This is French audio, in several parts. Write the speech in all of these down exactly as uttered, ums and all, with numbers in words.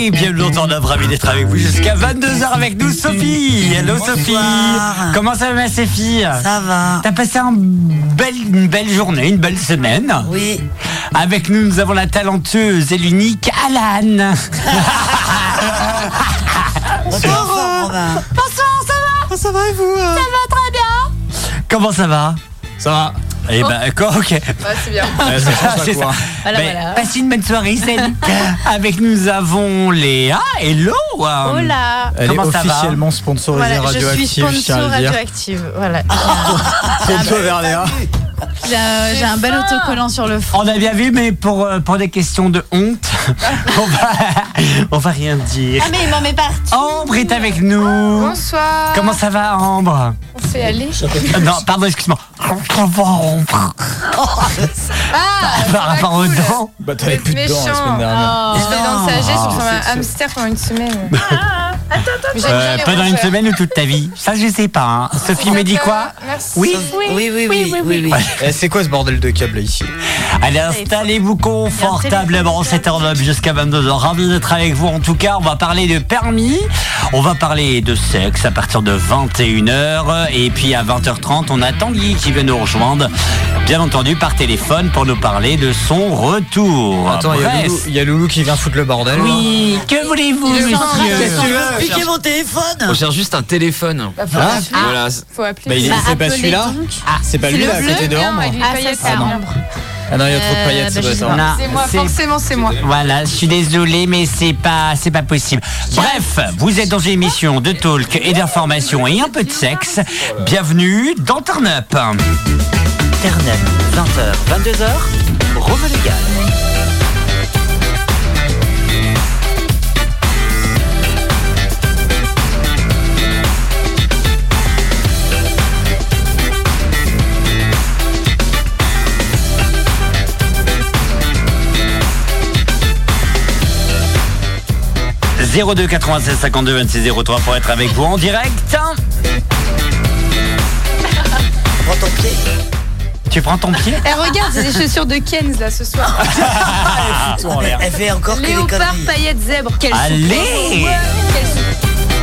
Et bienvenue dans notre ravi d'être avec vous jusqu'à vingt-deux heures avec nous, Sophie. Hello Sophie. Comment ça va ma Sophie? Ça va. T'as passé un bel, une belle journée, une belle semaine? Oui. Avec nous, nous avons la talentueuse et l'unique Alan. Bonsoir. Bonsoir, ça va? oh, ça va et vous euh... Ça va très bien. Comment ça va? Ça va. Eh ben, d'accord, ok. Ouais, c'est bien. Ouais, ça change C'est quoi. ça. Voilà, Ben, voilà. passez une bonne soirée, salut. Avec nous, nous avons Léa. Hello. Hola. Elle Comment est ça va? officiellement sponsorisée Voilà, je suis radioactive, je tiens sponsor à le dire. radioactive. Voilà. Sponsor vers Léa. J'ai un, j'ai un bel autocollant sur le front. On a bien vu, mais pour, euh, pour des questions de honte, on va, on va rien dire. Ah mais il m'en met partout. Ambre est avec nous. Bonsoir. Comment ça va, Ambre? On fait aller. Euh, Non, pardon, excuse-moi. Ah, Par rapport aux dents. Bah t'avais plus de dents la méchant. semaine dernière. Je fais dans le sagesse, je Oh. ressemble à un hamster pendant une semaine. Mais j'aime Euh, bien pas les dans une rongeurs. semaine ou toute ta vie? Ça, je sais pas. Hein. Sophie me dit quoi? Merci. Oui. Oui, oui, oui, oui, oui, oui. Eh, c'est quoi ce bordel de câble ici? Allez, installez-vous confortablement, c'est en up jusqu'à vingt-deux heures. Ravi d'être avec vous. En tout cas, on va parler de permis, on va parler de sexe à partir de vingt et une heures. Et puis à vingt heures trente, on a Tanguy qui vient nous rejoindre, bien entendu par téléphone, pour nous parler de son retour. Attends, il y a Bref. Loulou- il y, a Loulou qui vient foutre le bordel. Oui, que voulez-vous, Il est en train de monsieur? faire un- Piquez mon téléphone. On cherche juste un téléphone. Bah, faut Ah. appeler. Voilà. Faut appeler. Bah, il est- Bah, c'est pas appelez celui-là donc. C'est pas C'est lui le là à bleu, côté de non, Ambre. avec les Ah, ça, paillettes, c'est là. Ambre. Ah non, il y a trop de paillettes, Euh, ça bah, doit je être sais Ambre. Non, C'est moi, c'est- forcément c'est moi. Voilà, je suis désolé, mais c'est pas, c'est pas possible. Bref, vous êtes dans une émission de talk et d'information et un peu de sexe. Bienvenue dans Turn Up. Turn Up, vingt heures, vingt-deux heures, Rome légal. zéro deux quatre-vingt-seize cinquante-deux vingt-six zéro trois pour être avec vous en direct. Prends ton pied. Tu prends ton pied? Eh regarde, c'est des chaussures de Ken's là ce soir. Tout en l'air. Elle fait encore que des Léopard, conneries. paillettes, zèbre. Quelle Allez. souffrance. Ouais, quelle souffrance.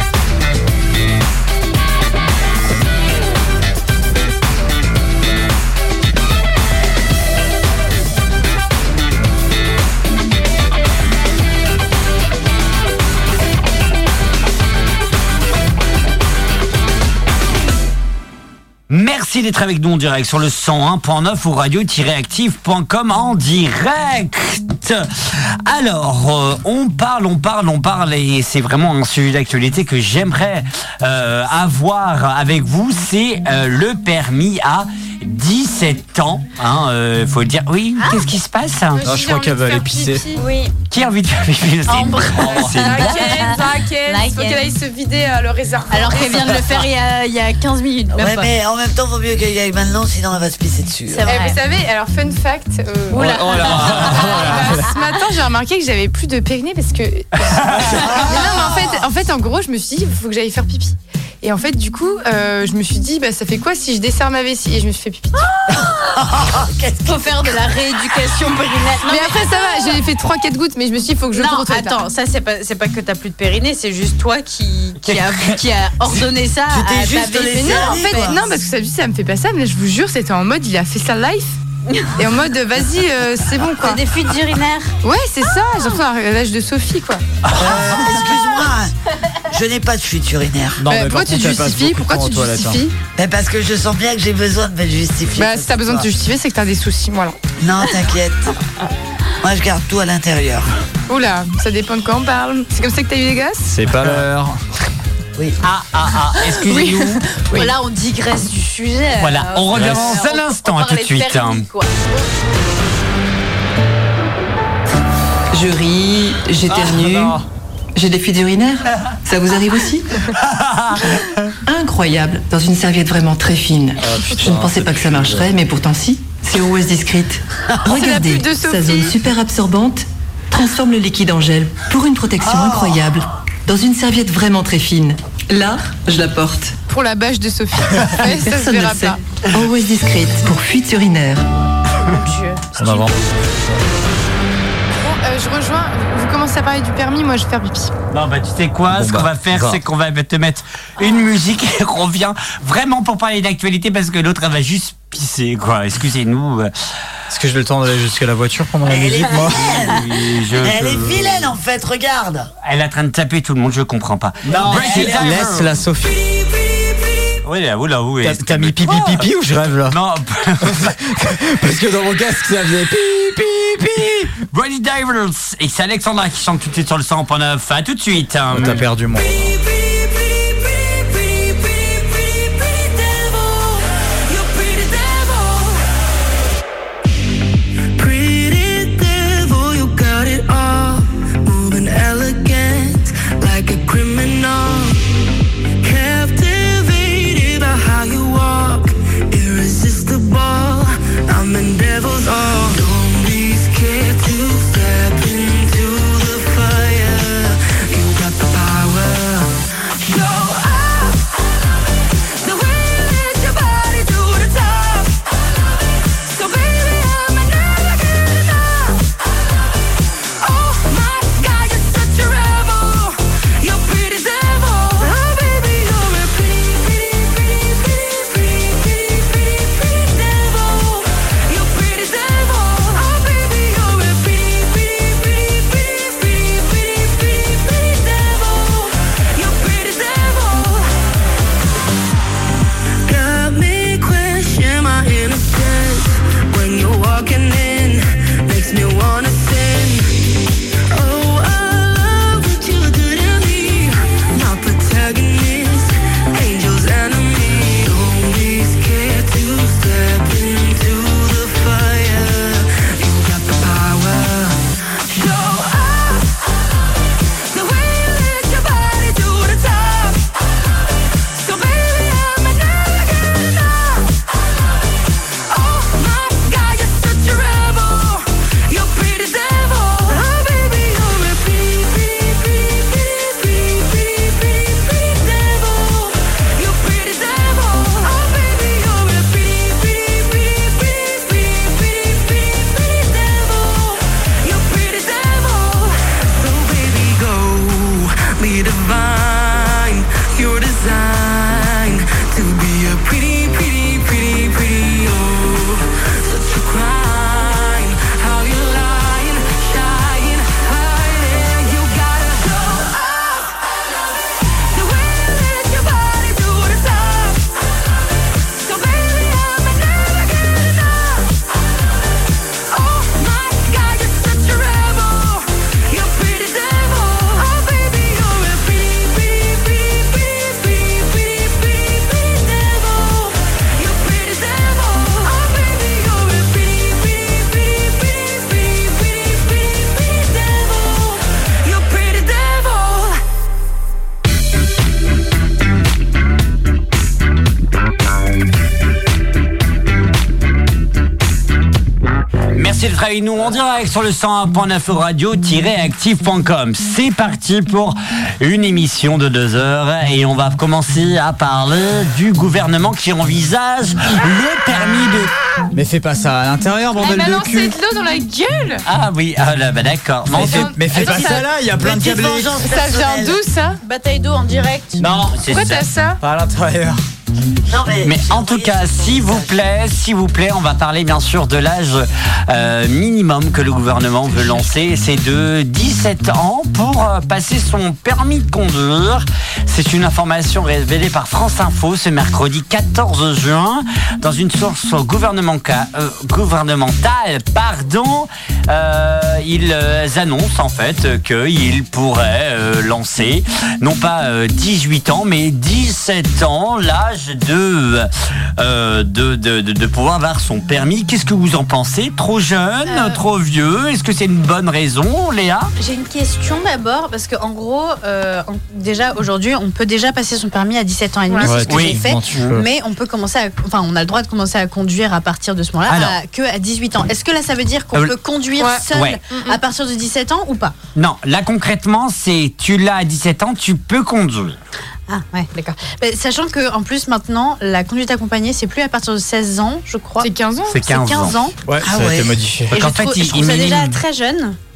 Merci d'être avec nous en direct sur le cent un point neuf ou radio-active point com en direct. Alors, euh, on parle, on parle, on parle et c'est vraiment un sujet d'actualité que j'aimerais euh, avoir avec vous. C'est euh, le permis à dix-sept ans. Hein, euh, faut le dire. Oui, qu'est-ce qui se passe? Non, je crois qu'elle va aller pisser. Oui. Qui a envie de faire pipi? C'est Ambre. Oh, c'est une La blague. Ken, la Ken. Il faut Ken. qu'elle aille se vider euh, le réservoir. Alors qu'elle vient de le faire il y a, il y a quinze minutes. même Ouais, pas. mais en même temps, vaut mieux qu'elle y aille maintenant, sinon elle va se pisser dessus. C'est Eh, vrai. vous savez, alors fun fact. euh, Oh là, oh là. Bah, ce matin, j'ai remarqué que j'avais plus de périnée parce que. Mais non, mais en fait, en fait, en gros, je me suis dit, il faut que j'aille faire pipi. Et en fait, du coup, euh, je me suis dit, bah, ça fait quoi si je desserre ma vessie? Et je me suis fait pipi. Faut faire de la rééducation périnaire. Non, mais après, ça va, j'ai fait trois quatre gouttes, mais je me suis dit, il faut que je non, le retrouve. attends, ça c'est pas c'est pas que t'as plus de périnée, c'est juste toi qui qui a qui a ordonné ça. Tu t'es à ta juste vessie. laissé Mais non, en aller, fait, quoi. non, parce que ça, ça me fait pas ça, mais là, je vous jure, c'était en mode, il a fait ça live. Et en mode, vas-y, euh, c'est bon, quoi. T'as des fuites urinaires. Ouais, c'est ça, j'ai l'impression à l'âge de Sophie, quoi. Euh, Excuse-moi, je n'ai pas de fuite urinaire. Non, Euh, mais pourquoi par tu te contre, elle passe justifies beaucoup Pourquoi de temps tu te aux toilettes, hein. justifies Mais parce que je sens bien que j'ai besoin de me justifier. Bah, ça, si t'as c'est besoin de toi. te justifier, c'est que t'as des soucis, voilà. Non, t'inquiète. Moi, je garde tout à l'intérieur. Oula, ça dépend de quoi on parle. C'est comme ça que t'as eu des gosses? C'est pas l'heure. Oui. Ah, ah, ah, excusez-nous. Voilà, on digresse du sujet. Voilà, Euh, on revient euh, dans un on- instant, on à tout de parlait suite. permis, quoi. Je ris, j'éternue, Ah, non. j'ai des fuites urinaires. Ça vous arrive aussi? Incroyable, dans une serviette vraiment très fine. Je ne pensais pas que ça marcherait, mais pourtant si. C'est Always Discreet. Regardez, pub de Sophie. sa zone super absorbante transforme le liquide en gel pour une protection incroyable. Dans une serviette vraiment très fine. Là, je la porte. Pour la bâche de Sophie. Ouais, ça se Personne ne verra le sait. pas. Always Discreet pour fuites urinaires. Mon Dieu. En avant. Bon, euh, euh, je rejoins. Vous commencez à parler du permis, moi je vais faire pipi. Non, bah tu sais quoi, Bon, ce bah, qu'on va faire, va. c'est qu'on va te mettre une musique et on revient vraiment pour parler d'actualité parce que l'autre, elle va juste pisser, quoi. Excusez-nous. Est-ce que je vais le temps d'aller jusqu'à la voiture pendant la Elle est musique, moi vilaine. Je- Elle est vilaine en fait, regarde. Elle est en train de taper tout le monde, je comprends pas. Non, Break it down. laisse la Sophie. Oui, là, oula, oui. T'as, t'as mis pipi pipi ou je rêve là? Non, Parce que dans mon casque ça faisait pipi pipi. Brady Divers. Et c'est Alexandra qui chante tout de suite sur le cent point neuf. À tout de suite. Oh, t'as perdu mon. Pretty devil, you got it all. Moving elegant like a criminal. Captivated by how you walk. Irresistible. I'm in devil's all. Don't be scared to step into the fire. You got the power. Go up. The way you lift your body to the top. So baby, I'm never get enough. Oh my God, you're such a rebel. You're pretty devil. Oh baby, you're a pretty, pretty, pretty, pretty, pretty, pretty, pretty devil. You're pretty devil. Oh baby, you're a pretty, pretty, pretty, pretty, pretty, pretty, pretty, pretty devil. You're pretty devil. Got me question my innocence when you're walking in, makes me wanna sin. Oh, I love what you do to me, my protagonist, angel's enemy. Don't be scared to step into the fire. You got the power. Go up, the way you lift your body to the top. So baby, I'm never get enough. Oh my God, you're such a rebel. You're pretty devil. Oh baby, you're a pretty, pretty, pretty, pretty, pretty, pretty, pretty devil. You're pretty devil. Oh baby, you're a pretty, pretty, pretty, pretty, pretty, pretty, pretty, pretty devil. You're pretty devil. So baby, go be divine. You're designed to be a pretty, pretty, pretty, pretty, oh, such a crime. How you lying, shying, hiding. You gotta go up. The way you lift your body to the top. So baby, I'm never get enough. Oh my God, you're such a rebel. You're pretty devil. Oh baby, you're a pretty, pretty, pretty, pretty, pretty, pretty, pretty, pretty devil. You're pretty devil. Oh baby, you're a pretty, pretty, pretty, pretty, pretty, pretty, pretty, pretty devil. You're pretty devil. Merci d'être avec nous en direct sur le cent un point neuf radio-active point com. C'est parti pour une émission de deux heures et on va commencer à parler du gouvernement qui envisage le permis de... Mais fais pas ça à l'intérieur, Elle bordel m'a de lancé cul. de l'eau dans la gueule. Ah oui, ah là, bah d'accord. Mais fais, Attends, mais fais pas attends, ça là, il y a plein de Petite câblés. vengeance Ça vient personnelle. d'où ça? Bataille d'eau en direct. Non, C'est Pourquoi ça. t'as ça? pas à l'intérieur. Non, mais Mais j'ai en tout envoyé cas, un s'il vous message. plaît, s'il vous plaît, on va parler bien sûr de l'âge euh, minimum que le gouvernement veut lancer. C'est de dix-sept ans pour euh, passer son permis de conduire. C'est une information révélée par France Info ce mercredi quatorze juin dans une source gouvernementale. Euh, gouvernementale pardon, euh, ils euh, annoncent en fait qu'ils pourraient euh, lancer non pas euh, dix-huit ans mais dix-sept ans, l'âge de, euh, de, de, de, de pouvoir avoir son permis. Qu'est-ce que vous en pensez? Trop jeune, Euh. trop vieux? Est-ce que c'est une bonne raison, Léa? J'ai une question d'abord, parce qu'en gros, euh, on- déjà aujourd'hui, on peut déjà passer son permis à dix-sept ans et demi, Ouais. c'est ce que Oui. j'ai fait. Quand tu veux. Mais on peut commencer à, enfin, on a le droit de commencer à conduire à partir de ce moment-là, Alors. à- que à dix-huit ans. Est-ce que là, ça veut dire qu'on Euh, peut conduire ouais. seul Ouais. à partir de dix-sept ans ou pas? Non, là concrètement, c'est tu l'as à dix-sept ans, tu peux conduire. Ah ouais, d'accord. Mais sachant que en plus maintenant, la conduite accompagnée, c'est plus à partir de seize ans, je crois. C'est quinze ans. C'est quinze, quinze ans. Ouais, Ah ça a ouais. été modifié. Et Donc, je en fait, trouve, il- je trouve il ça déjà minimise. très jeune.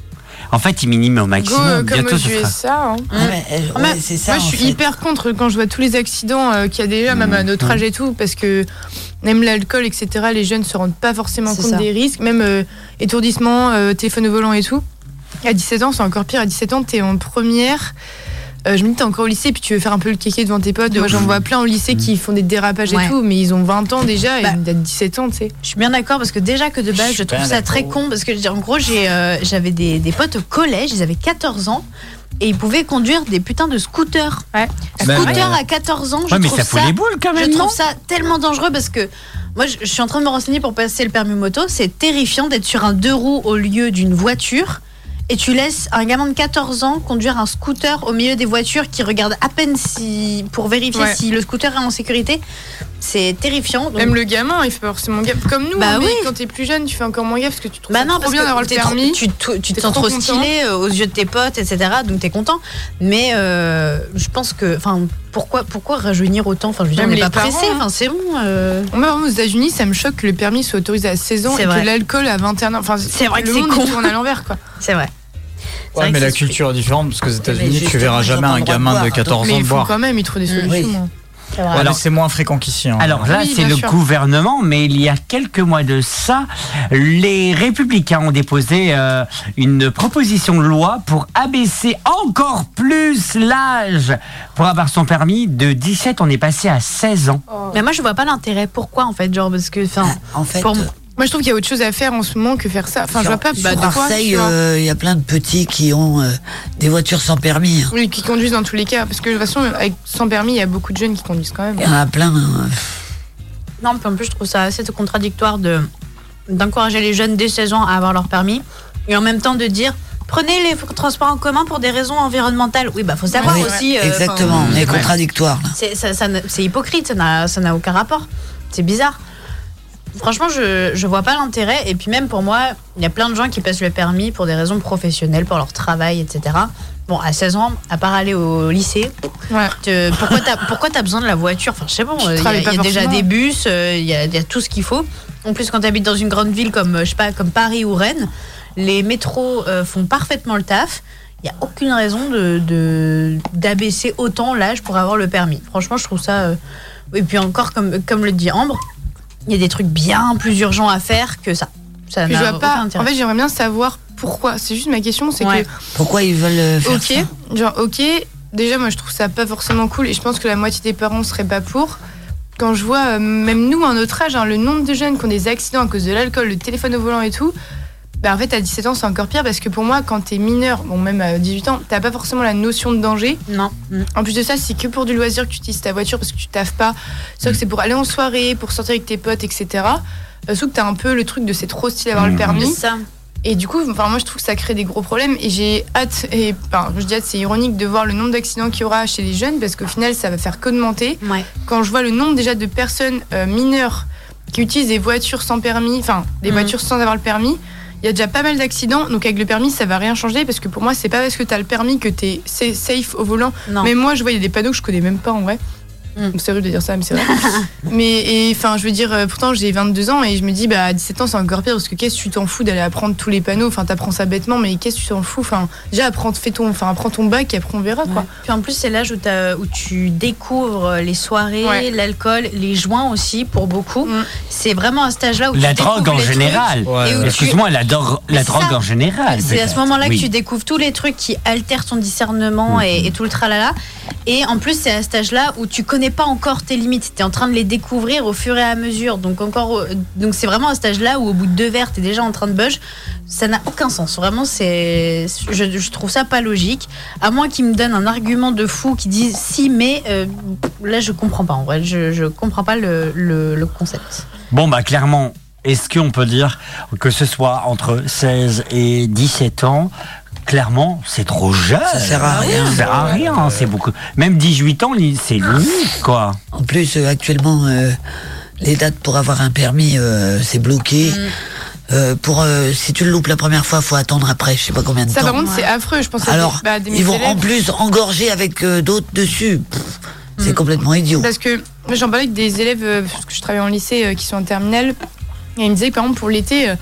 En fait, ils miniment au Go, maximum. euh, comme Bientôt, aux ce U sera. S A. Hein. Ah, mais, euh, Ah, ouais, mais c'est ça. Moi, je en suis fait. hyper contre quand je vois tous les accidents euh, qu'il y a déjà, même à notre âge et tout, parce que même l'alcool, et cetera, les jeunes se rendent pas forcément C'est compte ça. des risques, même euh, étourdissement, euh, téléphone au volant et tout. À dix-sept ans, c'est encore pire. À dix-sept ans, t'es en première. Euh, je me dis, t'es encore au lycée, puis tu veux faire un peu le kéké devant tes potes. Moi, j'en vois plein au lycée qui font des dérapages Ouais. et tout, mais ils ont vingt ans déjà, Bah. et à dix-sept ans, tu sais. Je suis bien d'accord parce que déjà que de base, je trouve bien ça très d'accord. con parce que je veux dire, en gros, j'ai, euh, j'avais des, des potes au collège, ils avaient quatorze ans et ils pouvaient conduire des putains de scooters. Ouais. Même, Scooter euh, à quatorze ans, je Ouais, mais trouve ça fout ça, les boules quand je même, non trouve ça tellement dangereux parce que moi, je, je suis en train de me renseigner pour passer le permis moto. C'est terrifiant d'être sur un deux roues au lieu d'une voiture. Et tu laisses un gamin de quatorze ans conduire un scooter au milieu des voitures qui regardent à peine si, pour vérifier Ouais. si le scooter est en sécurité. C'est terrifiant. Donc, Même le gamin, il fait pas forcément gaffe. Comme nous, Bah hein, mais oui. quand t'es plus jeune, tu fais encore moins gaffe parce que tu trouves bah ça non, trop parce bien que d'avoir le t'es trop- permis. tu, te- tu te T'es sens trop trop content. stylé euh, aux yeux de tes potes, et cetera. Donc t'es content. Mais euh, je pense que, enfin, pourquoi, pourquoi rajeunir autant? Enfin, je veux dire, on Même n'est les pas pressé. parents, hein. Enfin, c'est bon. euh. Moi, vraiment, aux États-Unis, ça me choque que le permis soit autorisé à seize ans C'est et vrai. que l'alcool à vingt et un ans. Enfin, C'est vrai que le c'est monde con. il tourne à l'envers, quoi. C'est vrai. C'est Ouais, vrai mais que la c'est culture est différente parce qu'aux États-Unis, tu justement, verras ils ont jamais pas un le droit de gamin de boire. quatorze Mais ans ils font boire. quand même, ils trouvent des solutions. Oui. hein. C'est vrai. Ouais, Alors- mais c'est moins fréquent qu'ici. hein. Alors là, Oui, c'est bien le sûr. gouvernement, mais il y a quelques mois de ça, les Républicains ont déposé euh, une proposition de loi pour abaisser encore plus l'âge pour avoir son permis. De dix-sept, on est passé à seize ans. Mais moi, je vois pas l'intérêt. Pourquoi, en fait? Genre, parce que, enfin, En fait, pour- euh, Moi, je trouve qu'il y a autre chose à faire en ce moment que faire ça. Enfin, je sur, vois pas sur pourquoi. Marseille, tu vois. euh, il y a plein de petits qui ont euh, des voitures sans permis. hein. Oui, qui conduisent dans tous les cas. Parce que de toute façon, avec, sans permis, il y a beaucoup de jeunes qui conduisent quand même. Il y en a plein. hein. non, puis en plus, je trouve ça assez contradictoire de d'encourager les jeunes dès seize ans à avoir leur permis et en même temps de dire prenez les transports en commun pour des raisons environnementales. Oui, bah faut savoir Oui, aussi. euh, exactement, enfin, on est ouais. contradictoire. là. C'est ça, ça ne- c'est hypocrite, ça n'a ça n'a aucun rapport. C'est bizarre. Franchement, je je vois pas l'intérêt. Et puis même pour moi, il y a plein de gens qui passent le permis pour des raisons professionnelles, pour leur travail, et cetera. Bon, à seize ans, à part aller au lycée, Ouais. te- pourquoi t'as pourquoi t'as besoin de la voiture? Enfin, je sais bon, il y a, travailles il y a pas déjà forcément. des bus, euh, il y, a, il y a tout ce qu'il faut. En plus, quand t'habites dans une grande ville comme euh, je sais pas, comme Paris ou Rennes, les métros euh, font parfaitement le taf. Il y a aucune raison de de- d'abaisser autant l'âge pour avoir le permis. Franchement, je trouve ça. euh, Et puis encore, comme comme le dit Ambre, il y a des trucs bien plus urgents à faire que ça. Ça Puis je n'a vois aucun pas. intérêt. En fait, j'aimerais bien savoir pourquoi. C'est juste ma question, c'est Ouais. Pourquoi ils veulent euh, faire que. Ok, genre, ok. Déjà, moi, je trouve ça pas forcément cool et je pense que la moitié des parents seraient pas pour. Quand je vois, euh, même nous, à notre âge, hein, le nombre de jeunes qui ont des accidents à cause de l'alcool, le téléphone au volant et tout, bah, en fait, à dix-sept ans, c'est encore pire parce que pour moi, quand t'es mineur, bon, même à dix-huit ans, t'as pas forcément la notion de danger. Non. Mm. En plus de ça, c'est que pour du loisir que tu utilises ta voiture parce que tu taffes pas. Sauf que c'est pour aller en soirée, pour sortir avec tes potes, et cetera. Euh, sauf que t'as un peu le truc de c'est trop stylé d'avoir le Mhm. permis. C'est ça. Et du coup, enfin, moi je trouve que ça crée des gros problèmes et j'ai hâte, et enfin, je dis hâte, c'est ironique de voir le nombre d'accidents qu'il y aura chez les jeunes parce qu'au final ça va faire qu'augmenter. Ouais. Quand je vois le nombre déjà de personnes euh, mineures qui utilisent des voitures sans permis, enfin des Mhm. voitures sans avoir le permis, il y a déjà pas mal d'accidents, donc avec le permis ça va rien changer parce que pour moi c'est pas parce que t'as le permis que t'es c'est safe au volant. Non. Mais moi je vois il y a des panneaux que je connais même pas en vrai. Mm. C'est rude de dire ça, mais c'est vrai. mais et enfin, je veux dire, euh, pourtant j'ai vingt-deux ans et je me dis, bah à dix-sept ans c'est encore pire parce que qu'est-ce que tu t'en fous d'aller apprendre tous les panneaux? Enfin, t'apprends ça bêtement, mais qu'est-ce que tu t'en fous? Enfin, déjà apprends, fais ton, enfin, apprends ton bac et après on verra quoi. Puis en plus, c'est l'âge où, t'as- où tu découvres les soirées, Ouais. l'alcool, les joints aussi pour beaucoup. Mm. C'est vraiment à cet âge-là où La tu drogue découvres en les trucs. général. Ouais, Et où ouais. tu- Excuse-moi, la, dor- la C'est drogue ça. en général. C'est à ce peut-être. moment-là Oui. que tu découvres tous les trucs qui altèrent ton discernement et, et tout le tralala. Et en plus, c'est à cet âge-là où tu connais pas encore tes limites. Tu es en train de les découvrir au fur et à mesure. Donc, encore, euh, donc c'est vraiment à cet âge-là où, au bout de deux verres, tu es déjà en train de bug. Ça n'a aucun sens. Vraiment, c'est, je, je trouve ça pas logique. À moins qu'ils me donnent un argument de fou qui disent si, mais euh, là, je comprends pas. En vrai, je, je comprends pas le, le, le concept. Bon, bah clairement, est-ce qu'on peut dire que ce soit entre seize et dix-sept ans, clairement, c'est trop jeune. Ça sert à rien. Ça sert à rien, c'est beaucoup. Même dix-huit ans, c'est limite, quoi. En plus, euh, actuellement, euh, les dates pour avoir un permis, euh, c'est bloqué. Euh, pour euh, si tu le loupes la première fois, faut attendre après, je sais pas combien de Ça temps. par contre c'est affreux, je pense. à Alors, des, bah, des ils vont élèves. en plus engorger avec euh, d'autres dessus. Pff, c'est Mm. complètement idiot. Parce que moi, j'en parlais avec des élèves, euh, parce que je travaille en lycée, euh, qui sont en terminale, et ils me disaient que par exemple pour l'été, euh,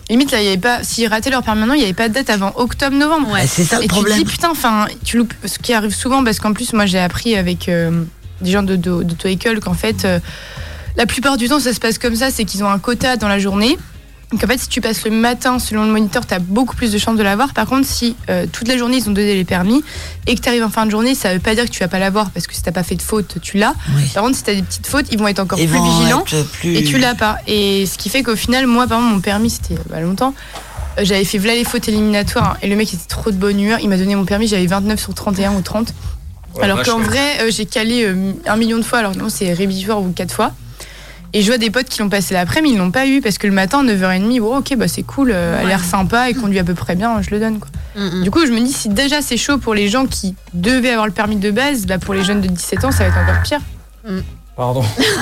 Limite, là, il y avait pas. S'ils rataient leur permis maintenant, il n'y avait pas de date avant octobre-novembre. Ouais, c'est ça le Et problème. tu te dis, putain, enfin, tu loupes. Ce qui arrive souvent, parce qu'en plus, moi, j'ai appris avec euh, des gens de, de, d'auto-école qu'en fait, euh, la plupart du temps, ça se passe comme ça, c'est qu'ils ont un quota dans la journée. Donc en fait, si tu passes le matin selon le moniteur, tu as beaucoup plus de chances de l'avoir. Par contre, si euh, toute la journée ils ont donné les permis et que tu arrives en fin de journée, ça veut pas dire que tu vas pas l'avoir parce que si t'as pas fait de faute, tu l'as. Oui. Par contre, si tu as des petites fautes, ils vont être encore Ils plus vont vigilants être plus- et tu l'as pas. Et ce qui fait qu'au final, moi, par exemple, mon permis, c'était bah, longtemps. euh, J'avais fait voilà les fautes éliminatoires hein, et le mec était trop de bonne humeur. Il m'a donné mon permis, j'avais vingt-neuf sur trente et un ou trente. alors qu'en vrai, euh, j'ai calé euh, un million de fois, alors que non, c'est rédhibitoire ou quatre fois. Et je vois des potes qui l'ont passé l'après, mais ils l'ont pas eu parce que le matin, neuf heures trente, oh, ok, bah c'est cool, euh, elle a l'air sympa et conduit à peu près bien, je le donne. Quoi. Mm-mm. Du coup, je me dis, si déjà c'est chaud pour les gens qui devaient avoir le permis de base, bah pour les jeunes de dix-sept ans, ça va être encore pire. Pardon.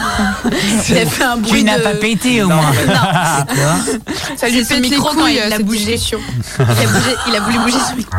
Il a fait un bruit Tu n'as de... pas pété au moins. C'est quoi? Ça lui C'est son pète les micro quand couilles, il l'a cette bougé. discussion. Il a, bougé- il a voulu bouger son micro.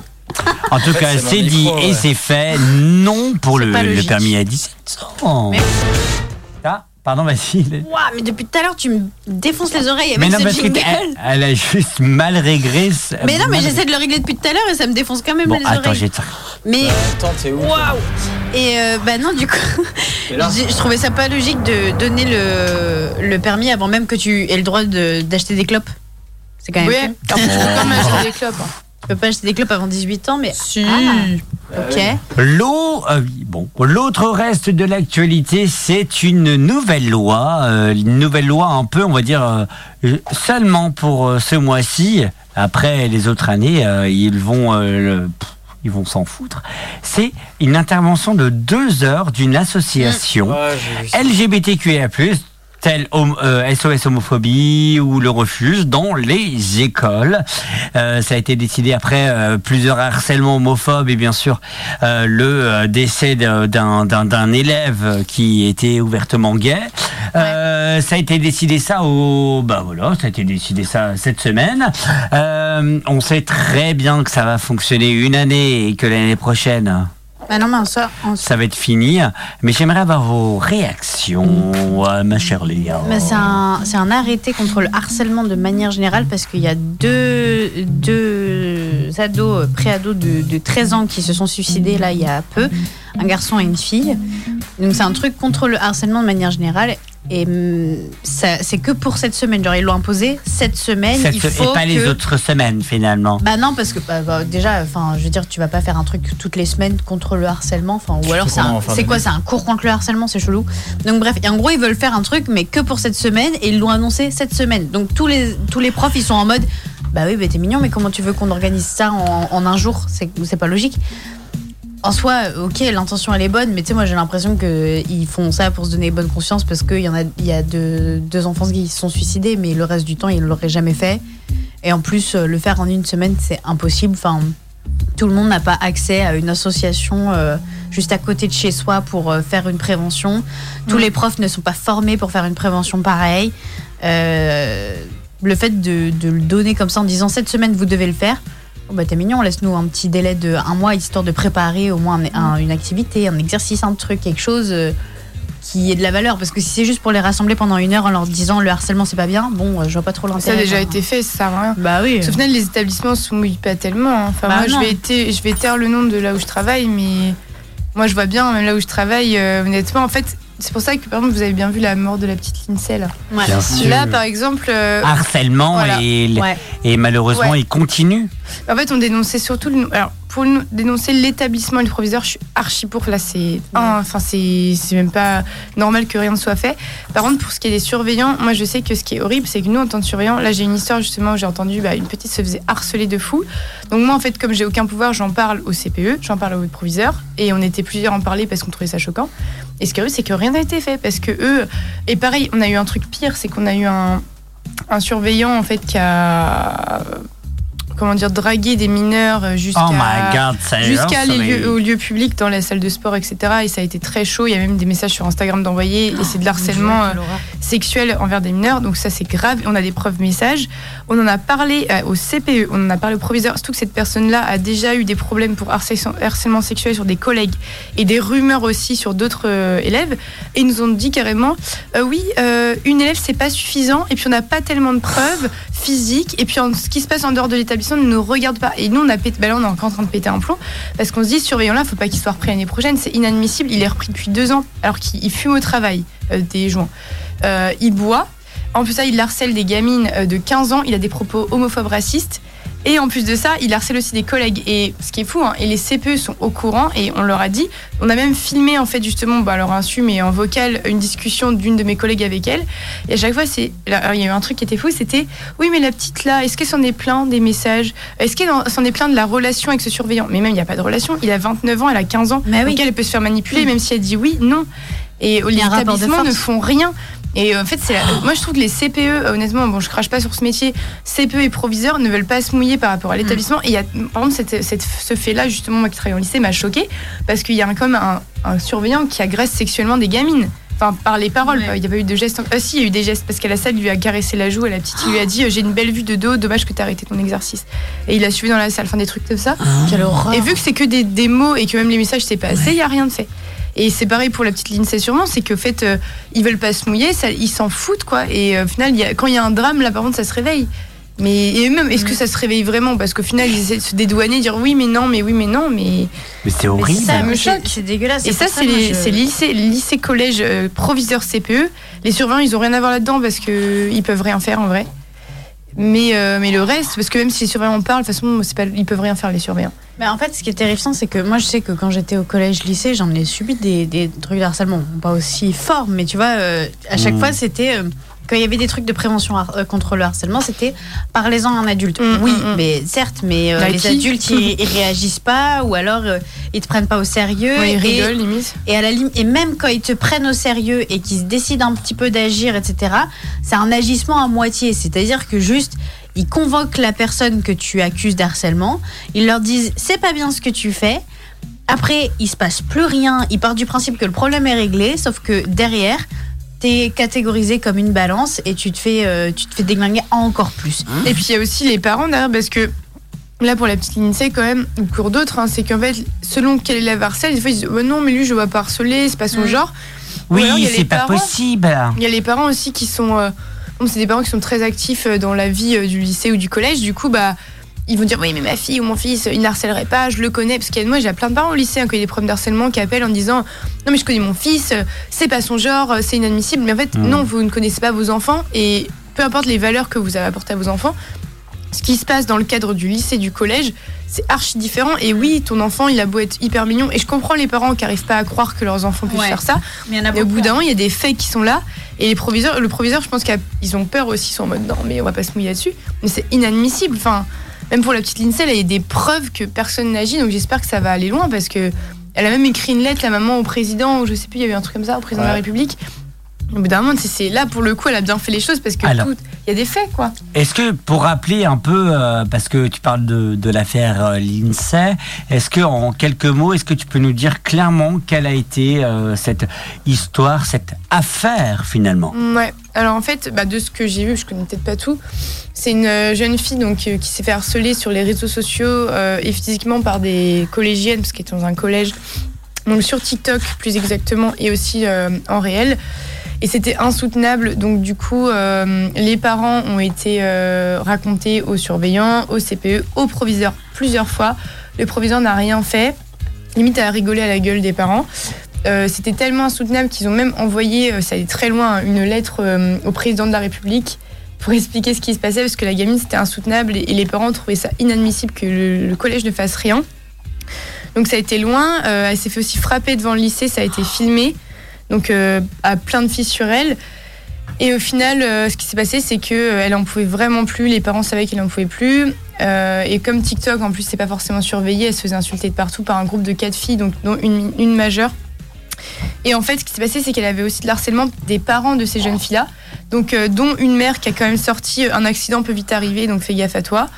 En tout cas, c'est mon c'est dit micro, et ouais. c'est fait. Non pour le, pas le logique. permis à dix-sept ans. Mais- Ah, pardon, vas-y. Ouah, mais depuis tout à l'heure, tu me défonces les oreilles Mais avec non, ce parce jingle. qu'elle elle a juste mal réglé. Mais non, mais mal- j'essaie de le régler depuis tout à l'heure et ça me défonce quand même Bon, les attends, oreilles. j'ai. Mais Attends, t'es où? waouh. Et euh, bah non, du coup, Mais là- j'ai- je trouvais ça pas logique de donner le, le permis avant même que tu aies le droit de- d'acheter des clopes. C'est quand même Ouais, con. alors tu peux quand même acheter des clopes. hein. Tu peux pas acheter des clopes avant dix-huit ans, mais Si. ah, ok. L'eau, euh, oui, bon, l'autre reste de l'actualité, c'est une nouvelle loi, euh, une nouvelle loi un peu, on va dire, euh, seulement pour euh, ce mois-ci. Après les autres années, euh, ils vont, euh, le- pff, ils vont s'en foutre. C'est une intervention de deux heures d'une association Ouais, j'ai vu ça. L G B T Q I A plus, tel hom- euh, S O S homophobie ou le refuge dans les écoles. Euh, ça a été décidé après euh, plusieurs harcèlements homophobes et bien sûr euh, le euh, décès d'un, d'un, d'un élève qui était ouvertement gay. Euh, ça a été décidé ça au, bah voilà, ça a été décidé ça cette semaine. Euh, on sait très bien que ça va fonctionner une année et que l'année prochaine Bah non, mais en soi, en soi- ça va être fini, mais j'aimerais avoir vos réactions, euh, ma chère Léa. bah, c'est un, c'est un arrêté contre le harcèlement de manière générale parce qu'il y a deux, deux ados, pré-ados de, de treize ans qui se sont suicidés là il y a peu, un garçon et une fille. Donc c'est un truc contre le harcèlement de manière générale et hum, ça, c'est que pour cette semaine. Genre ils l'ont imposé cette semaine. Cette il se- faut et pas que... les autres semaines finalement. Bah non parce que bah, bah, déjà, enfin je veux dire tu vas pas faire un truc toutes les semaines contre le harcèlement, enfin ou alors c'est, comment un- en fin c'est quoi, d'année c'est un cours contre le harcèlement, c'est chelou. Donc bref, et en gros ils veulent faire un truc mais que pour cette semaine et ils l'ont annoncé cette semaine. Donc tous les tous les profs ils sont en mode bah oui bah t'es mignon mais comment tu veux qu'on organise ça en, en un jour, c'est c'est pas logique. En soi, ok, l'intention elle est bonne, mais tu sais, moi j'ai l'impression qu'ils font ça pour se donner bonne conscience parce qu'il y en a, il y a deux, deux enfants qui se sont suicidés, mais le reste du temps ils l'auraient jamais fait. Et en plus, euh, le faire en une semaine c'est impossible. Enfin, tout le monde n'a pas accès à une association euh, juste à côté de chez soi pour euh, faire une prévention. Tous les profs ne sont pas formés pour faire une prévention pareille. Euh, le fait de, de le donner comme ça en disant cette semaine vous devez le faire. Oh bah t'es mignon, laisse-nous un petit délai de un mois histoire de préparer au moins un- un- une activité, un exercice, un truc, quelque chose euh, qui ait de la valeur. Parce que si c'est juste pour les rassembler pendant une heure en leur disant le harcèlement c'est pas bien, bon, euh, je vois pas trop Ça l'intérêt. a déjà Enfin, été fait, ça sert à rien. Bah oui. Au final, les établissements se mouillent pas tellement. hein. Enfin, Bah moi, je non. vais, été- je vais taire le nom de là où je travaille, mais moi, je vois bien, même là où je travaille, euh, honnêtement, en fait, c'est pour ça que, par exemple, vous avez bien vu la mort de la petite Lindsay, là. Ouais. Bien sûr. Là, par exemple, euh, Harcèlement Voilà. et, Ouais. et malheureusement Ouais. il continue. en fait, on dénonçait surtout. Le, alors, pour le- dénoncer l'établissement et le proviseur, je suis archi pour. Là, c'est. un, Enfin, c'est c'est même pas normal que rien ne soit fait. Par contre, pour ce qui est des surveillants, moi, je sais que ce qui est horrible, c'est que nous, en tant que surveillants, là, j'ai une histoire justement où j'ai entendu bah, une petite se faisait harceler de fou. Donc, moi, en fait, comme j'ai aucun pouvoir, j'en parle au C P E, j'en parle au proviseur. Et on était plusieurs à en parler parce qu'on trouvait ça choquant. Et ce qui est horrible, c'est que rien n'a été fait. Parce que eux. Et pareil, on a eu un truc pire, c'est qu'on a eu un, un surveillant, en fait, qui a comment dire, draguer des mineurs jusqu'à Oh my god, ça jusqu'à les mais- lieux, aux lieux publics, dans la salle de sport, et cetera. Et ça a été très chaud. Il y a même des messages sur Instagram d'envoyer. Et c'est de l'harcèlement euh, sexuel envers des mineurs. Donc ça, c'est grave. On a des preuves messages. On en a parlé euh, au C P E. On en a parlé au proviseur. Surtout que cette personne-là a déjà eu des problèmes pour harcèlement, harcèlement sexuel sur des collègues et des rumeurs aussi sur d'autres euh, élèves. Et ils nous ont dit carrément, euh, oui, euh, une élève, c'est pas suffisant. Et puis on n'a pas tellement de preuves physiques. Et puis en, ce qui se passe en dehors de l'établissement ne nous regarde pas. Et nous, on a pété, ben là, on est encore en train de péter un plomb parce qu'on se dit, ce surveillant-là, faut pas qu'il soit repris l'année prochaine. C'est inadmissible. Il est repris depuis deux ans alors qu'il fume au travail euh, des joints. Euh, il boit. En plus, ça, il harcèle des gamines euh, de quinze ans. Il a des propos homophobes, racistes. Et en plus de ça, il harcèle aussi des collègues. Et ce qui est fou, hein, et les C P E sont au courant, et on leur a dit, on a même filmé, en fait, justement, bah, à leur insu, mais en vocal, une discussion d'une de mes collègues avec elle. Et à chaque fois, c'est, alors, il y a eu un truc qui était fou, c'était, oui, mais la petite là, est-ce qu'elle s'en est plaint des messages? Est-ce qu'elle s'en est plaint de la relation avec ce surveillant? Mais même, il n'y a pas de relation. Il a vingt-neuf ans, elle a quinze ans. Mais oui. Donc elle, elle peut se faire manipuler, même si elle dit oui, non. Et les y a un rapport de établissements ne force. font rien. Et en fait, c'est la- moi je trouve que les C P E, honnêtement, bon, je crache pas sur ce métier, C P E et proviseurs ne veulent pas se mouiller par rapport à l'établissement. Et il y a, par exemple, cette, cette- ce fait-là, justement, moi qui travaille au lycée, m'a choquée parce qu'il y a un, comme un, un surveillant qui agresse sexuellement des gamines. Enfin, par les paroles, Ouais. il n'y a pas eu de gestes. Ah si, il y a eu des gestes parce qu'à la salle, il lui a caressé la joue à la petite. Il lui a dit, euh, j'ai une belle vue de dos, dommage que tu as arrêté ton exercice. Et il a suivi dans la salle, enfin des trucs comme ça. Quelle horreur. Et vu que c'est que des, des mots et que même les messages c'est pas assez, il y a rien de fait. Et c'est pareil pour la petite ligne, c'est sûrement, c'est qu'au fait, euh, ils veulent pas se mouiller, ça, ils s'en foutent, quoi. Et euh, au final, il y a, quand il y a un drame, là, par contre, ça se réveille. Mais et même, est-ce que ça se réveille vraiment? Parce qu'au final, ils essaient de se dédouaner, dire oui, mais non, mais oui, mais non, mais. Mais c'est Mais horrible. c'est ça, Ça me mais c'est- choque. C'est dégueulasse. Et c'est ça, pour c'est moi, les, je- c'est lycée, lycée, collège, euh, proviseur C P E. Les surveillants, ils ont rien à voir là-dedans parce que ils peuvent rien faire en vrai. Mais, euh, mais le reste, parce que même si les surveillants parlent, de toute façon, c'est pas, ils peuvent rien faire, les surveillants. Mais en fait, ce qui est terrifiant, c'est que moi, je sais que quand j'étais au collège-lycée, j'en ai subi des, des trucs de harcèlement. Pas aussi fort, mais tu vois, euh, à chaque Mmh. fois, c'était. euh, quand il y avait des trucs de prévention har- euh, contre le harcèlement, c'était parlez-en à un adulte. Mmh, oui, mmh, mmh. mais certes, mais euh, Bah, les qui adultes, ils, ils réagissent pas, ou alors euh, ils te prennent pas au sérieux. Ouais, ils et- rigolent, limite. Et, à la lim- et même quand ils te prennent au sérieux et qu'ils se décident un petit peu d'agir, et cetera, c'est un agissement à moitié. C'est-à-dire que juste, ils convoquent la personne que tu accuses d'harcèlement, ils leur disent c'est pas bien ce que tu fais. Après, il se passe plus rien. Ils partent du principe que le problème est réglé, sauf que derrière, t'es catégorisé comme une balance et tu te fais, euh, tu te fais déglinguer encore plus. Et puis il y a aussi les parents derrière, parce que là pour la petite lycée quand même, ou pour d'autres, hein, c'est qu'en fait, selon quel élève harcèle, des fois ils disent oh non mais lui je ne vais pas harceler, c'est pas son Mm. genre. Ou alors, il y Oui, a c'est les pas parents. possible. Il y a les parents aussi qui sont, euh, bon, c'est des parents qui sont très actifs euh, dans la vie euh, du lycée ou du collège, du coup bah ils vont dire oui mais ma fille ou mon fils il n'harcèlerait pas, je le connais, parce que moi j'ai plein de parents au lycée hein, quand il y a des problèmes d'harcèlement qui appellent en disant non mais je connais mon fils, euh, c'est pas son genre, euh, c'est inadmissible, mais en fait Mm. non, vous ne connaissez pas vos enfants et peu importe les valeurs que vous avez apportées à vos enfants, ce qui se passe dans le cadre du lycée, du collège, c'est archi différent. Et oui, ton enfant il a beau être hyper mignon, et je comprends les parents qui n'arrivent pas à croire que leurs enfants puissent Ouais. faire ça, Mais il y en a mais au beaucoup. bout d'un moment, il y a des faits qui sont là. Et les proviseurs, le proviseur, je pense qu'ils ont peur aussi. Ils sont en mode non, mais on va pas se mouiller là-dessus. Mais c'est inadmissible. Enfin, même pour la petite Lindsay, là, il y a des preuves que personne n'agit. Donc j'espère que ça va aller loin parce que elle a même écrit une lettre, la maman, au président, ou je sais plus, il y avait un truc comme ça, au président de la Ouais. République. Au bout d'un moment, c'est- c'est là pour le coup, elle a bien fait les choses parce que Alors. tout, il y a des faits, quoi. Est-ce que, pour rappeler un peu, euh, parce que tu parles de, de l'affaire euh, Lindsay, est-ce que, en quelques mots, est-ce que tu peux nous dire clairement quelle a été euh, cette histoire, cette affaire finalement? Ouais. Alors en fait, bah, de ce que j'ai vu, je connais peut-être pas tout. C'est une euh, jeune fille donc euh, qui s'est fait harceler sur les réseaux sociaux euh, et physiquement par des collégiennes parce qu'elle était dans un collège. Donc sur TikTok plus exactement et aussi euh, en réel. Et c'était insoutenable. Donc du coup, euh, les parents ont été euh, racontés aux surveillants, au C P E, au proviseur plusieurs fois. Le proviseur n'a rien fait. Limite à rigoler à la gueule des parents. Euh, c'était tellement insoutenable qu'ils ont même envoyé, euh, ça allait très loin, une lettre euh, au président de la République pour expliquer ce qui se passait parce que la gamine c'était insoutenable et, et les parents trouvaient ça inadmissible que le, le collège ne fasse rien. Donc ça a été loin. Euh, elle s'est fait aussi frapper devant le lycée, ça a été filmé, donc euh, à plein de filles sur elle. Et au final, euh, ce qui s'est passé, c'est qu'elle en pouvait vraiment plus. Les parents savaient qu'elle en pouvait plus. Euh, et comme TikTok, en plus, c'est pas forcément surveillé, elle se faisait insulter de partout par un groupe de quatre filles, donc dont une, une majeure. Et en fait, ce qui s'est passé, c'est qu'elle avait aussi de l'harcèlement des parents de ces jeunes filles-là, donc euh, dont une mère qui a quand même sorti un accident peut vite arriver, donc fais gaffe à toi.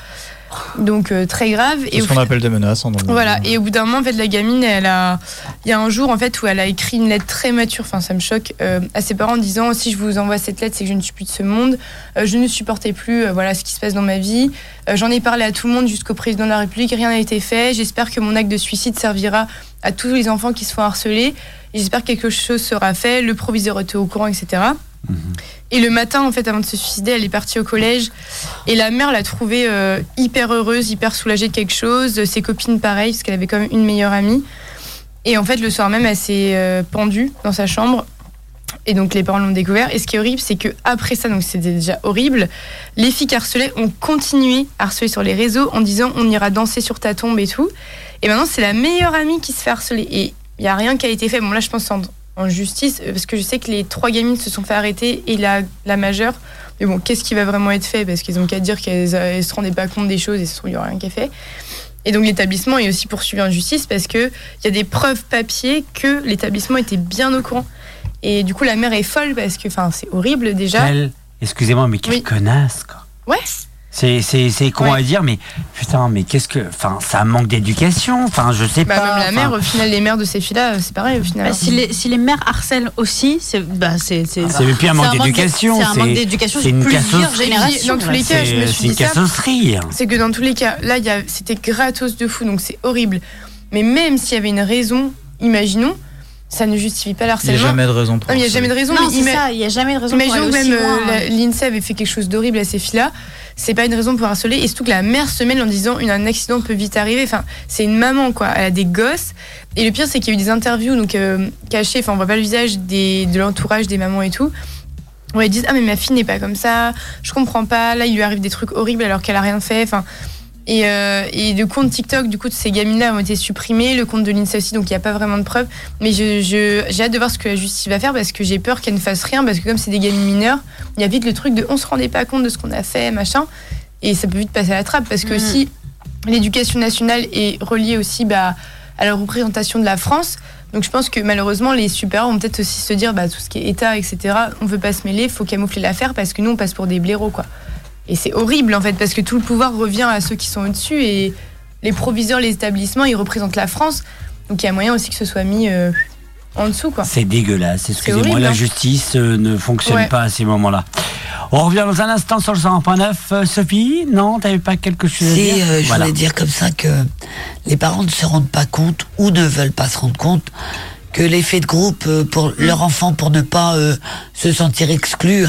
Donc euh, très grave. C'est Et ce au qu'on fi- appelle des menaces. Hein, dans le- Voilà, et au bout d'un moment, en fait, la gamine, elle a, il y a un jour, en fait, où elle a écrit une lettre très mature, enfin, ça me choque, euh, à ses parents en disant, si je vous envoie cette lettre, c'est que je ne suis plus de ce monde, euh, je ne supportais plus, euh, voilà, ce qui se passe dans ma vie, euh, j'en ai parlé à tout le monde jusqu'au président de la République, rien n'a été fait, j'espère que mon acte de suicide servira à tous les enfants qui se font harceler, et j'espère que quelque chose sera fait, le proviseur était au courant, et cetera. Mmh. Et le matin, en fait, avant de se suicider, elle est partie au collège. Et la mère l'a trouvée euh, hyper heureuse, hyper soulagée de quelque chose. Ses copines, pareil, parce qu'elle avait quand même une meilleure amie. Et en fait, le soir même, elle s'est euh, pendue dans sa chambre. Et donc, les parents l'ont découvert. Et ce qui est horrible, c'est qu'après ça, donc c'était déjà horrible, les filles qui harcelaient ont continué à harceler sur les réseaux en disant on ira danser sur ta tombe et tout. Et maintenant, c'est la meilleure amie qui se fait harceler. Et il n'y a rien qui a été fait. Bon, là, je pense en en justice, parce que je sais que les trois gamines se sont fait arrêter et la, la majeure. Mais bon, qu'est-ce qui va vraiment être fait? Parce qu'ils ont qu'à dire qu'elles ne se rendaient pas compte des choses et il n'y aura rien qui est fait. Et donc l'établissement est aussi poursuivi en justice parce qu'il y a des preuves papier que l'établissement était bien au courant. Et du coup, la mère est folle parce que c'est horrible déjà. Quelle, excusez-moi, mais quelle Oui. connasse, quoi. Ouais. C'est, c'est, c'est con Ouais. à dire, mais putain, mais qu'est-ce que. Enfin, ça manque d'éducation. Enfin, je sais Bah, pas. même la enfin, mère, au final, les mères de ces filles-là, c'est pareil au final. Bah, si, les, si les mères harcèlent aussi, c'est bah, c'est c'est C'est même plus un c'est manque d'éducation, C'est un c'est- manque d'éducation c'est sur une plusieurs cassos- générations. Dans tous les ouais. cas, je me c'est, suis c'est une dit ça. cassosserie. C'est que dans tous les cas, là, il y a- c'était gratos de fou, donc c'est horrible. Mais même s'il y avait une raison, imaginons, ça ne justifie pas Il n'y a l'harcèlement. jamais de raison pour Non, il n'y a ça. jamais de raison. Non, mais c'est ima- ça, il n'y a jamais de raison pour Imaginons aller que aussi même loin, euh, la- hein. l'INSEE avait fait quelque chose d'horrible à ces filles-là. C'est pas une raison pour harceler. Et surtout que la mère se mêle en disant une- un accident peut vite arriver. Enfin, c'est une maman, quoi. Elle a des gosses. Et le pire, c'est qu'il y a eu des interviews donc, euh, cachées. Enfin, on voit pas le visage des, de l'entourage des mamans et tout. Où elles disent ah, mais ma fille n'est pas comme ça. Je comprends pas. Là, il lui arrive des trucs horribles alors qu'elle a rien fait. Enfin. Et, euh, et le compte TikTok, du coup, de ces gamines-là ont été supprimés. Le compte de l'INSEE aussi, donc il n'y a pas vraiment de preuves. Mais je, je, j'ai hâte de voir ce que la justice va faire parce que j'ai peur qu'elle ne fasse rien. Parce que comme c'est des gamines mineures, il y a vite le truc de on se rendait pas compte de ce qu'on a fait, machin. Et ça peut vite passer à la trappe. Parce que Mhm. si l'éducation nationale est reliée aussi bah, à la représentation de la France, donc je pense que malheureusement, les supérieurs vont peut-être aussi se dire bah, tout ce qui est État, et cetera, on veut pas se mêler, il faut camoufler l'affaire parce que nous, on passe pour des blaireaux, quoi. Et c'est horrible en fait parce que tout le pouvoir revient à ceux qui sont au-dessus et les proviseurs, les établissements, ils représentent la France. Donc il y a moyen aussi que ce soit mis euh, en dessous, quoi. C'est dégueulasse. Excusez-moi, horrible, la hein. justice euh, ne fonctionne Ouais. pas à ces moments-là. On revient dans un instant sur le cent un point neuf. Euh, Sophie, non, t'avais pas quelque chose à Si, dire euh, je Voilà. voulais dire comme ça que les parents ne se rendent pas compte ou ne veulent pas se rendre compte que l'effet de groupe euh, pour leur enfant, pour ne pas euh, se sentir exclus,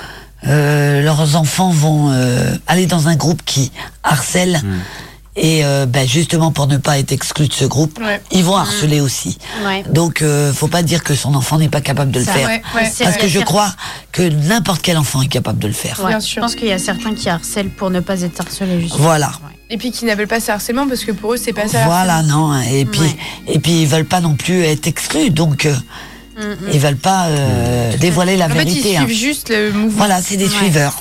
euh, leurs enfants vont euh, aller dans un groupe qui harcèle. Mm. Et euh, ben, justement, pour ne pas être exclu de ce groupe, Ouais. ils vont harceler aussi. Ouais. Donc, euh, faut pas dire que son enfant n'est pas capable de le Ça, faire. Ouais, ouais. C'est- Parce il y que a je certains- crois que n'importe quel enfant est capable de le faire. Ouais, Bien je sûr. pense qu'il y a certains qui harcèlent pour ne pas être harcelés, justement. Voilà. Ouais. Et puis qui n'appellent pas ça harcèlement parce que pour eux, c'est pas ça. Voilà, harcèlement. non. Et puis, Ouais. et puis ils veulent pas non plus être exclus, donc euh, Mm, mm. ils veulent pas euh, dévoiler la En fait, ils vérité. hein. suivent juste le mouvement. Voilà, c'est des Ouais. suiveurs.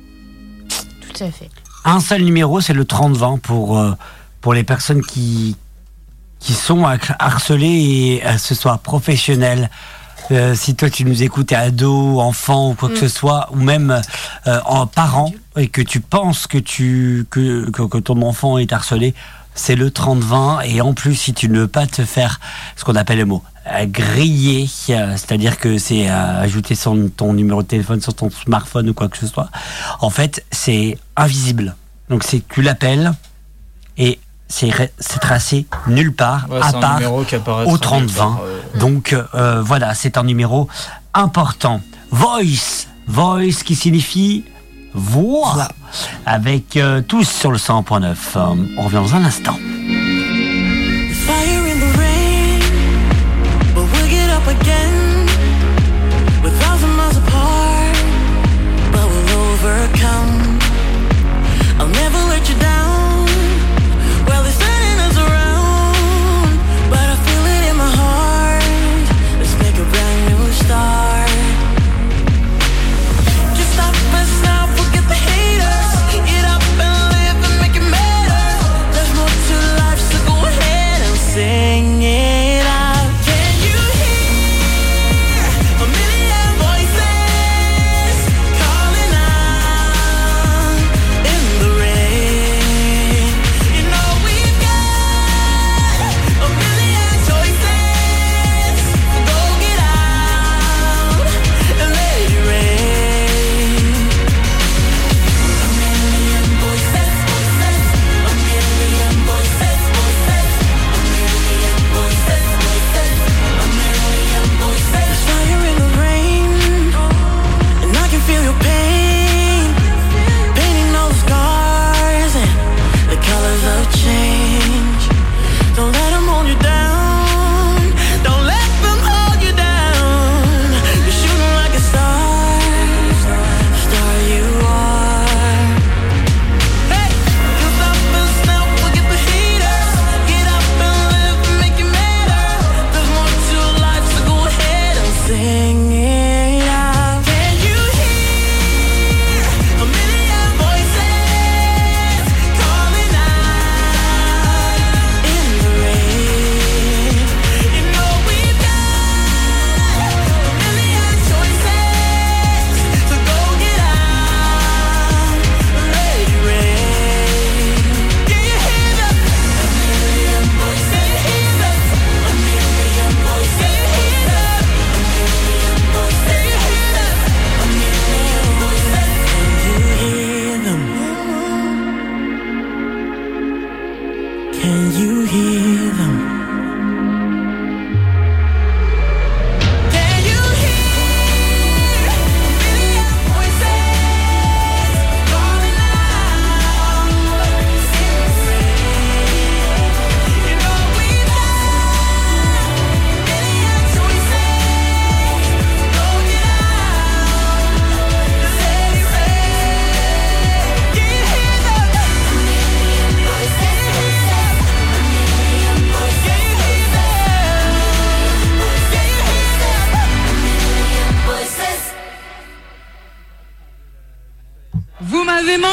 Tout à fait. Un seul numéro, c'est le trente vingt pour, euh, pour les personnes qui, qui sont harcelées et euh, ce soit professionnel. Euh, si toi tu nous écoutes, t'es ado, enfant ou quoi que Mm. ce soit, ou même euh, en parent, et que tu penses que, tu, que, que, que ton enfant est harcelé, c'est le trente vingt. Et en plus, si tu ne veux pas te faire ce qu'on appelle le mot euh, griller, euh, c'est-à-dire que c'est euh, ajouter son, ton numéro de téléphone sur ton smartphone ou quoi que ce soit, en fait, c'est invisible. Donc c'est tu l'appelles et c'est, ré- c'est tracé nulle part, Ouais, à c'est un part numéro qui apparaît au très trente nulle part, vingt. euh, Donc euh, voilà, c'est un numéro important. Voice, voice qui signifie voix, Voix. avec euh, tous sur le cent un point neuf. Euh, on revient dans un instant. Fire in the rain, but we'll get up again. We're thousand miles apart, but we'll overcome. I'll never let you down. Well, they're turning us around, but I feel it in my heart. Let's make a brand new start. Just stop us now, forget the haters. Get up and live and make it matter. There's more to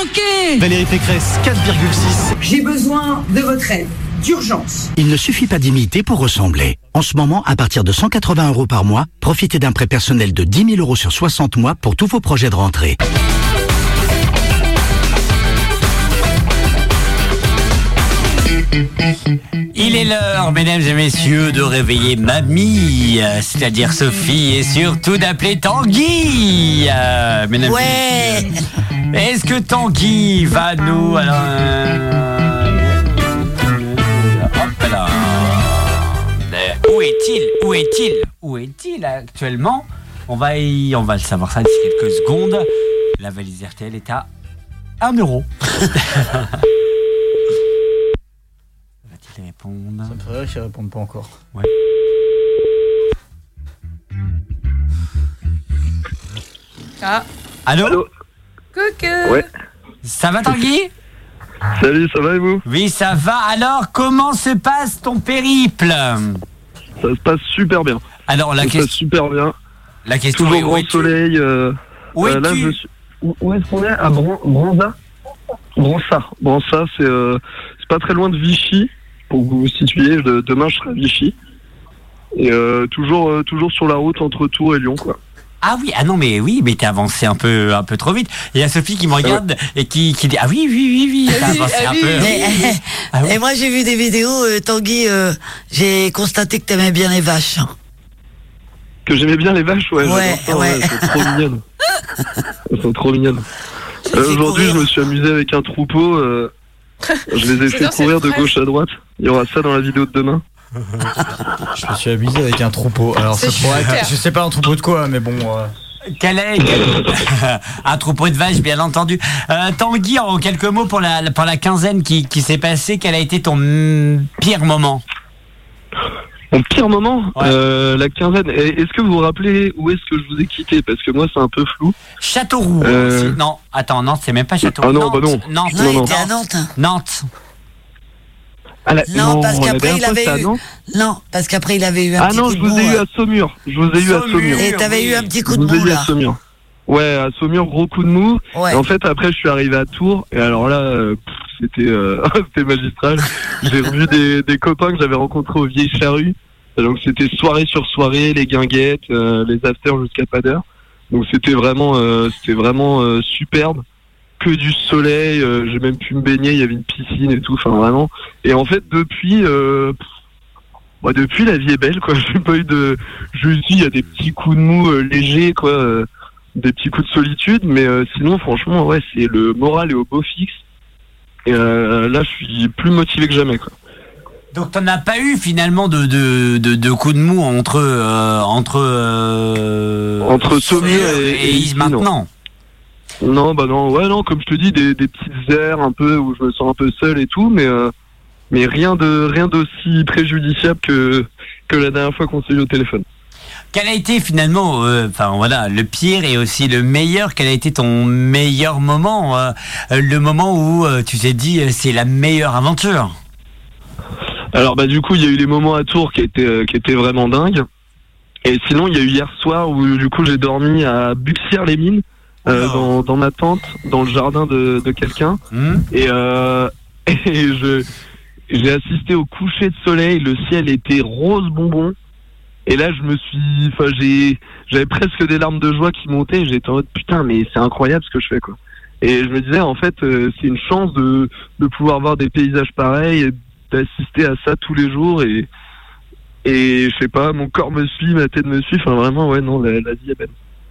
manqué. Valérie Pécresse, quatre virgule six. J'ai besoin de votre aide, d'urgence. Il ne suffit pas d'imiter pour ressembler. En ce moment, à partir de cent quatre-vingts euros par mois, profitez d'un prêt personnel de dix mille euros sur soixante mois pour tous vos projets de rentrée. Il est l'heure, mesdames et messieurs, de réveiller mamie, euh, c'est-à-dire Sophie, et surtout d'appeler Tanguy. Euh, mesdames Ouais. et messieurs. Est-ce que Tanguy va nous... Alors, euh, hop là. Euh, Où est-il Où est-il Où est-il actuellement? On va y... on va le savoir ça d'ici quelques secondes. La valise R T L est à un euro. Répondre. Ça me ferait rire qu'ils répondent pas encore. Ouais. Ah. Allô, Allô. Coucou. Ouais. Ça va Tanguy? Salut, ça va et vous? Oui, ça va. Alors, comment se passe ton périple? Ça se passe super bien. Alors, la Ça se passe question... super bien. La question Toujours est, où grand es-tu? soleil. Euh... Où euh, là, es-tu? je suis... Où, où est-ce qu'on est? À Bran... Branza Brança. Brança, c'est euh... c'est pas très loin de Vichy. Pour que vous vous situiez, de... demain je serai à Vichy. Et euh, toujours, euh, toujours sur la route entre Tours et Lyon, quoi. Ah oui, ah non mais oui, mais t'es avancé un peu, un peu trop vite. Il y a Sophie qui me regarde et qui, qui dit ah oui, oui, oui, oui, t'as Ah oui, avancé ah un oui, peu. oui. Mais, Ah ouais. Et moi j'ai vu des vidéos, euh, Tanguy, euh, j'ai constaté que t'aimais bien les vaches. Que j'aimais bien les vaches, ouais. Ouais, j'adore ça, ouais. Elles sont trop mignonnes. Elles sont trop mignonnes. Euh, fait Aujourd'hui, courir. je me suis amusé avec un troupeau. Euh... Je les ai fait J'adore courir cette de phrase. gauche à droite. Il y aura ça dans la vidéo de demain. Je me suis amusé avec un troupeau. Alors ça C'est pourrait super. être, je sais pas un troupeau de quoi, mais bon. euh, Quel est quel- un troupeau de vaches, bien entendu. Euh, Tanguy, en quelques mots pour la, pour la quinzaine qui, qui s'est passée, quel a été ton mm, pire moment? Mon pire moment, Ouais. euh, la quinzaine. Et Est-ce que vous vous rappelez où est-ce que je vous ai quitté? Parce que moi, c'est un peu flou. Châteauroux. Euh. aussi. Non, attends, Nantes, c'est même pas Châteauroux. Ah non, Nantes, bah non. Nantes, Non, Non, il non. était à Nantes. Nantes. Ah, la- Non, parce la qu'après, dernière il fois, avait c'était à eu- Nantes. Non, parce qu'après il avait eu un Ah petit non, coup je de vous mou. ai eu euh, à Saumur. Je vous ai eu à Saumur. Saumur. Et t'avais oui. eu un petit Je coup de vous ai mou eu à là. Saumur. Ouais, à Saumur, gros coup de mou. Ouais. Et en fait, après, je suis arrivé à Tours. Et alors là, euh, pff, c'était euh, c'était magistral. J'ai revu des, des copains que j'avais rencontrés aux Vieilles Charrues. Donc c'était soirée sur soirée, les guinguettes, euh, les afters jusqu'à pas d'heure. Donc c'était vraiment, euh, c'était vraiment euh, superbe. Que du soleil, euh, j'ai même pu me baigner, il y avait une piscine et tout, enfin vraiment. Et en fait depuis, euh, pff, bah, depuis la vie est belle quoi. J'ai pas eu de, juste il y a des petits coups de mou euh, légers quoi, euh, des petits coups de solitude, mais euh, sinon franchement ouais c'est le moral est au beau fixe. Et euh, là je suis plus motivé que jamais quoi. Donc t'en as pas eu finalement de, de, de, de coups de mou entre euh, entre euh, Entre Saumur et- et et ici, maintenant. Non, bah non, ouais, non, comme je te dis, des, des petites aires un peu où je me sens un peu seul et tout, mais euh, mais rien de rien d'aussi préjudiciable que que la dernière fois qu'on s'est eu au téléphone. Quel a été finalement, euh, enfin voilà, le pire et aussi le meilleur? Quel a été ton meilleur moment, euh, le moment où euh, tu t'es dit euh, c'est la meilleure aventure? Alors bah du coup, il y a eu les moments à Tours qui étaient euh, qui étaient vraiment dingues. Et sinon, il y a eu hier soir où du coup j'ai dormi à Buxières-les-Mines. Euh, Oh. dans, dans ma tente, dans le jardin de, de quelqu'un. Hmm. Et, euh, et je j'ai assisté au coucher de soleil, le ciel était rose bonbon. Et là, je me suis, enfin, j'ai, j'avais presque des larmes de joie qui montaient. J'étais en mode putain, mais c'est incroyable ce que je fais quoi. Et je me disais en fait, euh, c'est une chance de de pouvoir voir des paysages pareils, et d'assister à ça tous les jours. Et et je sais pas, mon corps me suit, ma tête me suit. Enfin vraiment, ouais, non, la, la vie est belle.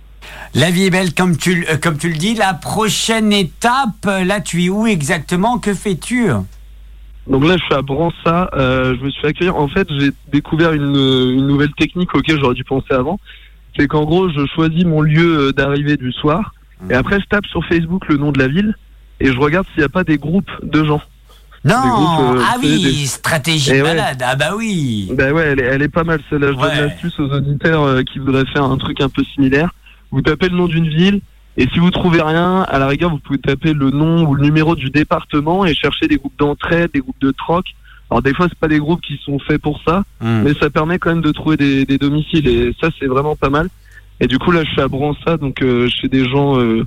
La vie est belle, comme tu, euh, comme tu le dis. La prochaine étape, euh, là, tu es où exactement? Que fais-tu? Donc là, je suis à Brança. Euh, je me suis fait accueillir. En fait, j'ai découvert une, une nouvelle technique auquel j'aurais dû penser avant. C'est qu'en gros, je choisis mon lieu d'arrivée du soir. Et après, je tape sur Facebook le nom de la ville. Et je regarde s'il n'y a pas des groupes de gens. Non, Des groupes, euh, ah tu sais, oui, des- stratégie Eh de ouais. malade. Ah bah oui. Ben ouais, elle est, elle est pas mal celle-là. Je Ouais. donne l'astuce aux auditeurs euh, qui voudraient faire un truc un peu similaire. Vous tapez le nom d'une ville. Et si vous trouvez rien, à la rigueur, vous pouvez taper le nom ou le numéro du département et chercher des groupes d'entraide, des groupes de troc. Alors des fois, c'est pas des groupes qui sont faits pour ça, Hmm. mais ça permet quand même de trouver des, des domiciles et ça, c'est vraiment pas mal. Et du coup, là, je suis à Brança, donc euh, chez des gens euh,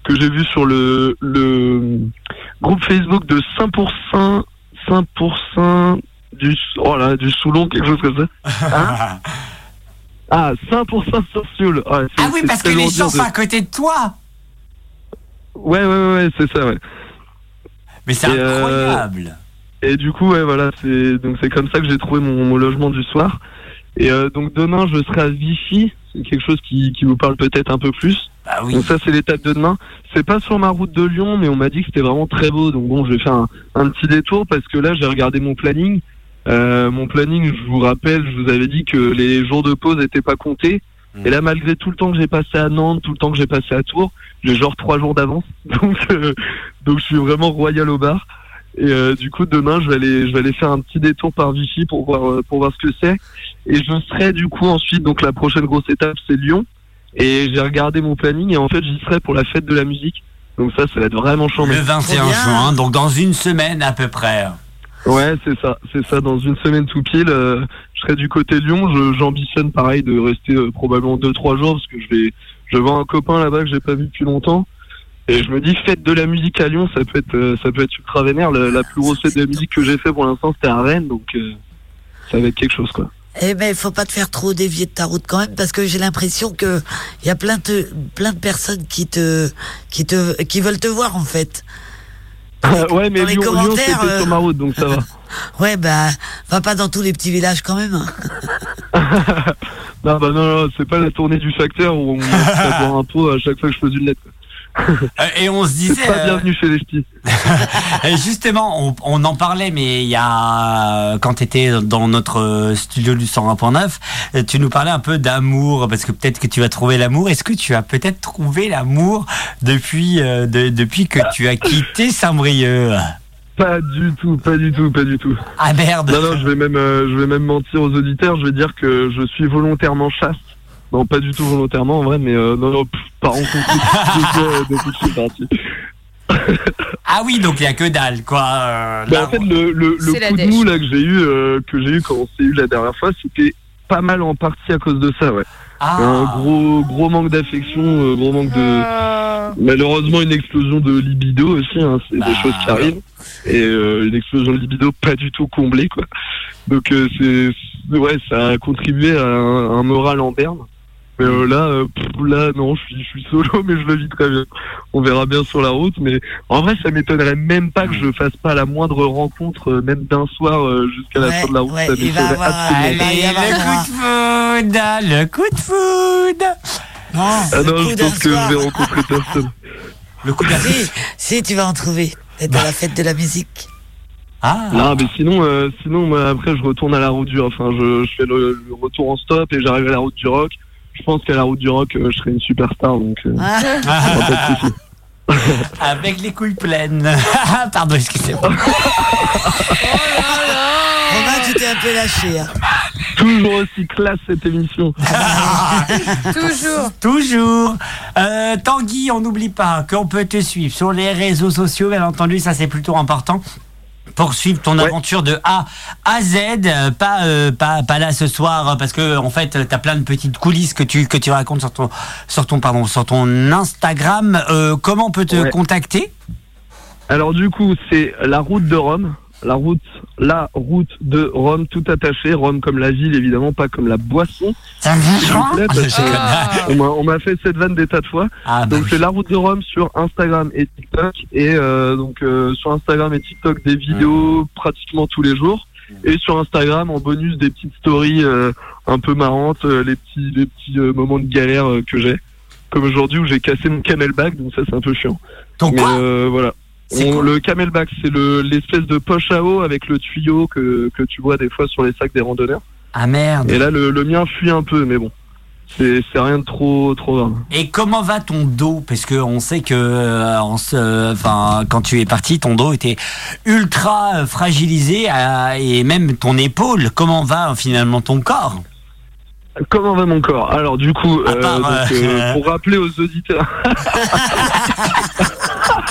que j'ai vu sur le, le groupe Facebook de cinq pour cent, cinq pour cent du, oh là, du Soulon, quelque chose comme ça. Hein ah, cinq pour cent sur Sioule. Ah, ah oui, parce que les gens sont de... à côté de toi. Ouais, ouais, ouais, c'est ça, ouais. Mais c'est et incroyable. Euh, et du coup, ouais, voilà, c'est donc c'est comme ça que j'ai trouvé mon, mon logement du soir. Et euh, donc demain, je serai à Vichy. C'est quelque chose qui, qui vous parle peut-être un peu plus. Bah oui. Donc ça, c'est l'étape de demain. C'est pas sur ma route de Lyon, mais on m'a dit que c'était vraiment très beau. Donc bon, je vais faire un, un petit détour parce que là, j'ai regardé mon planning. Euh, mon planning, je vous rappelle, je vous avais dit que les jours de pause n'étaient pas comptés. Mmh. Et là, malgré tout le temps que j'ai passé à Nantes, tout le temps que j'ai passé à Tours, j'ai genre trois jours d'avance. Donc, euh, donc je suis vraiment royal au bar. Et euh, du coup, demain, je vais aller, je vais aller faire un petit détour par Vichy pour voir, pour voir ce que c'est. Et je serai du coup ensuite, donc la prochaine grosse étape, c'est Lyon. Et j'ai regardé mon planning et en fait, j'y serai pour la fête de la musique. Donc ça, ça va être vraiment chambé. Le vingt et un juin, donc dans une semaine à peu près. Ouais, c'est ça, c'est ça. Dans une semaine tout pile, euh, je serai du côté Lyon. Je, j'ambitionne pareil de rester euh, probablement deux trois jours parce que je vais, je vois un copain là-bas que j'ai pas vu depuis longtemps. Et je me dis, fête de la musique à Lyon, ça peut être, euh, ça peut être ultra vénère. La, la plus grosse fête de la musique que j'ai fait pour l'instant, c'était à Rennes, donc euh, ça va être quelque chose, quoi. Eh ben, il faut pas te faire trop dévier de ta route quand même, parce que j'ai l'impression que il y a plein de, plein de personnes qui te, qui te, qui veulent te voir en fait. Les, ouais, mais Lyon, Lyon c'était euh... sur ma route, donc ça va. Ouais, bah, va pas dans tous les petits villages quand même. non, bah non, non, c'est pas la tournée du facteur où on va boire un pot à chaque fois que je pose une lettre. Et on se disait. C'est pas bienvenue chez les ch'tis. Justement, on, on en parlait, mais il y a quand tu étais dans notre studio du cent un point neuf, tu nous parlais un peu d'amour, parce que peut-être que tu vas trouver l'amour. Est-ce que tu as peut-être trouvé l'amour depuis euh, de, depuis que tu as quitté Saint-Brieuc? Pas du tout, pas du tout, pas du tout. Ah merde. Non, non, je vais même, euh, je vais même mentir aux auditeurs. Je vais dire que je suis volontairement chaste. Non, pas du tout volontairement en vrai, mais euh, non, non, pff, pas rencontré depuis que je suis parti. Ah oui, donc il n'y a que dalle, quoi. Euh, bah, en fait, le, le, le coup de mou là que j'ai eu, euh, que j'ai eu quand on s'est eu la dernière fois, c'était pas mal en partie à cause de ça, ouais. Ah. Un gros, gros manque d'affection, euh, gros manque de. Euh... Malheureusement, une explosion de libido aussi, hein, c'est bah, des choses qui arrivent. Et euh, une explosion de libido pas du tout comblée, quoi. Donc euh, c'est, ouais, ça a contribué à un, un moral en berne. Mais euh, là, euh, pff, là, non, je suis, je suis solo, mais je le vis très bien. On verra bien sur la route, mais en vrai, ça m'étonnerait même pas que je fasse pas la moindre rencontre, euh, même d'un soir euh, jusqu'à la ouais, fin de la route. Ouais, ça il va avoir, allez, le coup de foudre, le coup de foudre. Non, ah non, je pense que soir. Je vais rencontrer personne. Le coup de si, si, tu vas en trouver. Peut-être à la fête de la musique. Ah. Non, mais sinon, euh, sinon, moi, après, je retourne à la route du rock. Enfin, je, je fais le, le retour en stop et j'arrive à la route du rock. Je pense qu'à la route du rock, euh, je serai une superstar, donc euh, ah. pas de soucis. Avec les couilles pleines. Pardon, excusez-moi. Oh Romain, tu t'es un peu lâché. Hein. Toujours aussi classe cette émission. Toujours. Toujours. Euh, Tanguy, on n'oublie pas qu'on peut te suivre sur les réseaux sociaux, bien entendu, ça c'est plutôt important. Pour suivre ton ouais. aventure de A à Z, pas, euh, pas, pas là ce soir, parce que en fait, t'as plein de petites coulisses que tu, que tu racontes sur ton, sur ton, pardon, sur ton Instagram. Euh, comment on peut te ouais. contacter? Alors du coup, c'est la route de Rome. La route, la route de Rome, tout attaché. Rome comme la ville, évidemment, pas comme la boisson. Ça me plaît, parce que ah. on, m'a, on m'a fait cette vanne des tas de fois. Ah, donc bah c'est oui. la route de Rome sur Instagram et TikTok. Et euh, donc euh, sur Instagram et TikTok, des vidéos mmh. pratiquement tous les jours. Mmh. Et sur Instagram, en bonus, des petites stories euh, un peu marrantes, euh, les petits, les petits euh, moments de galère euh, que j'ai. Comme aujourd'hui où j'ai cassé mon camelback, donc ça c'est un peu chiant. Donc Mais quoi euh, voilà. On, le camelback, c'est le, l'espèce de poche à eau avec le tuyau que, que tu vois des fois sur les sacs des randonneurs. Ah merde. Et là, le, le mien fuit un peu, mais bon, c'est, c'est rien de trop, trop grave. Et comment va ton dos? Parce que on sait que, euh, on se, enfin, quand tu es parti, ton dos était ultra fragilisé euh, et même ton épaule. Comment va finalement ton corps? Comment va mon corps? Alors du coup, à part, euh, donc, euh, pour rappeler aux auditeurs.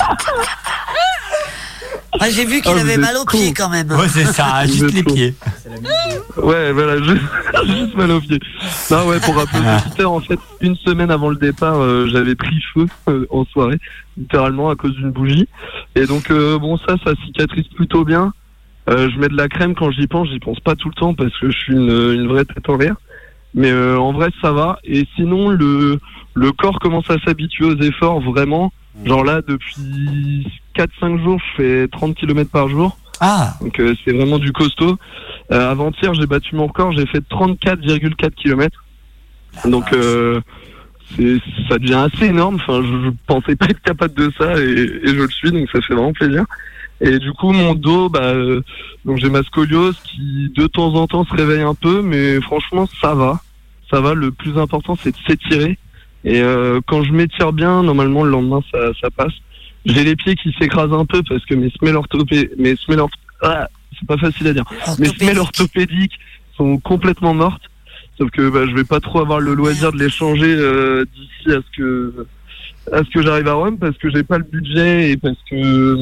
Ah, j'ai vu qu'il oh, avait mal aux con. pieds quand même. Ouais, c'est ça, juste les pieds. Ouais, voilà, juste, juste mal au pied. Non, ouais, pour rappeler aux auditeurs, en fait, une semaine avant le départ, euh, j'avais pris feu euh, en soirée, littéralement à cause d'une bougie. Et donc, euh, bon, ça, ça cicatrise plutôt bien. Euh, je mets de la crème quand j'y pense, j'y pense pas tout le temps parce que je suis une, une vraie tête en l'air. Mais euh, en vrai, ça va. Et sinon, le, le corps commence à s'habituer aux efforts, vraiment. Genre là, depuis quatre cinq jours, je fais trente kilomètres par jour. Ah. Donc euh, c'est vraiment du costaud. Euh, avant-hier, j'ai battu mon record, j'ai fait trente-quatre virgule quatre kilomètres. Donc euh, c'est, ça devient assez énorme. Enfin, je, je pensais pas être capable de ça et, et je le suis, donc ça fait vraiment plaisir. Et du coup, mon dos, bah, euh, donc j'ai ma scoliose qui de temps en temps se réveille un peu, mais franchement, ça va. Ça va. Le plus important, c'est de s'étirer. Et euh, quand je m'étire bien, normalement, le lendemain, ça, ça passe. J'ai les pieds qui s'écrasent un peu parce que mes semelles orthopédiques, mes semelles orth... ah, c'est pas facile à dire. Mes semelles orthopédiques sont complètement mortes. Sauf que bah, je vais pas trop avoir le loisir de les changer euh, d'ici à ce que à ce que j'arrive à Rome parce que j'ai pas le budget et parce que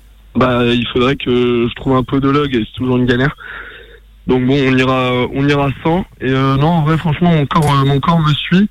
bah il faudrait que je trouve un podologue et c'est toujours une galère. Donc bon, on ira on ira sans. Et euh, non, en vrai, franchement, mon corps euh, mon corps me suit.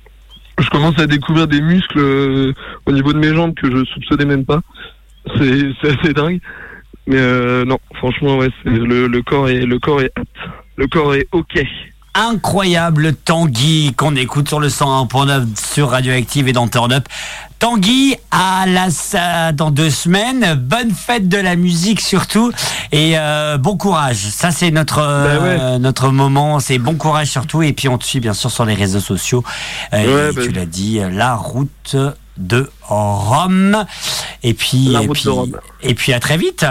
Je commence à découvrir des muscles euh, au niveau de mes jambes que je soupçonnais même pas. C'est, c'est assez dingue. Mais euh, non, franchement, ouais, c'est, le, le corps est, le corps est apte. Le corps est ok. Incroyable Tanguy qu'on écoute sur le cent un point neuf sur Radioactive et dans Turn Up. Tanguy à la dans deux semaines. Bonne fête de la musique surtout et euh, bon courage. Ça c'est notre euh, bah ouais. notre moment. C'est bon courage surtout et puis on te suit bien sûr sur les réseaux sociaux. Euh, Ouais, et bah. tu l'as dit, la route de Rome. Et puis La et route puis de Rome. et puis à très vite.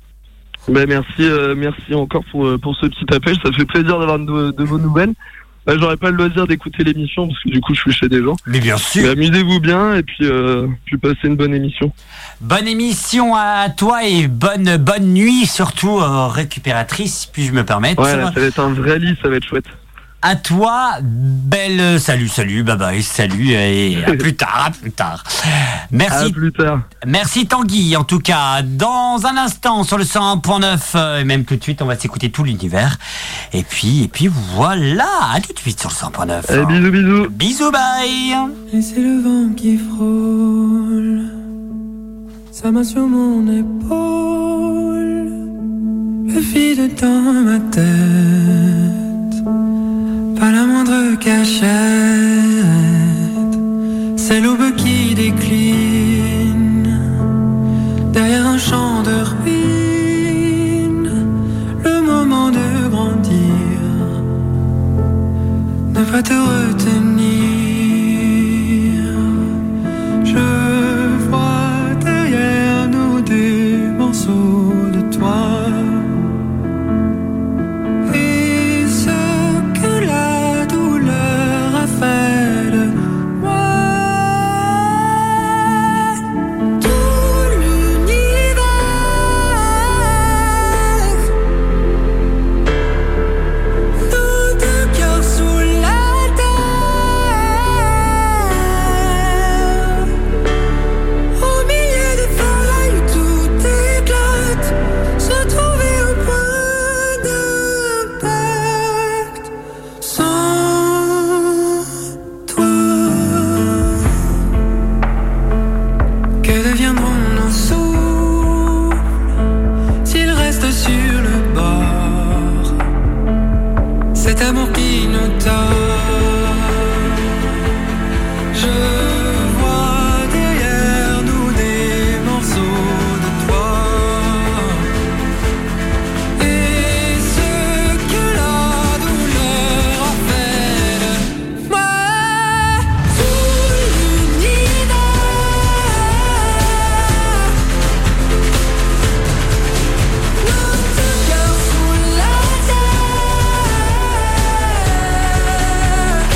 Ben merci, euh, merci encore pour, euh, pour ce petit appel. Ça fait plaisir d'avoir de, de vos nouvelles. Bah, j'aurais pas le loisir d'écouter l'émission parce que du coup je suis chez des gens. Mais bien sûr. Mais amusez-vous bien et puis, euh, puis passez une bonne émission. Bonne émission à toi et bonne bonne nuit surtout euh, récupératrice, puis je me permettre. Ouais, là, ça va être un vrai lit, ça va être chouette. À toi, belle salut, salut, bye bye, salut et à plus tard, à plus tard. Merci. À plus tard. Merci Tanguy, en tout cas. Dans un instant, sur le cent un point neuf, euh, et même tout de suite, on va s'écouter tout l'univers. Et puis, et puis voilà, à tout de suite sur le cent un point neuf. Allez, bisous, bisous. Bisous, bye. Et c'est le vent qui frôle sa main sur mon épaule, le vide dans ma tête, pas la moindre cachette. C'est l'aube qui décline derrière un champ de ruines. Le moment de grandir, ne pas te retenir. Je vois derrière nous des morceaux de toi. Et ce que la douleur a fait de moi. Tout l'univers, nos deux cœurs sous la terre, au milieu des feuilles où tout éclate, se trouver au point d'impact. Sans toi, que deviendront nos souffles s'ils restent sur le bord? Cet amour qui nous tord. Je vois derrière nous des morceaux de toi. Et ce que la douleur a fait de moi. Tout l'univers, nos deux cœurs sous la terre,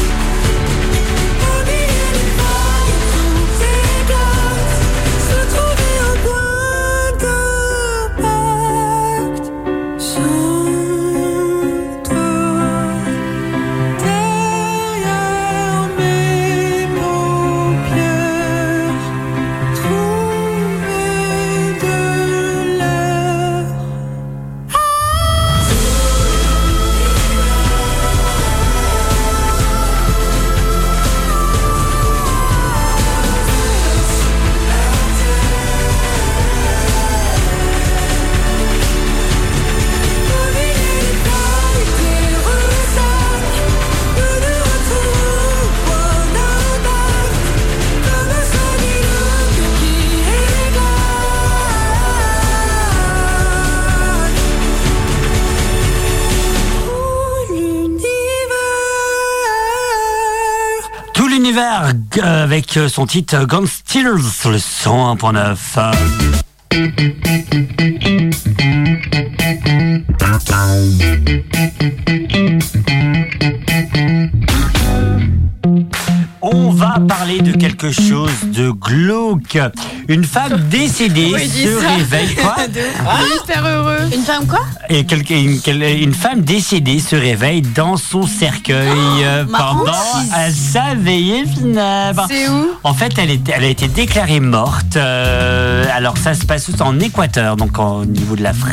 Iver euh, avec son titre Gone Steelers sur le cent un point neuf. On va parler de quelque chose de glauque. Une femme décédée Oui, dis se ça. réveille. Quoi De ouf. Ah, hyper heureux. Une femme quoi? Et quelque- une, quelle- une femme décédée se réveille dans son cercueil euh, ma pendant hantise. euh, sa veillée funèbre. C'est où? En fait, elle, est- elle a été déclarée morte. euh, alors, ça se passe en Équateur, donc au niveau de la Fr-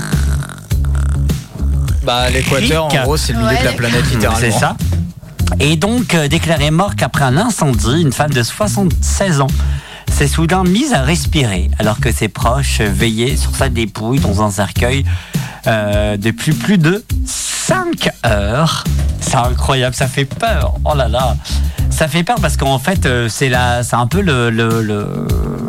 Bah, l'équateur, en Fric. gros, c'est le milieu Ouais, de la planète, littéralement. C'est ça. Et donc, euh, déclarée morte après un incendie, une femme de soixante-seize ans s'est soudain mise à respirer alors que ses proches veillaient sur sa dépouille dans un cercueil euh, depuis plus de cinq heures. C'est incroyable, ça fait peur. Oh là là. Ça fait peur parce qu'en fait, euh, c'est la, c'est un peu le, le, le-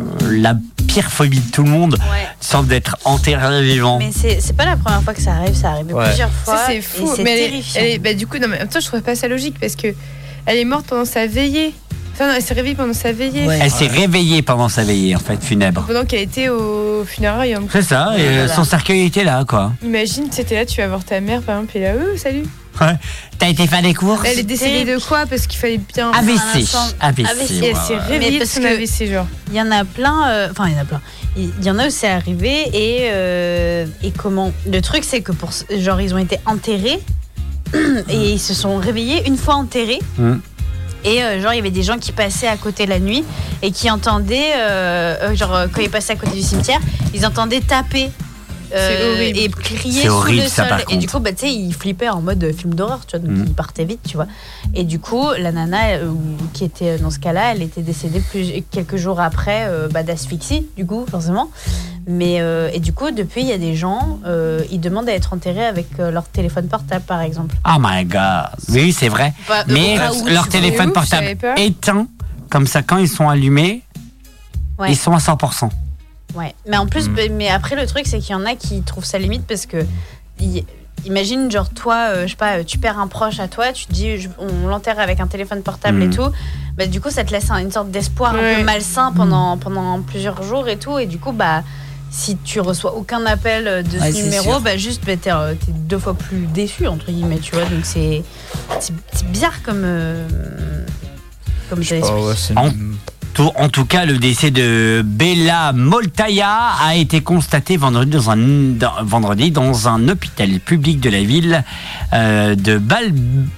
la pire phobie de tout le monde, Ouais. sauf d'être enterré vivant. Mais c'est c'est pas la première fois que ça arrive, ça arrive Ouais. plusieurs fois. Ça, c'est et fou. c'est Mais elle est- terrifiant. elle est- bah, du coup, non, mais en même temps, je trouve pas ça logique parce que elle est morte pendant sa veillée. Enfin, non, elle s'est réveillée pendant sa veillée. Ouais. Elle s'est réveillée pendant sa veillée, en fait, funèbre. Pendant qu'elle était au funérailles. en plus. C'est ça, et euh, Voilà. son cercueil était là, quoi. Imagine, tu étais là, tu vas voir ta mère, par exemple, et là, oh, salut. Ouais. T'as été faire des courses? Elle est décédée de quoi? Parce qu'il fallait bien. A V C. un instant. A V C. A V C. Et ouais, elle s'est ouais. réveillée Mais de parce son que- A V C, genre. Il y en a plein, euh, enfin il y en a plein. Il y en a où c'est arrivé et, euh, et comment. Le truc c'est que pour genre ils ont été enterrés et ils se sont réveillés une fois enterrés. Mm. Et euh, genre il y avait des gens qui passaient à côté la nuit et qui entendaient euh, euh, genre euh, quand ils passaient à côté du cimetière, ils entendaient taper. euh, C'est horrible. et crier C'est sous horrible, le ça, sol. par Et contre. du coup, bah, tu sais, ils flippaient en mode euh, film d'horreur, tu vois, donc Mm. ils partaient vite, tu vois. Et du coup, la nana euh, qui était dans ce cas-là, elle était décédée plus, quelques jours après euh, bah, d'asphyxie, du coup, forcément. Mais, euh, et du coup, depuis, il y a des gens, euh, ils demandent à être enterrés avec euh, leur téléphone portable, par exemple. Oh my god. Oui, c'est vrai. Bah, Mais au cas où, leur tu téléphone vois. Ouf, portable j'avais peur. éteint, comme ça, quand ils sont allumés, Ouais. ils sont à cent pour cent. Ouais, mais en plus, Mm. bah, mais après le truc c'est qu'il y en a qui trouvent ça limite parce que y- imagine genre toi, euh, je sais pas, tu perds un proche à toi, tu te dis je- on l'enterre avec un téléphone portable Mm. et tout, bah du coup ça te laisse un- une sorte d'espoir un Ouais. peu malsain pendant pendant plusieurs jours et tout et du coup bah si tu reçois aucun appel de Ouais, ce c'est numéro, sûr. bah juste bah, t'es, euh, t'es deux fois plus déçu entre guillemets, tu vois, donc c'est c'est c'est bizarre comme euh, comme Je sais esprit. pas, ouais, c'est- En- Tout- En tout cas, le décès de Bella Moltaya a été constaté vendredi dans un, dans, vendredi dans un hôpital public de la ville euh, de Bal...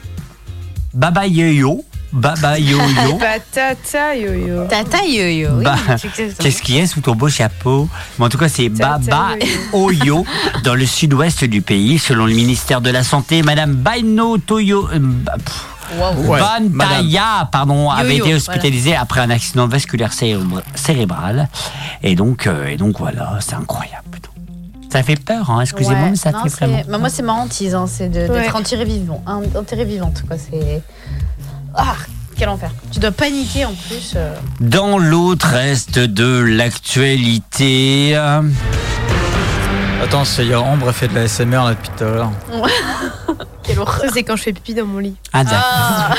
Babayoyo. Babayoyo. Patata yo-yo. Tata yo-yo, oui, Bah, c'est exactement. Qu'est-ce qu'il y a sous ton beau chapeau? Mais en tout cas, c'est Tata Baba Oyo dans le sud-ouest du pays. Selon le ministère de la Santé, Madame Baino Toyo. euh, bah, pff, Ouais, Bantaya, pardon, avait Yo-yo, été hospitalisée après un accident vasculaire cérébr- cérébral. Et donc, euh, et donc voilà, c'est incroyable. Ça fait peur, hein, excusez-moi, Ouais, mais ça non, fait c'est- vraiment. bah, moi, c'est ma hantise, hein, c'est de- d'être Ouais. enterrée vivant, hein, enterrée vivante, quoi. C'est ah, quel enfer. Tu dois paniquer en plus. euh. Dans l'autre reste de l'actualité. euh, Attends, c'est- il y a Ambre a fait de la S M R là depuis tout à l'heure. Quelle horreur. Ça, c'est quand je fais pipi dans mon lit. Ah, d'accord. Ah.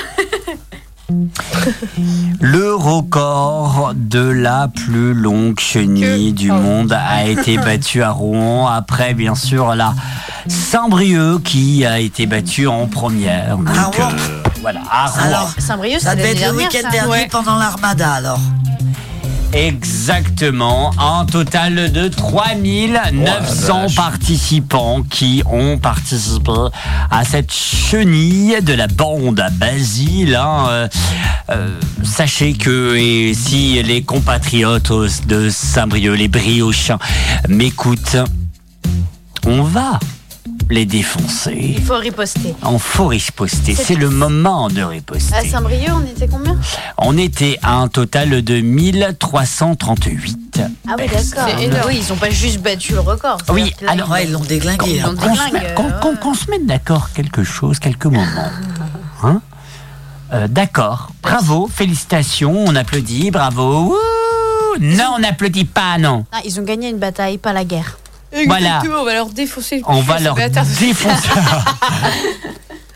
Le record de la plus longue chenille Que- du oh. monde a été battu à Rouen. Après, bien sûr, la Saint-Brieuc qui a été battue en première. Donc, À Rouen. euh, voilà, à Rouen. Alors, Saint-Brieuc, ça c'est devait l'année être le dernière, week-end ça. dernier Ouais. pendant l'Armada alors. Exactement, un total de trois mille neuf cents participants qui ont participé à cette chenille de la bande à Basile. hein. Euh, euh, sachez que et si les compatriotes de Saint-Brieuc, les Briochins, m'écoutent, on va les défoncer. Il faut riposter. On faut riposter, C'est- c'est le moment de riposter. À Saint-Brieuc, on était combien? On était à un total de mille trois cent trente-huit. Ah oui, d'accord. C'est énorme. Oui, ils ont pas juste battu le record. Oui, C'est-à-dire que là, alors, Ouais, ils l'ont déglingué. Ils hein. l'ont Qu'on se, déglingue, met- qu'on- euh, qu'on- qu'on se mette d'accord quelque chose, quelques moments. Hein Euh, d'accord, bravo, félicitations, on applaudit, bravo. Wouh non, on n'applaudit pas, non. Ah, ils ont gagné une bataille, pas la guerre. Voilà. Exactement, on va leur défoncer le On cul, va ces leur bâtards. défoncer.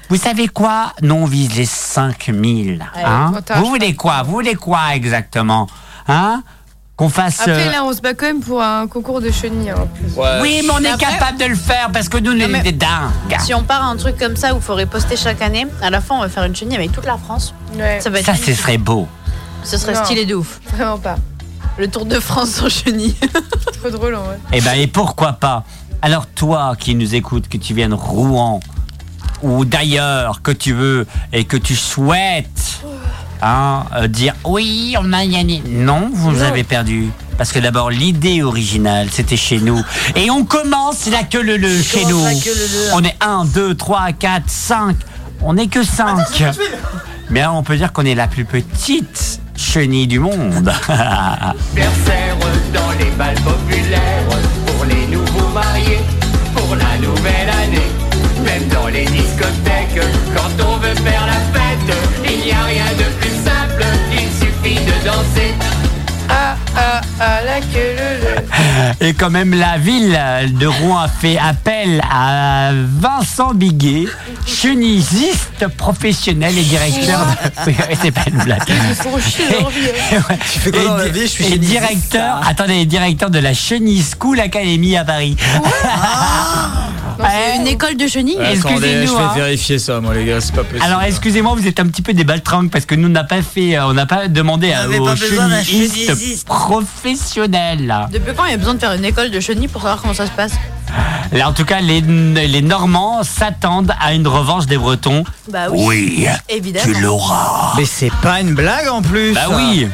Vous savez quoi? Non, on vise les cinq mille. Allez, Hein trop tard, vous je voulez quoi? Vous voulez quoi exactement? Hein? Qu'on fasse. Après, euh, là, on se bat quand même pour un concours de chenilles. Hein, en plus. Oui, mais on est Après- capable de le faire parce que nous, on Non, mais- est des dingues. Si on part à un truc comme ça où il faudrait poster chaque année, à la fin on va faire une chenille avec toute la France. Ouais. Ça va être Ça, ce magnifique. serait beau. Ce serait Non. stylé de ouf. Vraiment pas. Le Tour de France en chenille. Trop drôle en vrai. Eh ben, et pourquoi pas? Alors, toi qui nous écoutes, que tu viennes Rouen ou d'ailleurs que tu veux et que tu souhaites hein, euh, dire oui, on a gagné. Non, vous Non. avez perdu. Parce que d'abord, l'idée originale, c'était chez nous. Et on commence la queue le le chez commence nous. la queue leu-leu. On est un, deux, trois, quatre, cinq. On n'est que cinq. Mais alors, on peut dire qu'on est la plus petite chenille du monde. Anniversaire dans les balles populaires, pour les nouveaux mariés, pour la nouvelle année. Même dans les discothèques, quand on veut faire la fête, il n'y a rien de plus simple, il suffit de danser. Ah, ah, ah, la queue le le. Et quand même, la ville de Rouen a fait appel à Vincent Biguet, chenilliste professionnel et directeur. De... Oui, c'est pas une blague. Ils font chier leur vie. hein. Ouais. Tu fais quoi dans la vie? Je suis et chenilliste. directeur, attendez, directeur de la Chenille School Academy à Paris. Non, c'est une école de chenilles. Ouais, attendez, Excusez-nous, je vais hein. vérifier ça, moi, les gars, c'est pas possible. Alors, excusez-moi, vous êtes un petit peu des baltringues parce que nous, on n'a pas fait, euh, on n'a pas demandé à, avait aux pas besoin d'un chenillistes chenilliste. professionnels. Depuis quand il y a besoin de faire une école de chenilles pour savoir comment ça se passe? Là, en tout cas, les, les Normands s'attendent à une revanche des Bretons. Bah oui. Oui, Évidemment. tu l'auras. Mais c'est pas une blague en plus. Bah oui.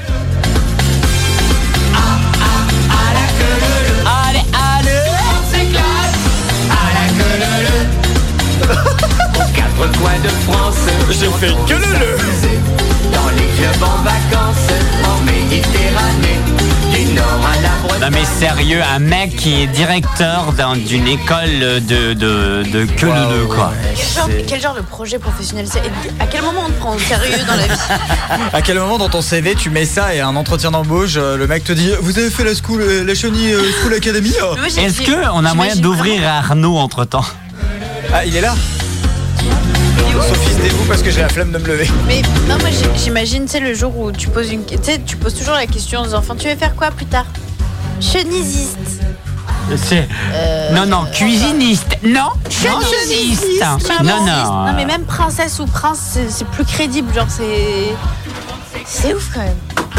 Allez, allez. On s'éclate à la queue le le. Aux quatre coins de France, J'ai fait que le le. dans les clubs en vacances, en Méditerranée, du nord à la Bretagne. Non mais sérieux, un mec qui est directeur d'un- d'une école de, de, de que le deux, quoi. Quel genre, quel genre de projet professionnel c'est? Et à quel moment on te prend au sérieux dans la vie? À quel moment dans ton C V tu mets ça et un entretien d'embauche, euh, le mec te dit vous avez fait la school, euh, la chenille euh, School Academy oh Mais moi, j'ai- Est-ce j'ai- qu'on a moyen j'imagine d'ouvrir vraiment- Arnaud entre temps? Ah, il est là. Sophie, se dévoue parce que j'ai la flemme de me lever. Mais non, moi j'ai- j'imagine, tu sais, le jour où tu poses une, tu sais, tu poses toujours la question aux enfants, tu veux faire quoi plus tard? Chenilliste. C'est... Non, non, cuisiniste. Non, chenilliste. Maman, Non, non. Non, mais même princesse ou prince, c'est c'est plus crédible, genre c'est, c'est ouf quand même.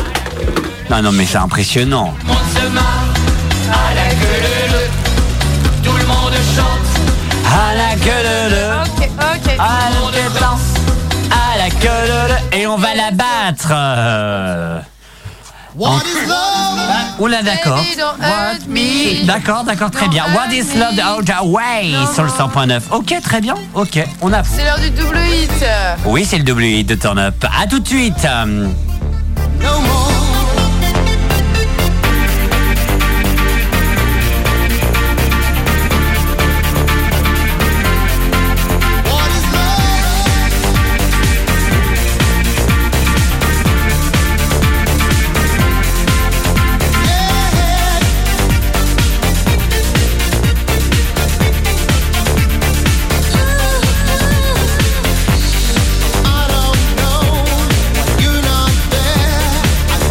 Non, non, mais c'est impressionnant. On se marre à la queue le le. Tout le monde chante À la queue le le. Ok, ok. À la danse. À la queue le le. Et on va la battre. Euh, en- Oula, d'accord. Baby, don't hurt me. D'accord, d'accord, très bien. What is love out away sur le cent point neuf. Ok, très bien. Ok, on a. C'est l'heure du double hit. Oui, c'est le W hit de Turn Up. À tout de suite. I don't know, you're not there.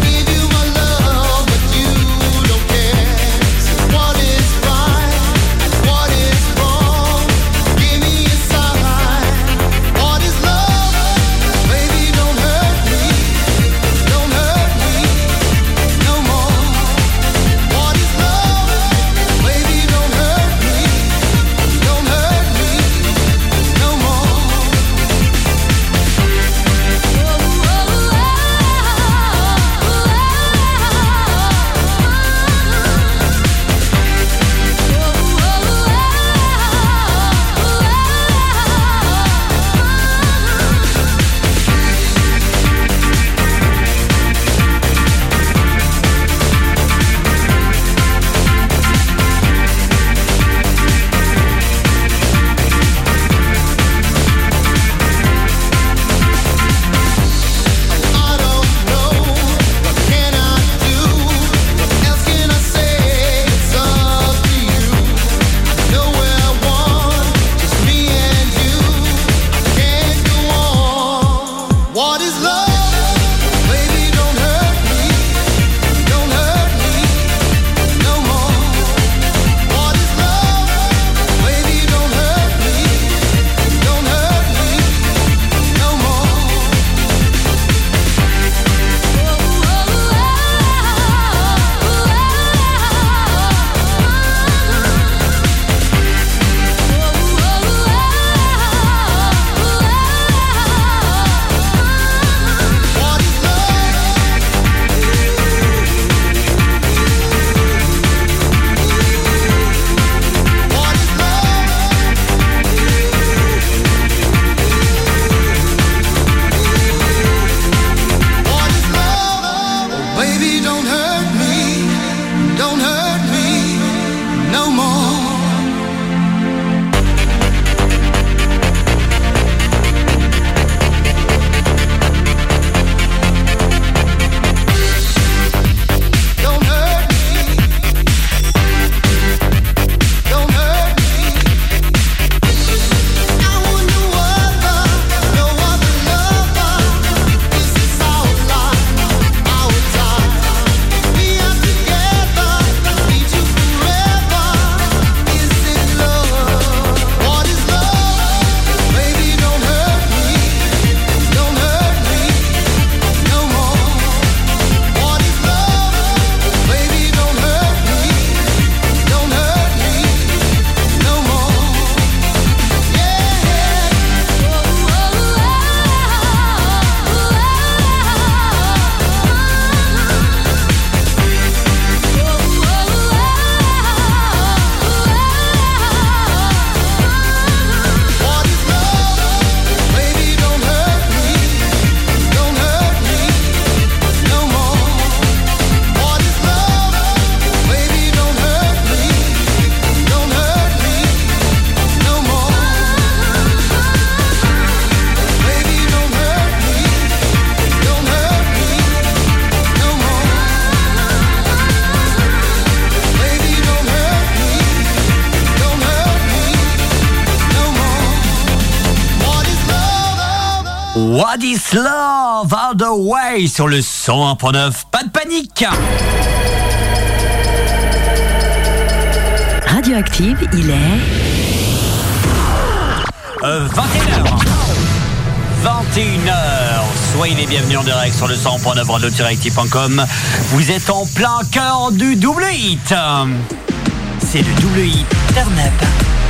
What is love all the way sur le cent un point neuf. Pas de panique. Radioactive, il est euh, vingt et une heures. vingt et une heures. Soyez les bienvenus en direct sur le cent un point neuf radio tiret active point com. Vous êtes en plein cœur du double hit. C'est le double hit Turn Up.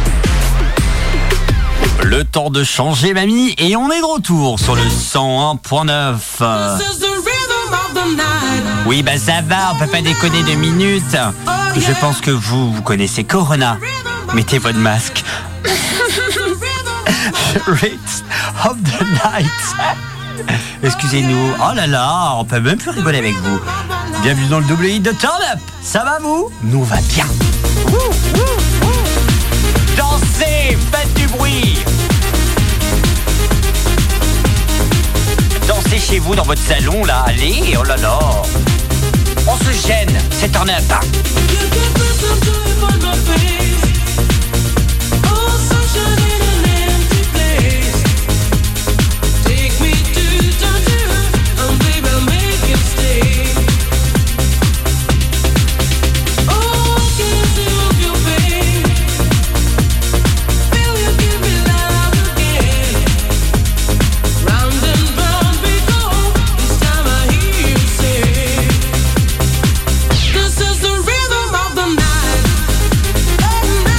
Le temps de changer, mamie, et on est de retour sur le cent un point neuf. Oui, bah ça va, on peut pas déconner deux minutes. Je pense que vous, vous connaissez Corona. Mettez votre masque. Rhythm of the night. Excusez-nous. Oh là là, on peut même plus rigoler avec vous. Bienvenue dans le double hit de Turn Up. Ça va vous? Nous on va bien. Dansez, faites du bruit. Dansez chez vous dans votre salon là, allez, oh là là. On se gêne, c'est Turn Up. This is the rhythm of the night.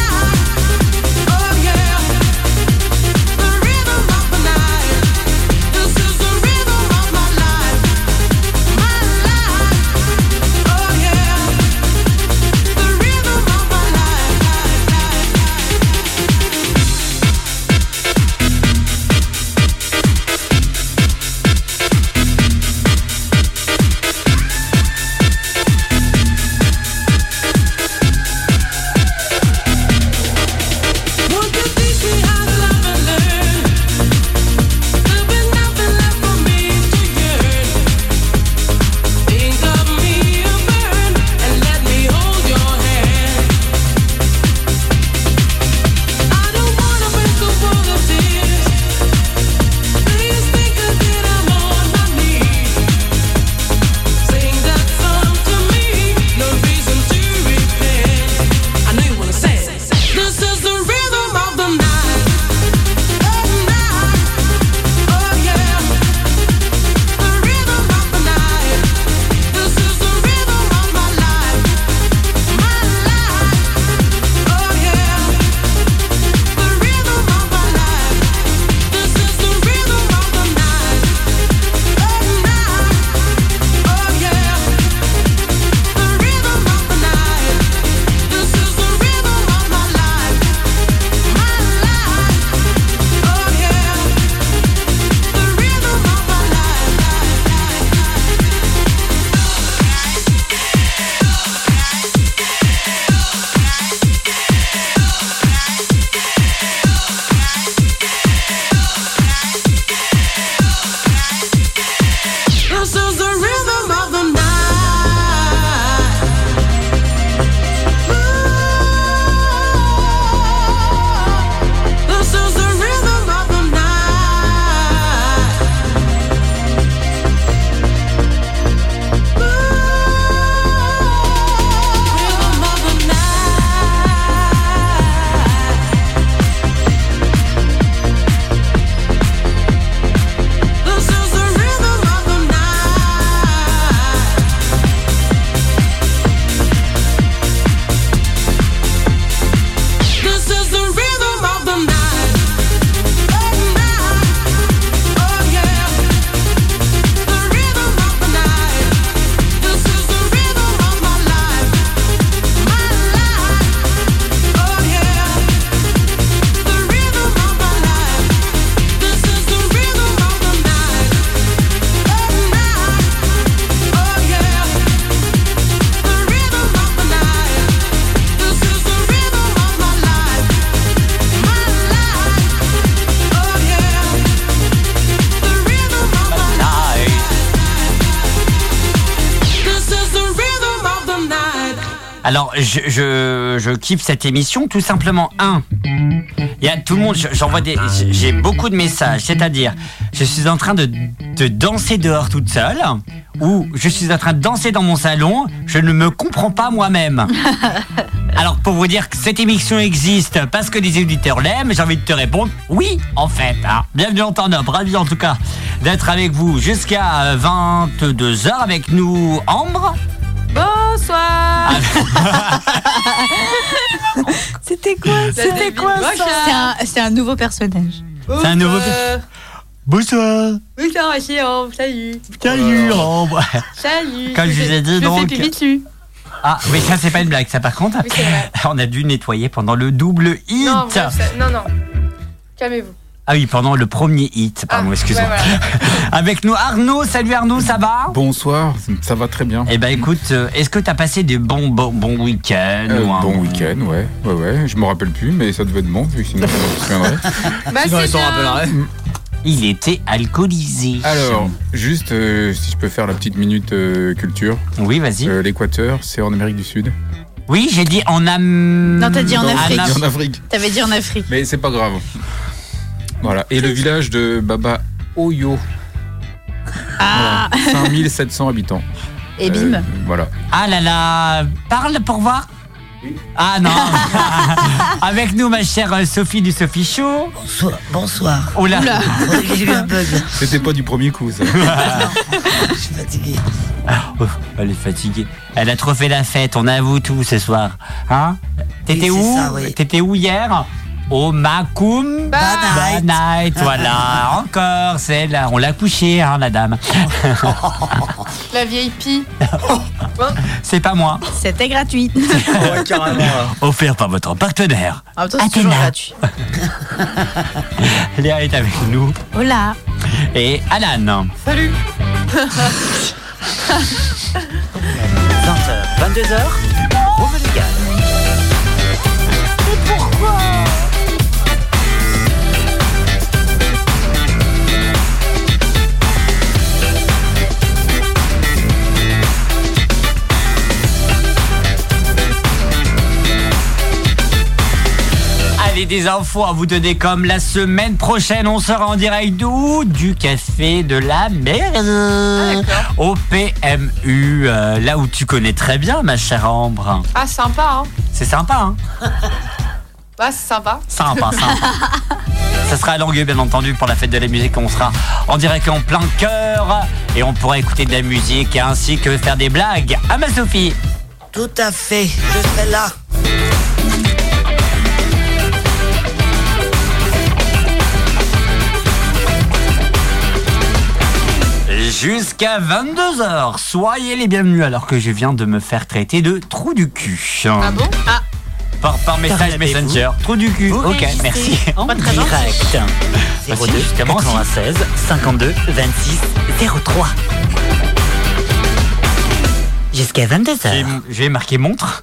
Alors, je, je, je kiffe cette émission, tout simplement. Un, il y a tout le monde, j'envoie des, j'ai beaucoup de messages, c'est-à-dire, je suis en train de, de danser dehors toute seule, ou je suis en train de danser dans mon salon, je ne me comprends pas moi-même. Alors, pour vous dire que cette émission existe parce que les auditeurs l'aiment, j'ai envie de te répondre, oui, en fait. Hein. Bienvenue en temps noble, ravi en tout cas d'être avec vous jusqu'à vingt-deux heures avec nous, Ambre. Bonsoir. C'était quoi ça C'était quoi ça C'est un, c'est un nouveau personnage. C'est un nouveau... Bonsoir. Bonsoir, Ambre, salut. Salut, Ambre. Salut. Comme je vous ai dit, je donc... fais pipi dessus. Ah, oui, ça, c'est pas une blague, ça, par contre. Oui, c'est vrai. On a dû nettoyer pendant le double hit. Non, bref, ça- non, non. Calmez-vous. Ah oui, pendant le premier hit, pardon, Ah, excuse-moi. ouais, voilà. Avec nous, Arnaud. Salut Arnaud, ça va? Bonsoir, ça va très bien. Eh ben écoute, euh, est-ce que t'as passé des bons, bons, bons week-ends Euh, ou un bon week-end, ouais, ouais, ouais. Je me rappelle plus, mais ça devait être bon, vu que sinon je me souviendrai. Bah, Sinon, c'est il s'en bien. rappellerait. Il était alcoolisé. Alors, juste euh, si je peux faire la petite minute euh, culture. Oui, vas-y. Euh, L'Équateur, c'est en Amérique du Sud. Oui, j'ai dit en Am... Non, t'as dit en Non, Afrique. En Afrique. T'avais dit en Afrique. Mais c'est pas grave. Voilà. Et le village de Baba Oyo. Ah. Voilà. cinq mille sept cents habitants. Et bim. Euh, voilà. Ah là là, parle pour voir. Ah non. Avec nous, ma chère euh, Sophie du Sophie Show. Bonsoir. Bonsoir. Oh là. J'ai eu un bug. C'était pas du premier coup, ça. Je suis fatigué. Oh, elle est fatiguée. Elle a trop fait la fête, on avoue tout ce soir. Hein? T'étais Oui, c'est où? ça, oui. T'étais où hier? Au Macum Bad night. Night, voilà. Encore, c'est là, on l'a couché, hein, la dame. La vieille pie. C'est pas moi. C'était gratuit. Ouais, carrément. là. Offert par votre partenaire. En même temps, c'est toujours Athéna. gratuit. Léa est avec nous. Hola. Et Alan. Salut. vingt heures, vingt-deux heures, Rome Légal. Allez, des infos à vous donner comme la semaine prochaine, on sera en direct d'où? Du café de la mairie. Au P M U, euh, là où tu connais très bien, ma chère Ambre. Ah, sympa, hein. C'est sympa, hein? Bah, c'est sympa. Sympa, sympa. Ça sera à Langueux, bien entendu, pour la fête de la musique. On sera en direct en plein cœur et on pourra écouter de la musique ainsi que faire des blagues. Ah, ma Sophie. Tout à fait. Je serai là. Jusqu'à vingt-deux heures, soyez les bienvenus alors que je viens de me faire traiter de trou du cul. Ah bon? Ah. Par, par message Messenger. Trou du cul. Vous Ok, réagissez. merci. En Pas très gentil. direct. Voici justement quatre-vingt-seize, cinquante-deux, vingt-six, zéro trois. Jusqu'à vingt-deux heures. Je vais marquer montre.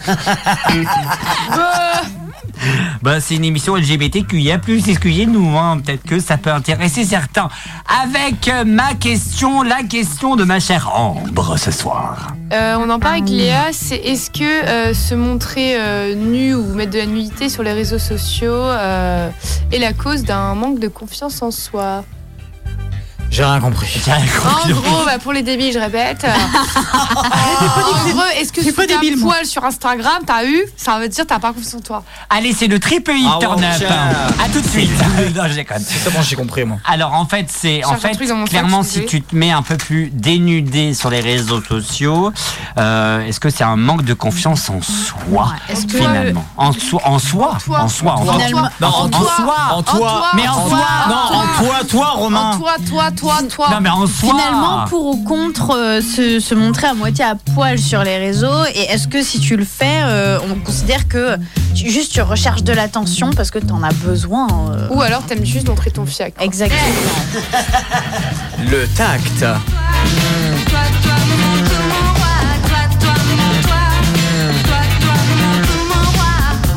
Bah, c'est une émission L G B T Q I A plus, excusez-nous, hein, peut-être que ça peut intéresser certains. Avec euh, ma question, la question de ma chère Ambre ce soir. Euh, on en parle avec Léa, c'est est-ce que euh, se montrer euh, nu ou mettre de la nudité sur les réseaux sociaux euh, est la cause d'un manque de confiance en soi? J'ai rien compris. En gros, bah, pour les débiles, je répète. euh, en gros, est-ce que si t'as un poil sur Instagram, t'as eu, ça veut dire que t'as pas confiance en toi? Allez, c'est le triple hit Ah, turn ouais, up. tiens. À tout de suite. Non, je déconne. C'est bon, j'ai compris, moi. Alors en fait c'est en Cherche un fait truc dans mon sac, clairement s'il si vous tu te mets un peu plus dénudé sur les réseaux sociaux, euh, est-ce que c'est un manque de confiance en soi Est-ce que finalement en soi en soi toi. en soi en En soi toi. Non, en, en en toi. soi En toi. mais en soi Non, en toi, toi, Romain. En toi, toi, toi, toi. non mais en soi Finalement, pour ou contre euh, se, se montrer à moitié à poil sur les réseaux, et est-ce que si tu le fais, euh, on considère que tu, juste tu recherches de l'attention parce que t'en as besoin euh. Ou alors t'aimes juste montrer ton fiac. Exactement. Le tact.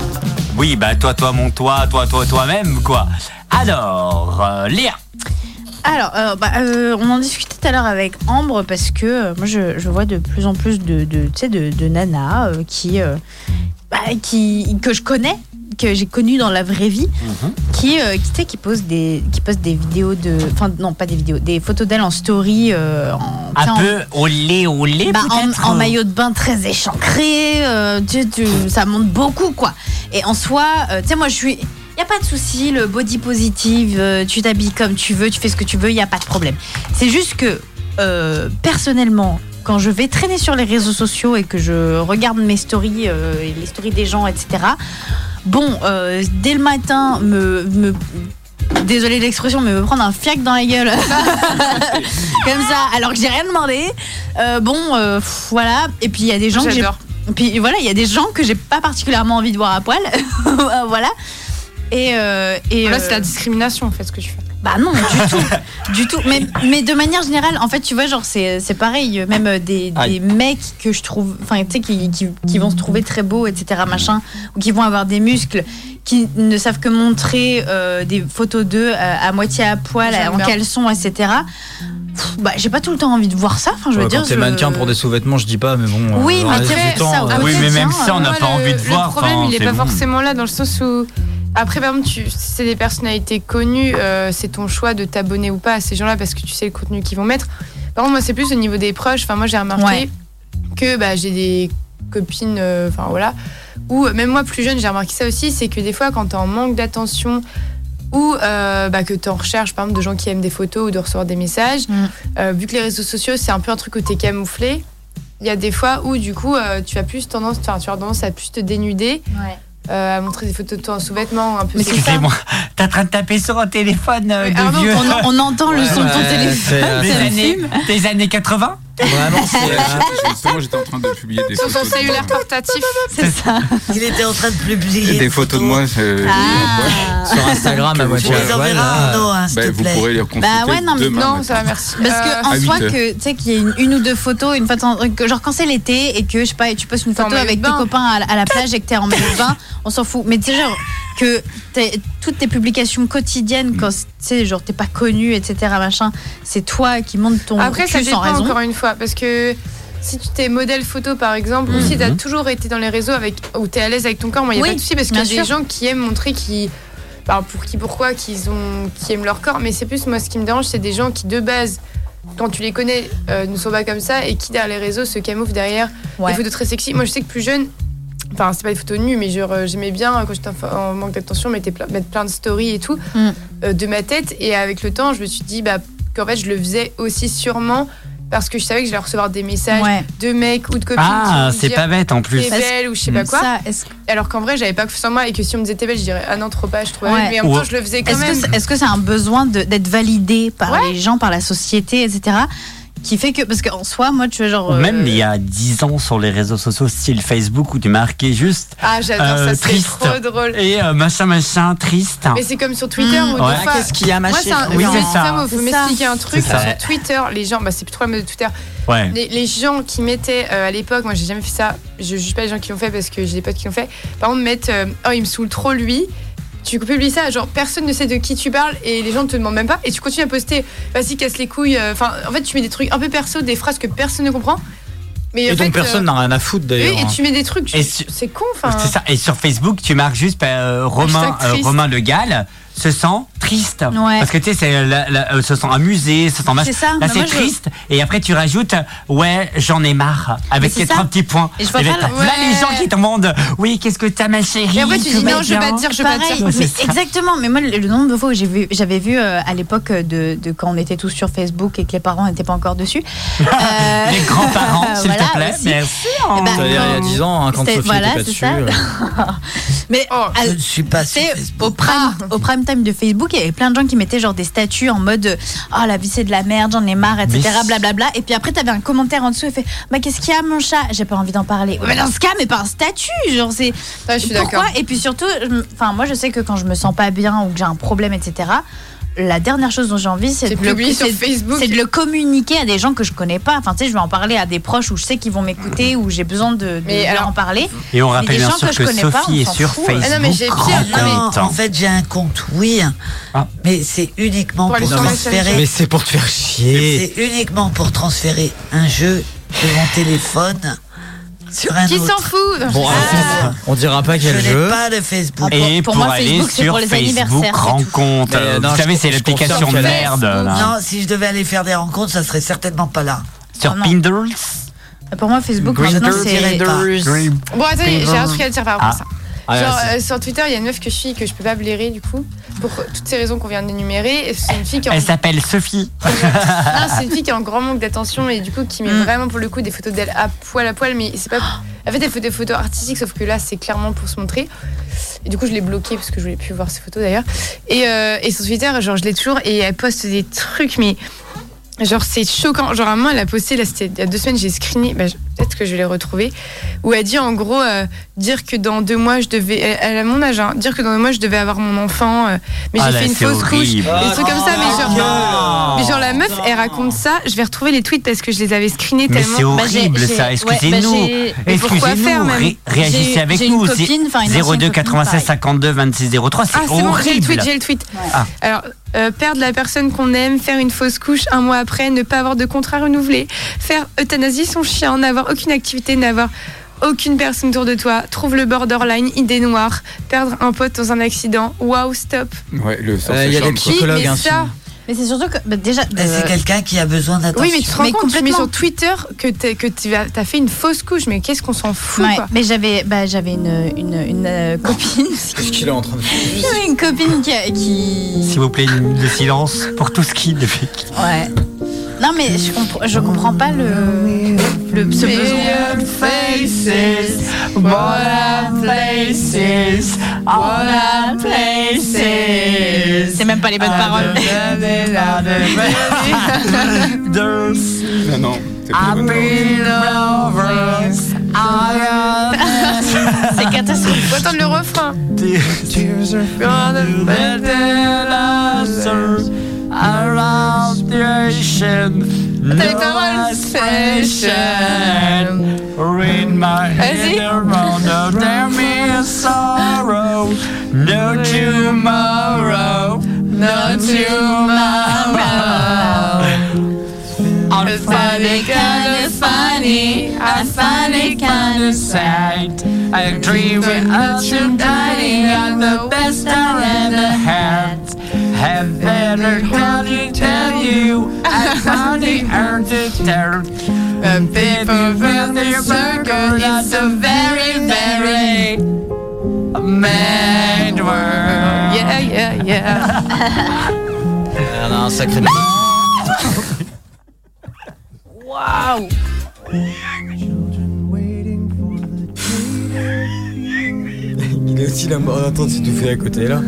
oui bah toi toi mon toi toi toi toi-même quoi. Alors euh, Léa. Alors, euh, bah, euh, on en discutait tout à l'heure avec Ambre parce que euh, moi je, je vois de plus en plus de, de, tu sais, de, de nanas euh, qui, euh, bah, qui, que je connais, que j'ai connues dans la vraie vie, Mhm. qui, euh, qui, tu sais, qui posent des, qui postent des vidéos de, enfin non pas des vidéos, des photos d'elles en story, euh, en, tu sais, Un en- peu olé, olé, bah, peut-être. en, en maillot de bain très échancré, euh, tu, tu- ça monte beaucoup quoi. Et en soi, euh, tu sais, moi je suis. Il n'y a pas de souci, le body positive, euh, tu t'habilles comme tu veux, tu fais ce que tu veux, il n'y a pas de problème. C'est juste que, euh, personnellement, quand je vais traîner sur les réseaux sociaux et que je regarde mes stories, euh, et les stories des gens, et cetera, bon, euh, dès le matin, me. me Désolée de l'expression, mais me prendre un fiac dans la gueule comme ça, alors que j'ai rien demandé. Euh, bon, euh, pff, voilà. Et puis il y a des gens que j'ai. J'adore. Puis voilà, il y a des gens que j'ai pas particulièrement envie de voir à poil. Voilà. Et, euh, et Là, euh, c'est la discrimination, en fait, ce que tu fais. bah non, du tout, du tout. Mais, mais de manière générale, en fait, tu vois, genre c'est c'est pareil. Même euh, des, des mecs que je trouve, enfin, tu sais, qui, qui, qui vont se trouver très beaux, et cetera, machin, ou qui vont avoir des muscles, qui ne savent que montrer euh, des photos d'eux à, à moitié à poil, J'aime en bien. caleçon, et cetera. Pff, bah, j'ai pas tout le temps envie de voir ça. Enfin, je veux Ouais, dire, quand t'es je- mannequin pour des sous-vêtements, je dis pas, mais bon. Oui, euh, mais le reste après, du temps, ça, euh, Oui, mais même ça, on n'a Moi, pas le- envie de voir. Le problème, enfin, il n'est c'est pas bon. forcément là, dans le sens où. Après, par exemple, tu, si c'est des personnalités connues, euh, c'est ton choix de t'abonner ou pas à ces gens-là parce que tu sais le contenu qu'ils vont mettre. Par contre, moi, c'est plus au niveau des proches. Enfin, moi, j'ai remarqué Ouais. que bah, j'ai des copines, euh, enfin voilà, ou même moi, plus jeune, j'ai remarqué ça aussi, c'est que des fois, quand t'es en manque d'attention ou euh, bah, que t'es en recherche, par exemple, de gens qui aiment des photos ou de recevoir des messages, Mm. euh, vu que les réseaux sociaux, c'est un peu un truc où t'es camouflé, il y a des fois où, du coup, euh, tu as plus tendance, enfin, tu as tendance à plus te dénuder. Ouais. Euh, à montrer des photos de toi en sous-vêtements un peu. Excusez-moi, t'es en train de taper sur un téléphone euh, Oui, de Arnaud, vieux. on, on entend le son de ton Ouais, téléphone. c'est, euh, Des ça me années, fume. des années quatre-vingts. Vraiment, c'est. euh, Justement, j'étais en train de publier des Sur photos. son de moi. cellulaire portatif. C'est ça. Il était en train de publier Des photos de moi. euh, Ah. Sur Instagram à Que vous moitié pourrez- à Les poil, enverras, là. Arnaud, hein, s'il bah, te vous plaît. pourrez les reconsulter Bah ouais, non, mais demain. Non, ça va, merci. Parce Euh, que en à huit soi heures. que tu sais qu'il y a une, une ou deux photos, une fois de temps- que genre quand c'est l'été et que je sais pas, tu postes une T'es en photo maillot avec de tes bain. copains à, la- à la plage et que t'es en maillot de bain, on s'en fout. Mais tu sais genre que t'es- toutes tes publications quotidiennes, quand tu sais genre t'es pas connu, et cetera machin, c'est toi qui montes ton Après, cul ça sans dépend raison. encore une fois. Parce que si tu t'es modèle photo, par exemple, ou si t'as toujours été dans les réseaux avec, où t'es à l'aise avec ton corps, moi, il n'y a Oui, pas de souci. Parce qu'il y a bien des sûr. gens qui aiment montrer qui. Enfin, pour qui, pourquoi, qu'ils ont, qui aiment leur corps. Mais c'est plus, moi, ce qui me dérange, c'est des gens qui, de base, quand tu les connais, euh, ne sont pas comme ça et qui, derrière les réseaux, se camouflent derrière Ouais. des photos très sexy. Moi, je sais que plus jeune. Enfin, c'est pas des photos nues, mais genre, euh, j'aimais bien, euh, quand j'étais en- en manque d'attention, mettre plein, mettre plein de stories et tout, Mm. euh, de ma tête. Et avec le temps, je me suis dit bah, qu'en fait, je le faisais aussi sûrement parce que je savais que j'allais recevoir des messages Ouais. de mecs ou de copines. Ah, qui vont me c'est dire, pas bête en plus. T'es belle ou je sais pas quoi. Ça, est-ce Alors qu'en vrai, j'avais pas confiance en moi et que si on me disait t'es belle, je dirais ah non, trop pas, je trouve Ouais. mais en même Ou- temps, je le faisais quand est-ce que même. c'est- est-ce que c'est un besoin de- d'être validé par les gens, par la société, et cetera qui fait que parce qu'en soi, moi, tu vois genre. Ou même euh, il y a dix ans sur les réseaux sociaux, style Facebook, où tu marquais juste Ah, j'adore euh, ça, c'est triste trop drôle. et euh, machin machin triste. Mais c'est comme sur Twitter Mmh. où Ouais. des fois. Qu'est-ce qu'il y a, ma Moi, c'est un. chérie Oui, non, c'est mais ça. moi, faut C'est m'expliquer ça. un truc. C'est ça. Sur Twitter, les gens, bah, c'est plus trop la mode de Twitter. Ouais. Les, les gens qui mettaient euh, à l'époque, moi j'ai jamais fait ça, je juge pas les gens qui l'ont fait parce que j'ai des potes qui l'ont fait. Par contre, mettre euh, oh, il me saoule trop lui. Tu publies ça, genre personne ne sait de qui tu parles et les gens ne te demandent même pas. Et tu continues à poster, vas-y, casse les couilles. Enfin, en fait, tu mets des trucs un peu perso, des phrases que personne ne comprend. Mais Et en donc fait, personne euh, n'a rien à foutre oui, d'ailleurs. et tu mets des trucs, Et tu- su- c'est con. Enfin, C'est ça. Et sur Facebook, tu marques juste euh, Romain, Hashtag euh, triste. Romain Le Gall se sent triste. Ouais. Parce que tu sais, c'est la- la- euh, se sent amusé, se sent machin. C'est ça. Là, Mais c'est moi, je- triste. Et après, tu rajoutes, ouais, j'en ai marre. Avec Mais c'est trois ça. petits points. Et je vois là, pas t'as le- là, les Ouais. gens qui te demandent, oui, qu'est-ce que t'as, ma chérie? Et après, tu Tout dis va non, je vais bien pas te dire, je vais pas te Pareil, dire. Ouais, c'est mais ça. exactement. Mais moi, le, le nombre de fois où j'ai vu, j'avais vu euh, à l'époque de, de quand on était tous sur Facebook et que les parents n'étaient pas encore dessus. Euh, Les grands-parents, s'il voilà, te plaît. aussi. Merci. Eh ben, C'est-à-dire il y a dix ans, hein, quand C'était- Sophie voilà, était pas c'est dessus. ça. euh, Mais Oh, à- Je ne suis pas sur c'est Facebook. au prime, au prime time de Facebook, il y avait plein de gens qui mettaient genre des statuts en mode ah la vie c'est de la merde, j'en ai marre, et cetera. Mais- Blablabla. Et puis après t'avais un commentaire en dessous et fait bah qu'est-ce qu'il y a mon chat? J'ai pas envie d'en parler. Ouais, mais dans ce cas, mais pas un statut, genre c'est. Ouais, je suis Pourquoi? d'accord. Et puis surtout, je me- enfin moi je sais que quand je me sens pas bien ou que j'ai un problème, et cetera. la dernière chose dont j'ai envie, c'est, C'est de le, publier sur c'est- Facebook. c'est de le communiquer à des gens que je connais pas. Enfin, tu sais, je vais en parler à des proches où je sais qu'ils vont m'écouter, où j'ai besoin de, de Mais leur alors- en parler. Et on Mais rappelle des bien gens sûr que je que connais pas, Sophie on est s'en sur fout. Facebook. Ah non, mais j'ai pire. grand Non, mais- compte. En fait, j'ai un compte, oui, Ah. mais c'est uniquement Pour pour, aller sur transférer. Mais c'est pour te faire chier. C'est uniquement pour transférer un jeu de mon téléphone sur un Qui autre. s'en fout? Bon, Ah. on dira pas Je quel n'ai jeu. pas de Facebook. Et pour pour, moi, aller Facebook, c'est sur pour les Facebook anniversaires, c'est tout. Rencontre. Mais, Euh, non, Vous je- savez, c'est je l'application confirme qu'elle- merde. là. Non, si je devais aller faire des rencontres, ça serait certainement pas là. Sur Oh non. Pinterest. Pour moi, Facebook, Grindr, maintenant, c'est. Grindr. Bon, attendez, j'ai un truc à dire par rapport à ça. Ah, Genre, c'est- euh, sur Twitter, il y a une meuf que je suis que je peux pas blairer du coup, pour toutes ces raisons qu'on vient d'énumérer. Et C'est une fille qui est en... Elle s'appelle Sophie. Non, c'est une fille qui est en grand manque d'attention et du coup qui met Mm. vraiment pour le coup des photos d'elle à poil à poil, mais c'est pas. En fait, elle fait des photos artistiques, sauf que là, c'est clairement pour se montrer. Et du coup, je l'ai bloquée parce que je voulais plus voir ses photos d'ailleurs. Et, euh, et sur Twitter, genre, je l'ai toujours et elle poste des trucs, mais. Genre, c'est choquant. Genre, à un moment, elle a posté, là, c'était il y a deux semaines, j'ai screené, bah, je- peut-être que je vais les retrouver, où elle dit en gros, euh, dire que dans deux mois, je devais. Elle, elle a mon âge, hein, dire que dans deux mois, je devais avoir mon enfant, euh, mais Ah j'ai là, fait une c'est fausse horrible. couche. Des trucs comme ça, mais genre. Oh. Mais genre, la meuf, elle raconte ça, je vais retrouver les tweets parce que je les avais screenés Mais tellement. c'est Bah, j'ai- horrible j'ai- ça. ouais, Excusez-nous. bah, j'ai- Mais pourquoi faire, Excusez-nous. même Ré- Réagissez J'ai- avec j'ai une nous. copine, enfin, une zéro ancienne deux copine, quatre-vingt-seize pareil. cinquante-deux vingt-six zéro trois. C'est Ah, c'est bon, j'ai le horrible. tweet, j'ai le tweet. Ah. Alors, euh, perdre la personne qu'on aime, faire une fausse couche un mois après, ne pas avoir de contrat renouvelé, faire euthanasie son chien, n'avoir aucune activité, n'avoir aucune personne autour de toi, trouve le borderline, idée noire, perdre un pote dans un accident, wow, stop. Ouais, le Euh, il y a des Qui psychologues met hein, ça? Mais c'est surtout que. Bah, déjà. Mais euh, c'est quelqu'un qui a besoin d'attention. Oui, mais tu te rends Mais compte, tu mets complètement. sur Twitter que, t'es- que tu as, t'as fait une fausse couche, mais qu'est-ce qu'on s'en fout, ouais, quoi. mais j'avais, bah, j'avais une, une, une euh, copine. Qu'est-ce qu'il est en train de faire? J'avais une copine qui. a- qui... S'il vous plaît, le silence pour tout ce qui depuis. Ouais. Non, mais je, compre- je comprends pas le, le ce besoin. faces, what a places, what a places. C'est même pas les bonnes paroles. Non, non, c'est pas les bonnes paroles. C'est catastrophique. Faut attendre le refrain. Around the ocean, T'as les paroles. in my Vas-y. head around the there is sorrow, no tomorrow, no tomorrow. I find it kinda funny, I find it kinda sad. I dream of you dying and the best I ever had. Have better to tell you, I found the earth to tell. And people feel the circle, it's a very, very mad world. Yeah, yeah, yeah. Ah non, sacré. Waouh. Il est aussi là. Oh, attends, tu tout fait à côté là.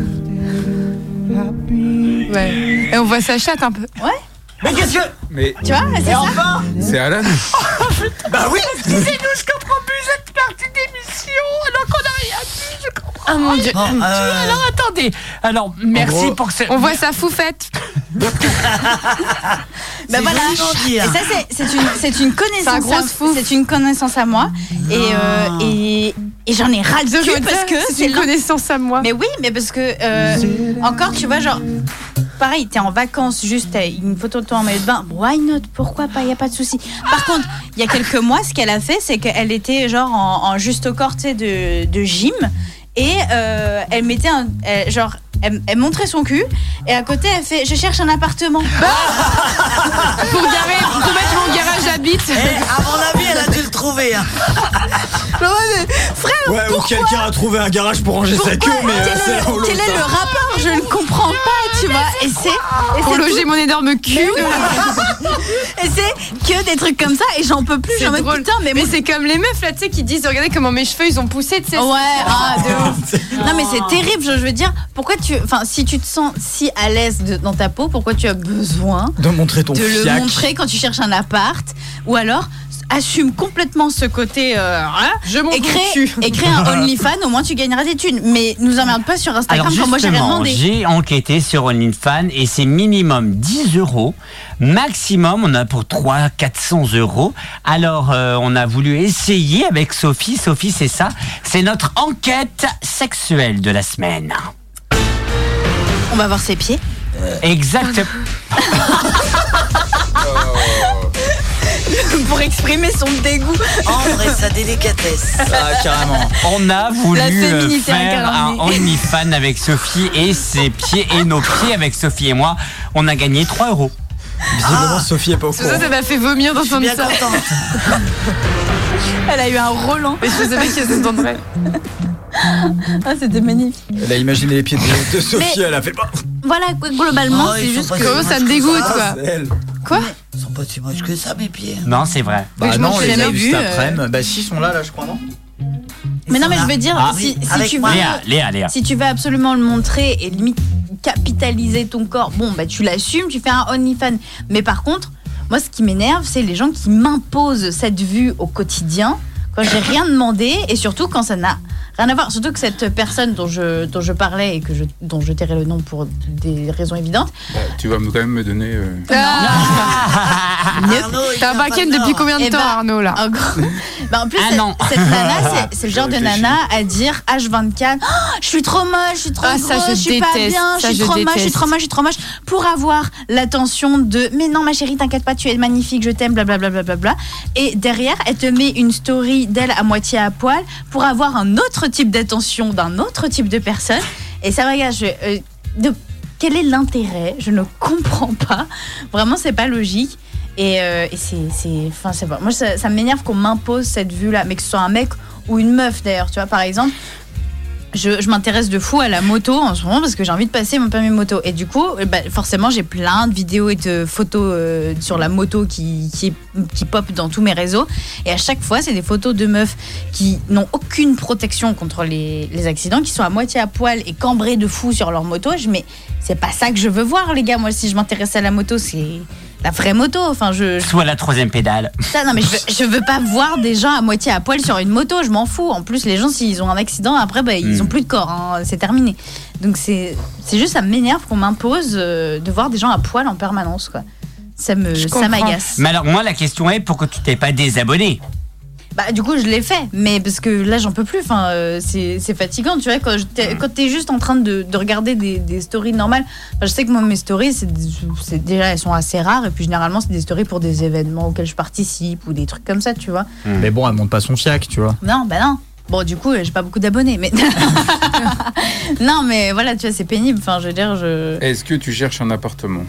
Ouais. Et on voit sa chatte un peu. Ouais. Mais qu'est-ce que. Mais Tu vois, c'est Et ça. enfin, c'est Alan. bah oui, Excusez-nous, je comprends plus cette partie d'émission alors qu'on n'a rien dit, je comprends. Ah mon dieu. Bon, euh, Alors attendez, alors merci gros, pour ce... On voit sa foufette. Bah c'est voilà. vraiment Et dire. ça c'est c'est une c'est une connaissance. C'est un gros à- fou. C'est une connaissance à moi. Et euh, et et j'en ai ras le Je cul veux parce dire, que c'est c'est une l'un- connaissance à moi. Mais oui, mais parce que euh, encore, tu vois, genre, pareil, t'es en vacances, juste t'as une photo de toi en maillot de bain, why not? Pourquoi pas? Y a pas de souci. Par contre, il y a quelques mois, ce qu'elle a fait, c'est qu'elle était genre en, en juste au corps, tu sais, de, de gym, et euh, elle mettait un, elle- genre. Elle, elle montrait son cul et à côté elle fait je cherche un appartement. Pour garer, pour mettre mon garage à bite. Eh, à mon avis, elle a dû le trouver. Hein. Frère, Ouais, ou pourquoi quelqu'un a trouvé un garage pour ranger sa queue, Pourquoi mais euh, quel, c'est est là où le, quel l'autre, est le hein. rapport? Je ne comprends pas, tu vois. Et c'est et Pour c'est loger tout. mon énorme cul. Et c'est que des trucs comme ça et j'en peux plus. C'est J'en mode drôle. putain, mais, Mais moi- c'est comme les meufs là, tu sais, qui disent regardez comment mes cheveux ils ont poussé, tu sais. Ouais, ah, de ouf. Non mais c'est terrible, je je veux dire, pourquoi tu, enfin si tu te sens si à l'aise de- dans ta peau, pourquoi tu as besoin De montrer ton de le fiac. montrer quand tu cherches un appart, ou alors assume complètement ce côté. Euh, voilà, Je m'en et crée, et crée un OnlyFans, au moins tu gagneras des thunes. Mais nous emmerde pas sur Instagram Alors quand moi j'avais justement, demandé. j'ai enquêté sur OnlyFans et c'est minimum dix euros. Maximum, on a pour trois cents à quatre cents euros. Alors, euh, on a voulu essayer avec Sophie. Sophie, c'est ça. C'est notre enquête sexuelle de la semaine. On va voir ses pieds. Exactement. Pour exprimer son dégoût. Ambre et sa délicatesse. Ah, carrément. On a voulu La euh, féminité faire un incarnée. OnlyFans avec Sophie et ses pieds et nos pieds avec Sophie et moi. On a gagné trois euros. Visiblement, Sophie est pas au courant. Ça, ça m'a fait vomir Je suis d'entendre bien ça. contente. Elle a eu un Roland. Mais je savais qu'elle s'entendrait. Ah, c'était magnifique. Elle a imaginé les pieds de, de Sophie, Mais- elle a fait pas. Voilà, globalement, Oh, c'est ils sont juste pas que. si Comment ça moches me que dégoûte, ça. quoi. C'est elle. Quoi Ils sont pas si moches que ça, mes pieds. Non, c'est vrai. Bah je non, m'en on suis les a jamais vus vu, cet euh. après-midi. Bah si, ils sont là, là, je crois, non? Mais non, mais je veux dire, Ah, si, si avec tu moi. veux. Léa, Léa, Léa. Si tu veux absolument le montrer et limite capitaliser ton corps, bon, bah tu l'assumes, tu fais un OnlyFans. Mais par contre, moi, ce qui m'énerve, c'est les gens qui m'imposent cette vue au quotidien quand j'ai rien demandé et surtout quand ça n'a rien à voir. Surtout que cette personne dont je, dont je parlais et que je, dont je tairai le nom pour des raisons évidentes. Bah, tu vas quand même me donner. euh, Arnaud, il T'as un a pas back-end le depuis Nord. combien de Eh temps, ben, Arnaud, là En gros, bah en plus, Ah cette, non. cette nana, c'est, c'est le genre de Réfléchis. nana à dire H vingt-quatre, oh, je suis trop moche, je suis trop Ah, grosse, ça, je je suis pas déteste. bien, je Ça, suis je trop moche, je suis déteste. trop moche, je suis trop moche, pour avoir l'attention de mais non ma chérie, t'inquiète pas, tu es magnifique, je t'aime, blablabla. Bla, bla, bla, bla. Et derrière, elle te met une story d'elle à moitié à poil pour avoir un autre type d'attention d'un autre type de personne. Et ça, regarde, je, euh, de, quel est l'intérêt? Je ne comprends pas. Vraiment, c'est pas logique. Et, euh, et c'est, c'est, enfin, c'est pas. Moi, ça, ça m'énerve qu'on m'impose cette vue-là, mais que ce soit un mec ou une meuf d'ailleurs. Tu vois, par exemple, je, je m'intéresse de fou à la moto en ce moment parce que j'ai envie de passer mon permis moto. Et du coup, bah, forcément, j'ai plein de vidéos et de photos euh, sur la moto qui, qui, qui pop dans tous mes réseaux. Et à chaque fois, c'est des photos de meufs qui n'ont aucune protection contre les, les accidents, qui sont à moitié à poil et cambrées de fou sur leur moto. Je, mais c'est pas ça que je veux voir, les gars. Moi, si je m'intéresse à la moto, c'est la vraie moto. Enfin, je, je- Soit la troisième pédale. ça, non, mais je veux, je veux pas voir des gens à moitié à poil sur une moto. Je m'en fous. En plus, les gens, s'ils ont un accident, après, bah, ils Mm. ont plus de corps. Hein, c'est terminé. Donc, c'est, c'est juste, ça m'énerve qu'on m'impose euh, de voir des gens à poil en permanence, quoi. Ça me, Je ça comprends. m'agace. Mais alors, moi, la question est pourquoi tu t'es pas désabonné? Bah, du coup, je l'ai fait, mais parce que là, j'en peux plus. Enfin, euh, c'est, c'est fatigant, tu vois. Quand, je- t'es, quand t'es juste en train de, de regarder des, des stories normales, enfin, je sais que moi, mes stories, c'est, c'est déjà, elles sont assez rares. Et puis, généralement, c'est des stories pour des événements auxquels je participe ou des trucs comme ça, tu vois. Mais bon, elle monte pas son fiac, tu vois. Non, bah non. Bon, du coup, j'ai pas beaucoup d'abonnés, mais. Non, mais voilà, tu vois, c'est pénible. Enfin, je veux dire, je. Est-ce que tu cherches un appartement?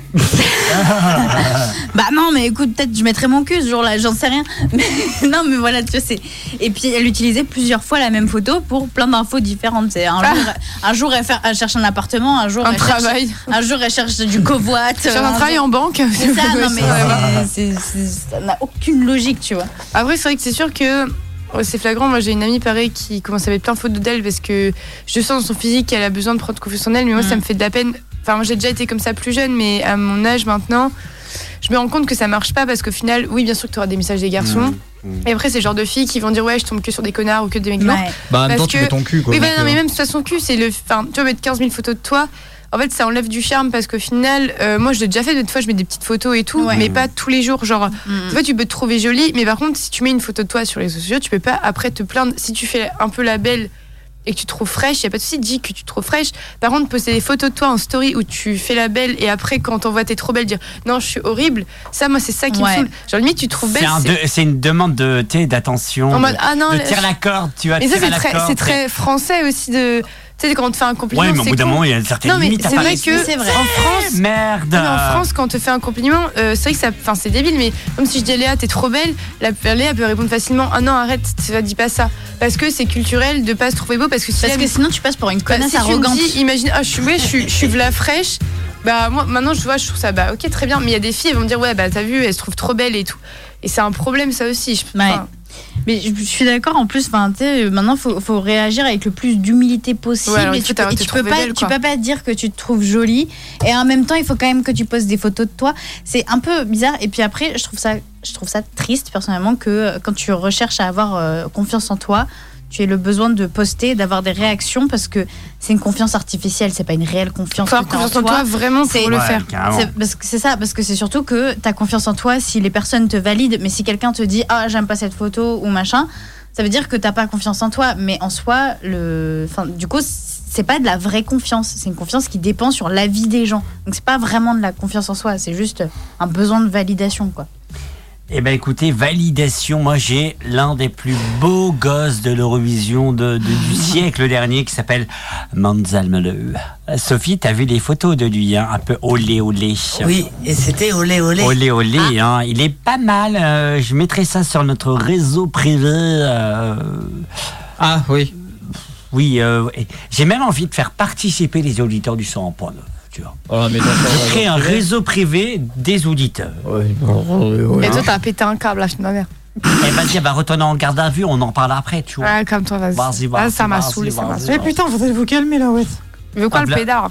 Bah non, mais écoute, peut-être je mettrai mon cul ce jour-là, j'en sais rien. Mais, non, mais voilà, tu vois, c'est. Et puis elle utilisait plusieurs fois la même photo pour plein d'infos différentes. C'est un, jour, un jour, elle, fait- elle cherche un appartement, un jour, Un elle cherche- travail. un jour, elle cherche du covoit. Faire un travail en banque. C'est ça, non, mais Ouais. c'est- c'est- c'est- ça n'a aucune logique, tu vois. Après, c'est vrai que c'est sûr que oh, c'est flagrant. Moi, j'ai une amie pareil qui commence à mettre plein de photos d'elle parce que je sens dans son physique qu'elle a besoin de prendre confiance en elle. Mais moi, Mm. ça me fait de la peine. Enfin, moi, j'ai déjà été comme ça plus jeune, mais à mon âge maintenant, je me rends compte que ça marche pas parce qu'au final, oui, bien sûr que tu auras des messages des garçons. Mmh. Et après, c'est le genre de filles qui vont dire ouais, je tombe que sur des connards ou que des mecs blancs. Ouais. Bah, en même Parce temps, tu que- mets ton cul, quoi. Oui, bah, donc, non, mais euh, même soit son cul, c'est le. Enfin, tu vas mettre quinze mille photos de toi. En fait, ça enlève du charme parce qu'au final, euh, moi, je l'ai déjà fait. Des fois, je mets des petites photos et tout, Ouais. mais pas tous les jours. Genre, Mm. tu vois, tu peux te trouver jolie, mais par contre, si tu mets une photo de toi sur les réseaux sociaux, tu peux pas après te plaindre. Si tu fais un peu la belle et que tu te trouves fraîche, y a pas de souci, dis que tu te trouves fraîche. Par contre, poster des photos de toi en story où tu fais la belle et après, quand on voit t'es trop belle, dire non, je suis horrible. Ça, moi, c'est ça qui Ouais. me saoule. Genre, limite, tu te trouves belle. C'est, un c'est- de- c'est une demande de, tu sais, d'attention. En de, mode, ah non, de là, tirer la corde, tu vas Mais ça, tirer c'est la très, corde. c'est très français aussi de. Tu sais, quand on te fait un compliment. Ouais, mais au c'est bout d'un con. moment, il y a certaines Non, mais limites à c'est pas vrai respecter. que C'est vrai. en France, Merde. non, mais en France, quand on te fait un compliment, euh, c'est vrai que ça, enfin, c'est débile, mais comme si je dis à Léa, t'es trop belle, la, Léa peut répondre facilement, ah non, arrête, tu dis pas ça, parce que c'est culturel de pas se trouver beau, parce que si Parce elle- que sinon, tu passes pour une bah, connasse si tu me arrogante. dis, imagine, ah, je suis, ouais, je suis, je suis v'là fraîche. Bah moi maintenant je vois, je trouve ça bah ok très bien, mais il y a des filles elles vont me dire ouais bah t'as vu, elle se trouve trop belle et tout, et c'est un problème ça aussi. Je, Ouais. enfin, Mais je je suis d'accord, en plus, enfin, tu sais, maintenant, il faut, faut réagir avec le plus d'humilité possible. Ouais, alors, et toi, tu, t'as- peux, et t'es tu peux trouvée pas, belle, tu quoi. peux pas dire que tu te trouves jolie. Et en même temps, il faut quand même que tu postes des photos de toi. C'est un peu bizarre. Et puis après, je trouve ça, je trouve ça triste, personnellement, que euh, quand tu recherches à avoir euh, confiance en toi, tu aies le besoin de poster, d'avoir des réactions, parce que c'est une confiance artificielle, c'est pas une réelle confiance. Faut que avoir t'as confiance en toi vraiment pour C'est- le Ouais, faire. carrément. c'est parce que c'est ça, parce que c'est surtout que t'as confiance en toi si les personnes te valident, mais si quelqu'un te dit ah j'aime pas cette photo ou machin, ça veut dire que t'as pas confiance en toi. Mais en soi, le, enfin du coup c'est pas de la vraie confiance, c'est une confiance qui dépend sur l'avis des gens. Donc c'est pas vraiment de la confiance en soi, c'est juste un besoin de validation quoi. Eh ben écoutez, validation, moi j'ai l'un des plus beaux gosses de l'Eurovision de, de- du siècle dernier qui s'appelle Manzalmele. Sophie, t'as vu les photos de lui, hein, un peu olé olé. Oui, et c'était olé olé. Olé olé, hein, il est pas mal. euh, je mettrai ça sur notre réseau privé. euh, Ah oui. oui, euh, et j'ai même envie de faire participer les auditeurs du cent un point neuf. Tu vois. Oh, mais J'ai créé un réseau privé des auditeurs. Et toi, t'as pété un câble, lâche ma mère. Eh vas-y, elle va retourner en garde à vue, on en parle après, tu vois. Ouais, comme toi, vas-y. Vas-y, vas-y, Ah, ça m'a vas-y, saoulé, ça m'a vas-y, saoulé. vas-y. putain, vous allez vous calmer là, ouais. Il veut quoi Ah, le bla- pédard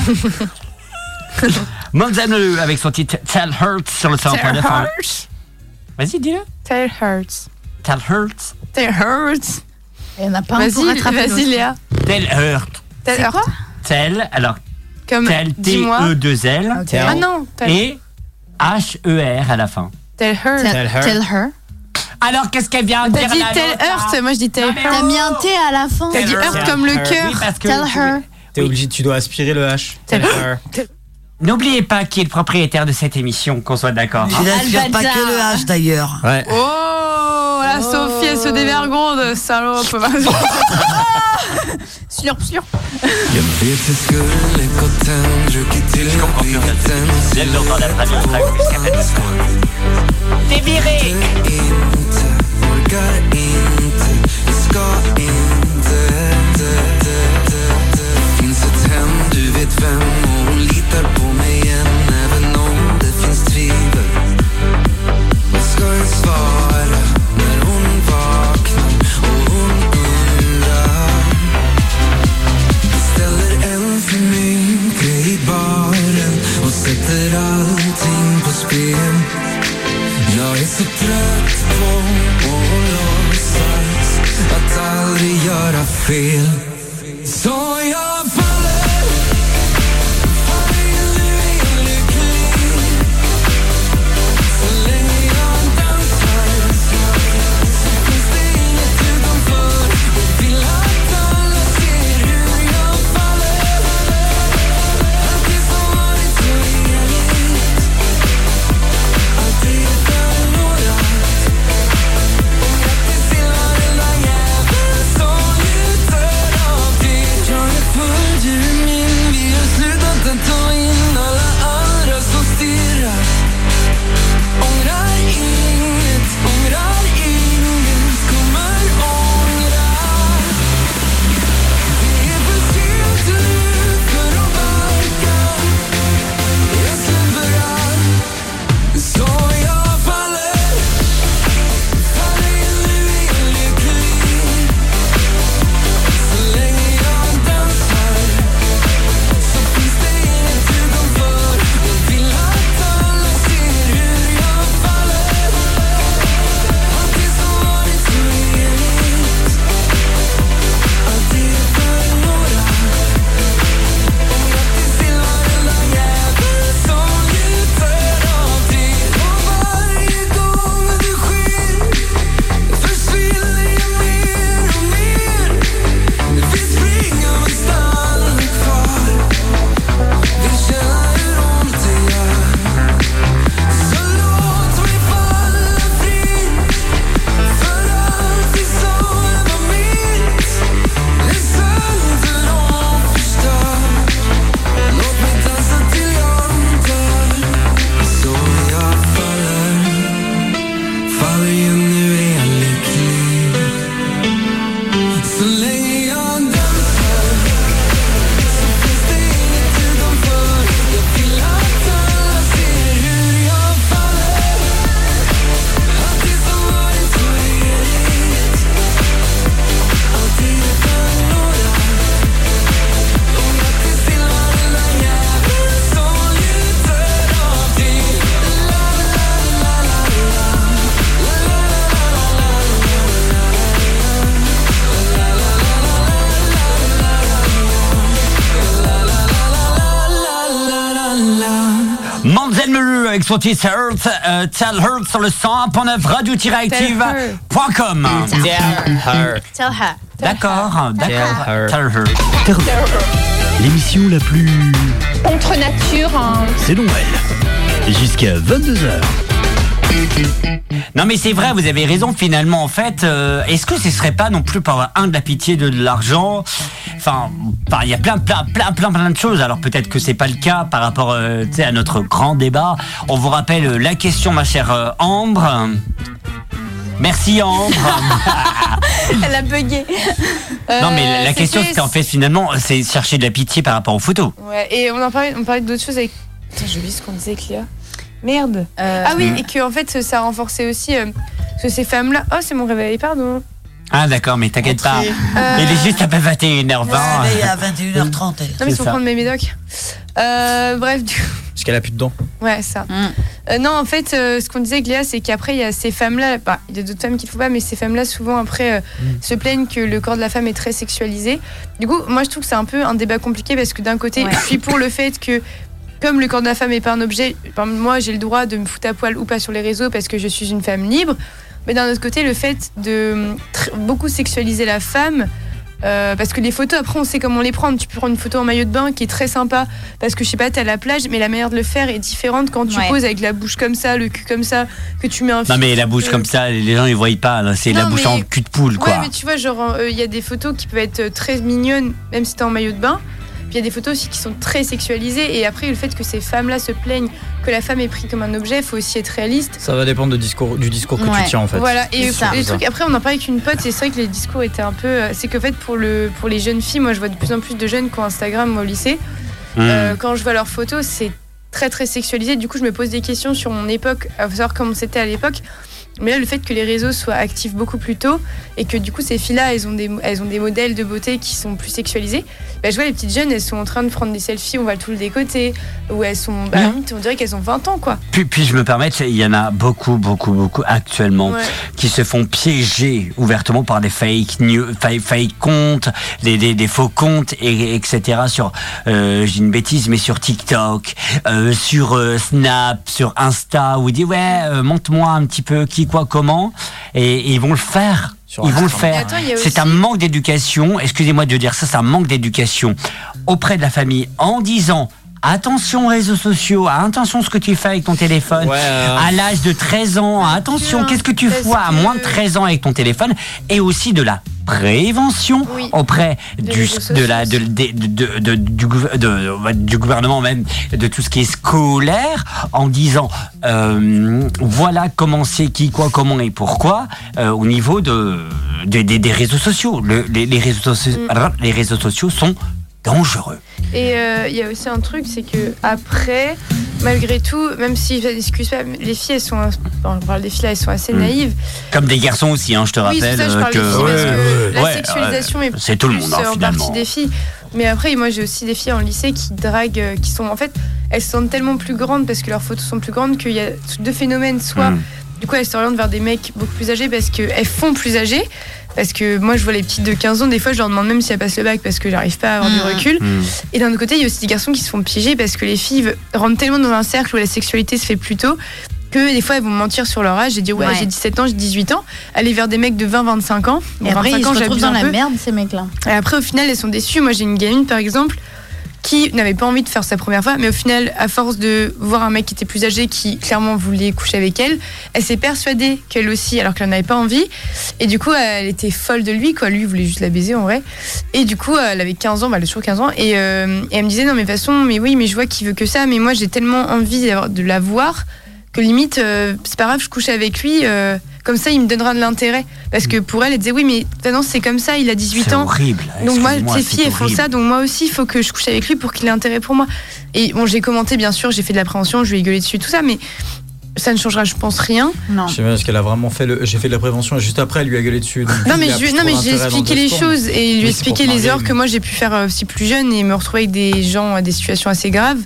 Manzanelu avec son titre Tell Hurts sur le cent un point neuf. Tell Hurts. Vas-y, dis-le. Tell Hurts. Tell Hurts. Tell Hurts. Il y en a pas un pour Vas-y, rattraper vas-y, l'autre. Léa. Tell Hurt. Tell Hurt. Tell, alors, Comme, Tell, dis-moi. T E deux L. Ah non, Tell. Et H E R à la fin. Tell her. Tell her. Tell her. Alors, qu'est-ce qu'elle vient de T'as dire dit la tell nôtre, hurt, hein moi je dis tell mais her. T'as mis un T à la fin. T'as dit Tell hurt her. comme le Her. cœur. Oui, parce que Tell her. T'es obligé, tu dois aspirer le H. Tell her. N'oubliez pas qui est le propriétaire de cette émission, qu'on soit d'accord. Tu n'aspires pas que le H d'ailleurs. Ouais. Oh, la Sophie, elle se dévergonde, salope. Slurp, slurp. Jag vet jag skulle gått hem, druckit till jag vet en Elle l'entend la radio jusqu'à T'es viré. inte, orkar inte, jag ska inte dö, dö, dö, dö. Finns ett hem, du vet vem, och hon litar på mig igen, även om det finns tvivel. Vad ska jag svara när hon vaknar och hon undrar? Jag ställer en för mycket i baren och sätter allting på spel. Jag är så trött på att låtsas att aldrig göra fel. Så jag faller, faller nu lycklig. Så länge jag dansar så finns det inget utanför. Och vill att alla ser hur jag faller. Allt är som varit så heligt. Alltid är förlorat. Och grattis till varenda jävel som njuter av det jag avec son titre Hurt, euh, Tell Her sur le cent un point neuf radio-active point com. Tell her. Tell her. D'accord, d'accord. Tell her. Tell her. L'émission la plus... Contre nature. Hein. C'est Noël. Jusqu'à vingt-deux heures. Non mais c'est vrai, vous avez raison finalement en fait. Euh, est-ce que ce serait pas non plus par un de la pitié, de, de l'argent? Enfin, enfin, il y a plein, plein, plein, plein, plein de choses. Alors peut-être que c'est pas le cas par rapport, euh, tu sais, à notre grand débat. On vous rappelle euh, la question, ma chère euh, Ambre. Merci Ambre. Elle a bugué. Non mais la, la Euh, question c'était- c'était en fait finalement c'est chercher de la pitié par rapport aux photos. Ouais, et on en parlait, on parlait d'autres choses avec. Putain, j'ai oublié ce qu'on disait, Cléa. Merde. Euh, ah oui, Mm. et que en fait, ça a renforcé aussi. euh, que ces femmes-là. Oh, c'est mon réveil, pardon. Ah d'accord, mais t'inquiète pas. Euh, Il est juste à vingt et une heures vingt. Elle est à vingt et une heures trente, elle. Non, mais c'est pour prendre mes médocs. Euh, bref, du coup. Parce qu'elle a plus de dents. Ouais, ça. Euh, non, en fait, euh, ce qu'on disait, Cléa, c'est qu'après, il y a ces femmes-là. Bah, il y a d'autres femmes qui le font pas, mais ces femmes-là, souvent, après, euh, se plaignent que le corps de la femme est très sexualisé. Du coup, moi, je trouve que c'est un peu un débat compliqué parce que d'un côté, Ouais. je suis pour le fait que. Comme le corps de la femme n'est pas un objet, par exemple, moi j'ai le droit de me foutre à poil ou pas sur les réseaux parce que je suis une femme libre. Mais d'un autre côté, le fait de tr- beaucoup sexualiser la femme, euh, parce que les photos, après on sait comment les prendre. Tu peux prendre une photo en maillot de bain qui est très sympa parce que je sais pas, t'es à la plage, mais la manière de le faire est différente quand tu Ouais. poses avec la bouche comme ça, le cul comme ça, que tu mets un Non mais filtre, la bouche euh, comme ça, les gens ils voient pas. là, C'est la Non, bouche mais- en cul de poule quoi. Ouais, mais tu vois, genre, il y a des photos qui peuvent être très mignonnes, même si t'es en maillot de bain. Puis il y a des photos aussi qui sont très sexualisées. Et après, le fait que ces femmes-là se plaignent que la femme est prise comme un objet, il faut aussi être réaliste. Ça va dépendre de discours, du discours que Ouais. tu tiens en fait. Voilà, et C'est ça. les C'est ça. trucs, après on en parlait avec une pote, et c'est vrai que les discours étaient un peu. euh, C'est qu'en fait, pour, le, pour les jeunes filles, moi je vois de plus en plus de jeunes qui ont Instagram moi, au lycée. Mmh. Euh, quand je vois leurs photos, c'est très très sexualisé. Du coup, je me pose des questions sur mon époque, à savoir comment c'était à l'époque. Mais là, le fait que les réseaux soient actifs beaucoup plus tôt et que du coup, ces filles-là, elles ont des, elles ont des modèles de beauté qui sont plus sexualisés. Bah, je vois les petites jeunes, elles sont en train de prendre des selfies, on voit tout le décoté, où elles sont. Bah, Mmh. limite, on dirait qu'elles ont vingt ans, quoi. Puis, puis je me permets, il y en a beaucoup, beaucoup, beaucoup actuellement Ouais. qui se font piéger ouvertement par des fake news, fake, fake comptes, des, des, des faux comptes, et, etc. Sur, euh, j'ai une bêtise, mais sur TikTok, euh, sur euh, Snap, sur Insta, où ils disent ouais, euh, montre-moi un petit peu qui, quoi, comment, et, et ils vont le faire. Sur Ils vont le Insta. faire. Mais attends, il y a C'est aussi- un manque d'éducation. Excusez-moi de dire ça, c'est un manque d'éducation auprès de la famille en disant. Attention aux réseaux sociaux, attention à ce que tu fais avec ton téléphone. Ouais, euh, À l'âge de treize ans, attention, qu'est-ce que tu parce fais à que- moins de treize ans avec ton téléphone, et aussi de la prévention Oui. auprès Des du, réseaux de la, de, sociaux. de- de- de- du, gouver- de- du gouvernement même, de tout ce qui est scolaire, en disant euh, voilà comment c'est, qui, quoi, comment et pourquoi, euh, au niveau de, de- des- des réseaux sociaux. Le- les, les réseaux sociaux Mm. les réseaux sociaux sont dangereux. Et euh, il y a aussi un truc, c'est que après, malgré tout, même si je n'excuse pas, les filles, elles sont, bon, je parle des filles, là, elles sont assez Mm. naïves. Comme des garçons aussi, hein, je te Oui, c'est rappelle ça, je euh, parle que des filles parce que la ouais, sexualisation ouais, est c'est tout le plus, monde hein, euh, en finalement. partie des filles. Mais après, moi, j'ai aussi des filles en lycée qui draguent, euh, qui sont en fait, elles se sentent tellement plus grandes parce que leurs photos sont plus grandes qu'il y a deux phénomènes. Soit, Mm. du coup, elles s'orientent vers des mecs beaucoup plus âgés parce qu'elles font plus âgées. Parce que moi, je vois les petites de quinze ans, des fois, je leur demande même si elles passent le bac parce que j'arrive pas à avoir Mmh. du recul. Mm. Et d'un autre côté, il y a aussi des garçons qui se font piéger parce que les filles rentrent tellement dans un cercle où la sexualité se fait plus tôt que des fois, elles vont mentir sur leur âge et dire ouais, Ouais. j'ai dix-sept ans, j'ai dix-huit ans, aller vers des mecs de vingt vingt-cinq ans. Bon, Et après, vingt-cinq ils se ans, retrouvent j'abuse dans un la peu. merde, ces mecs-là. Et après, au final, elles sont déçues. Moi, j'ai une gamine, par exemple, qui n'avait pas envie de faire sa première fois, mais au final, à force de voir un mec qui était plus âgé, qui clairement voulait coucher avec elle, elle s'est persuadée qu'elle aussi, alors qu'elle n'avait pas envie. Et du coup, elle était folle de lui, quoi. Lui, il voulait juste la baiser en vrai. Et du coup, elle avait quinze ans, bah, elle a toujours quinze ans. Et, euh, et elle me disait, non, mais de toute façon, mais oui, mais je vois qu'il veut que ça, mais moi, j'ai tellement envie d'avoir- de la voir que limite, euh, c'est pas grave, je couche avec lui. euh, Comme ça, il me donnera de l'intérêt. Parce que pour elle, elle disait, oui, mais maintenant, c'est comme ça, il a dix-huit C'est ans. horrible. Donc moi, Excuse-moi, ces c'est filles, elles font horrible. ça, donc moi aussi, il faut que je couche avec lui pour qu'il ait intérêt pour moi. Et bon, j'ai commenté, bien sûr, j'ai fait de la prévention, je lui ai gueulé dessus, tout ça, mais ça ne changera, je pense, rien. Non. Je sais pas, parce qu'elle a vraiment fait le. J'ai fait de la prévention et juste après, elle lui a gueulé dessus. donc Non, il mais a je, plus non, mais trop j'ai d'intérêt dans expliqué le les sport. choses et lui Oui, expliqué c'est pour les se erreurs marier, que moi j'ai pu faire aussi plus jeune et me retrouver avec des gens à des situations assez graves.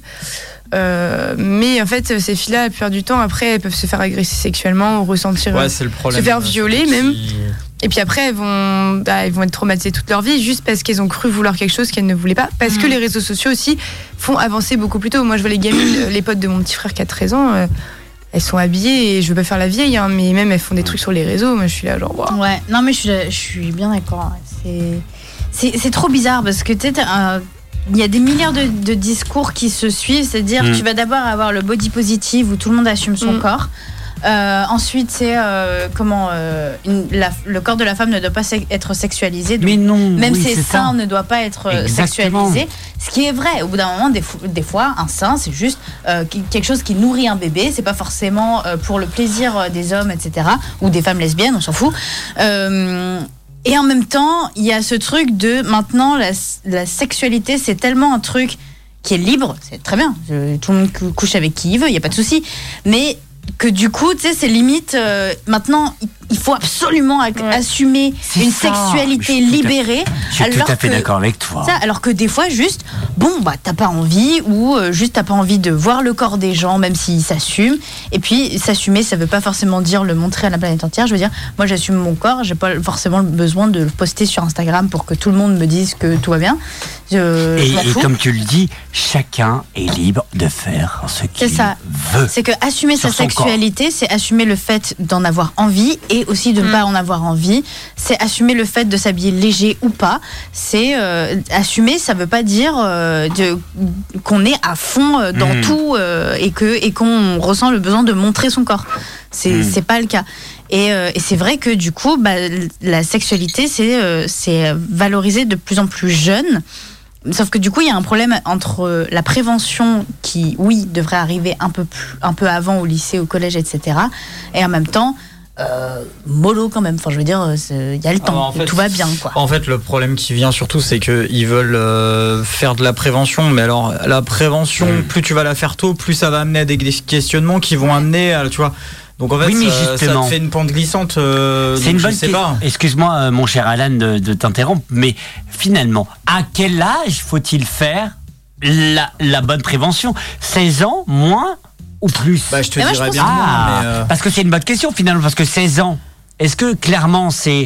Euh, mais en fait, ces filles-là, la plupart du temps, après, elles peuvent se faire agresser sexuellement ou ressentir, Ouais, euh, c'est le problème. se faire euh, violer c'est même. qui- Et puis après, elles vont, bah, elles vont être traumatisées toute leur vie juste parce qu'elles ont cru vouloir quelque chose qu'elles ne voulaient pas. Parce mmh. que les réseaux sociaux aussi font avancer beaucoup plus tôt. Moi, je vois les gamines, les potes de mon petit frère qui a treize ans, euh, elles sont habillées et je veux pas faire la vieille, hein, mais même elles font des trucs sur les réseaux. Moi, je suis là, genre, wow. Ouais, non, mais je suis, je suis bien d'accord. C'est, c'est, c'est trop bizarre parce que tu sais, il y a des milliards de, de discours qui se suivent. C'est-à-dire, mmh. tu vas d'abord avoir le body positive où tout le monde assume son mmh. corps. Euh, ensuite, c'est euh, comment euh, une, la, le corps de la femme ne doit pas se- être sexualisé. Donc Mais non, même oui, ses c'est seins ça. ne doivent pas être euh, Exactement. sexualisés. Ce qui est vrai. Au bout d'un moment, des, fo- des fois, un sein, c'est juste euh, qui- quelque chose qui nourrit un bébé. C'est pas forcément euh, pour le plaisir euh, des hommes, et cetera. Ou des femmes lesbiennes, on s'en fout. Euh, et en même temps, il y a ce truc de maintenant la, la sexualité, c'est tellement un truc qui est libre. C'est très bien. Je- tout le monde cou- couche avec qui il veut. Il y a pas de souci. Mais que du coup, tu sais, c'est limite. Euh, maintenant, il faut absolument ac- Ouais. assumer C'est une ça. sexualité Je suis tout à- libérée. Je suis tout à fait d'accord avec toi. Ça, alors que des fois, juste, bon, bah, t'as pas envie, ou euh, juste t'as pas envie de voir le corps des gens, même s'ils s'assument. Et puis, s'assumer, ça veut pas forcément dire le montrer à la planète entière. Je veux dire, moi, j'assume mon corps, j'ai pas forcément le besoin de le poster sur Instagram pour que tout le monde me dise que tout va bien. Je, Et, je m'en et fous. comme tu le dis, chacun est libre de faire ce C'est qu'il ça. veut. C'est que assumer Sur sa son sexualité, c'est assumer le fait d'en avoir envie et aussi de ne pas en avoir envie. C'est assumer le fait de s'habiller léger ou pas. C'est euh, assumer, ça veut pas dire euh, de, qu'on est à fond euh, dans Mm. tout euh, et que et qu'on ressent le besoin de montrer son corps. C'est Mm. c'est pas le cas. Et, euh, et c'est vrai que du coup, bah, la sexualité, c'est euh, c'est valorisé de plus en plus jeune. Sauf que du coup, il y a un problème entre la prévention qui, oui, devrait arriver un peu, plus, un peu avant au lycée, au collège, et cetera. Et en même temps, euh, mollo quand même. Enfin, je veux dire, c'est- il y a le temps, Ah, en fait, tout va bien, quoi. En fait, le problème qui vient surtout, c'est qu'ils veulent euh, faire de la prévention. Mais alors, la prévention, Mm. plus tu vas la faire tôt, plus ça va amener à des questionnements qui vont amener à, tu vois. Donc en fait, Oui, mais ça, ça justement. te fait une pente glissante. euh, C'est donc une je bonne sais que- pas. Excuse-moi, euh, mon cher Alan, de, de t'interrompre, mais finalement, à quel âge faut-il faire la, la bonne prévention ? seize ans, moins ou plus ? Bah, je te Mais moi, je dirais pense bien Ah, moins, mais, euh, parce que c'est une bonne question finalement, parce que seize ans, est-ce que clairement c'est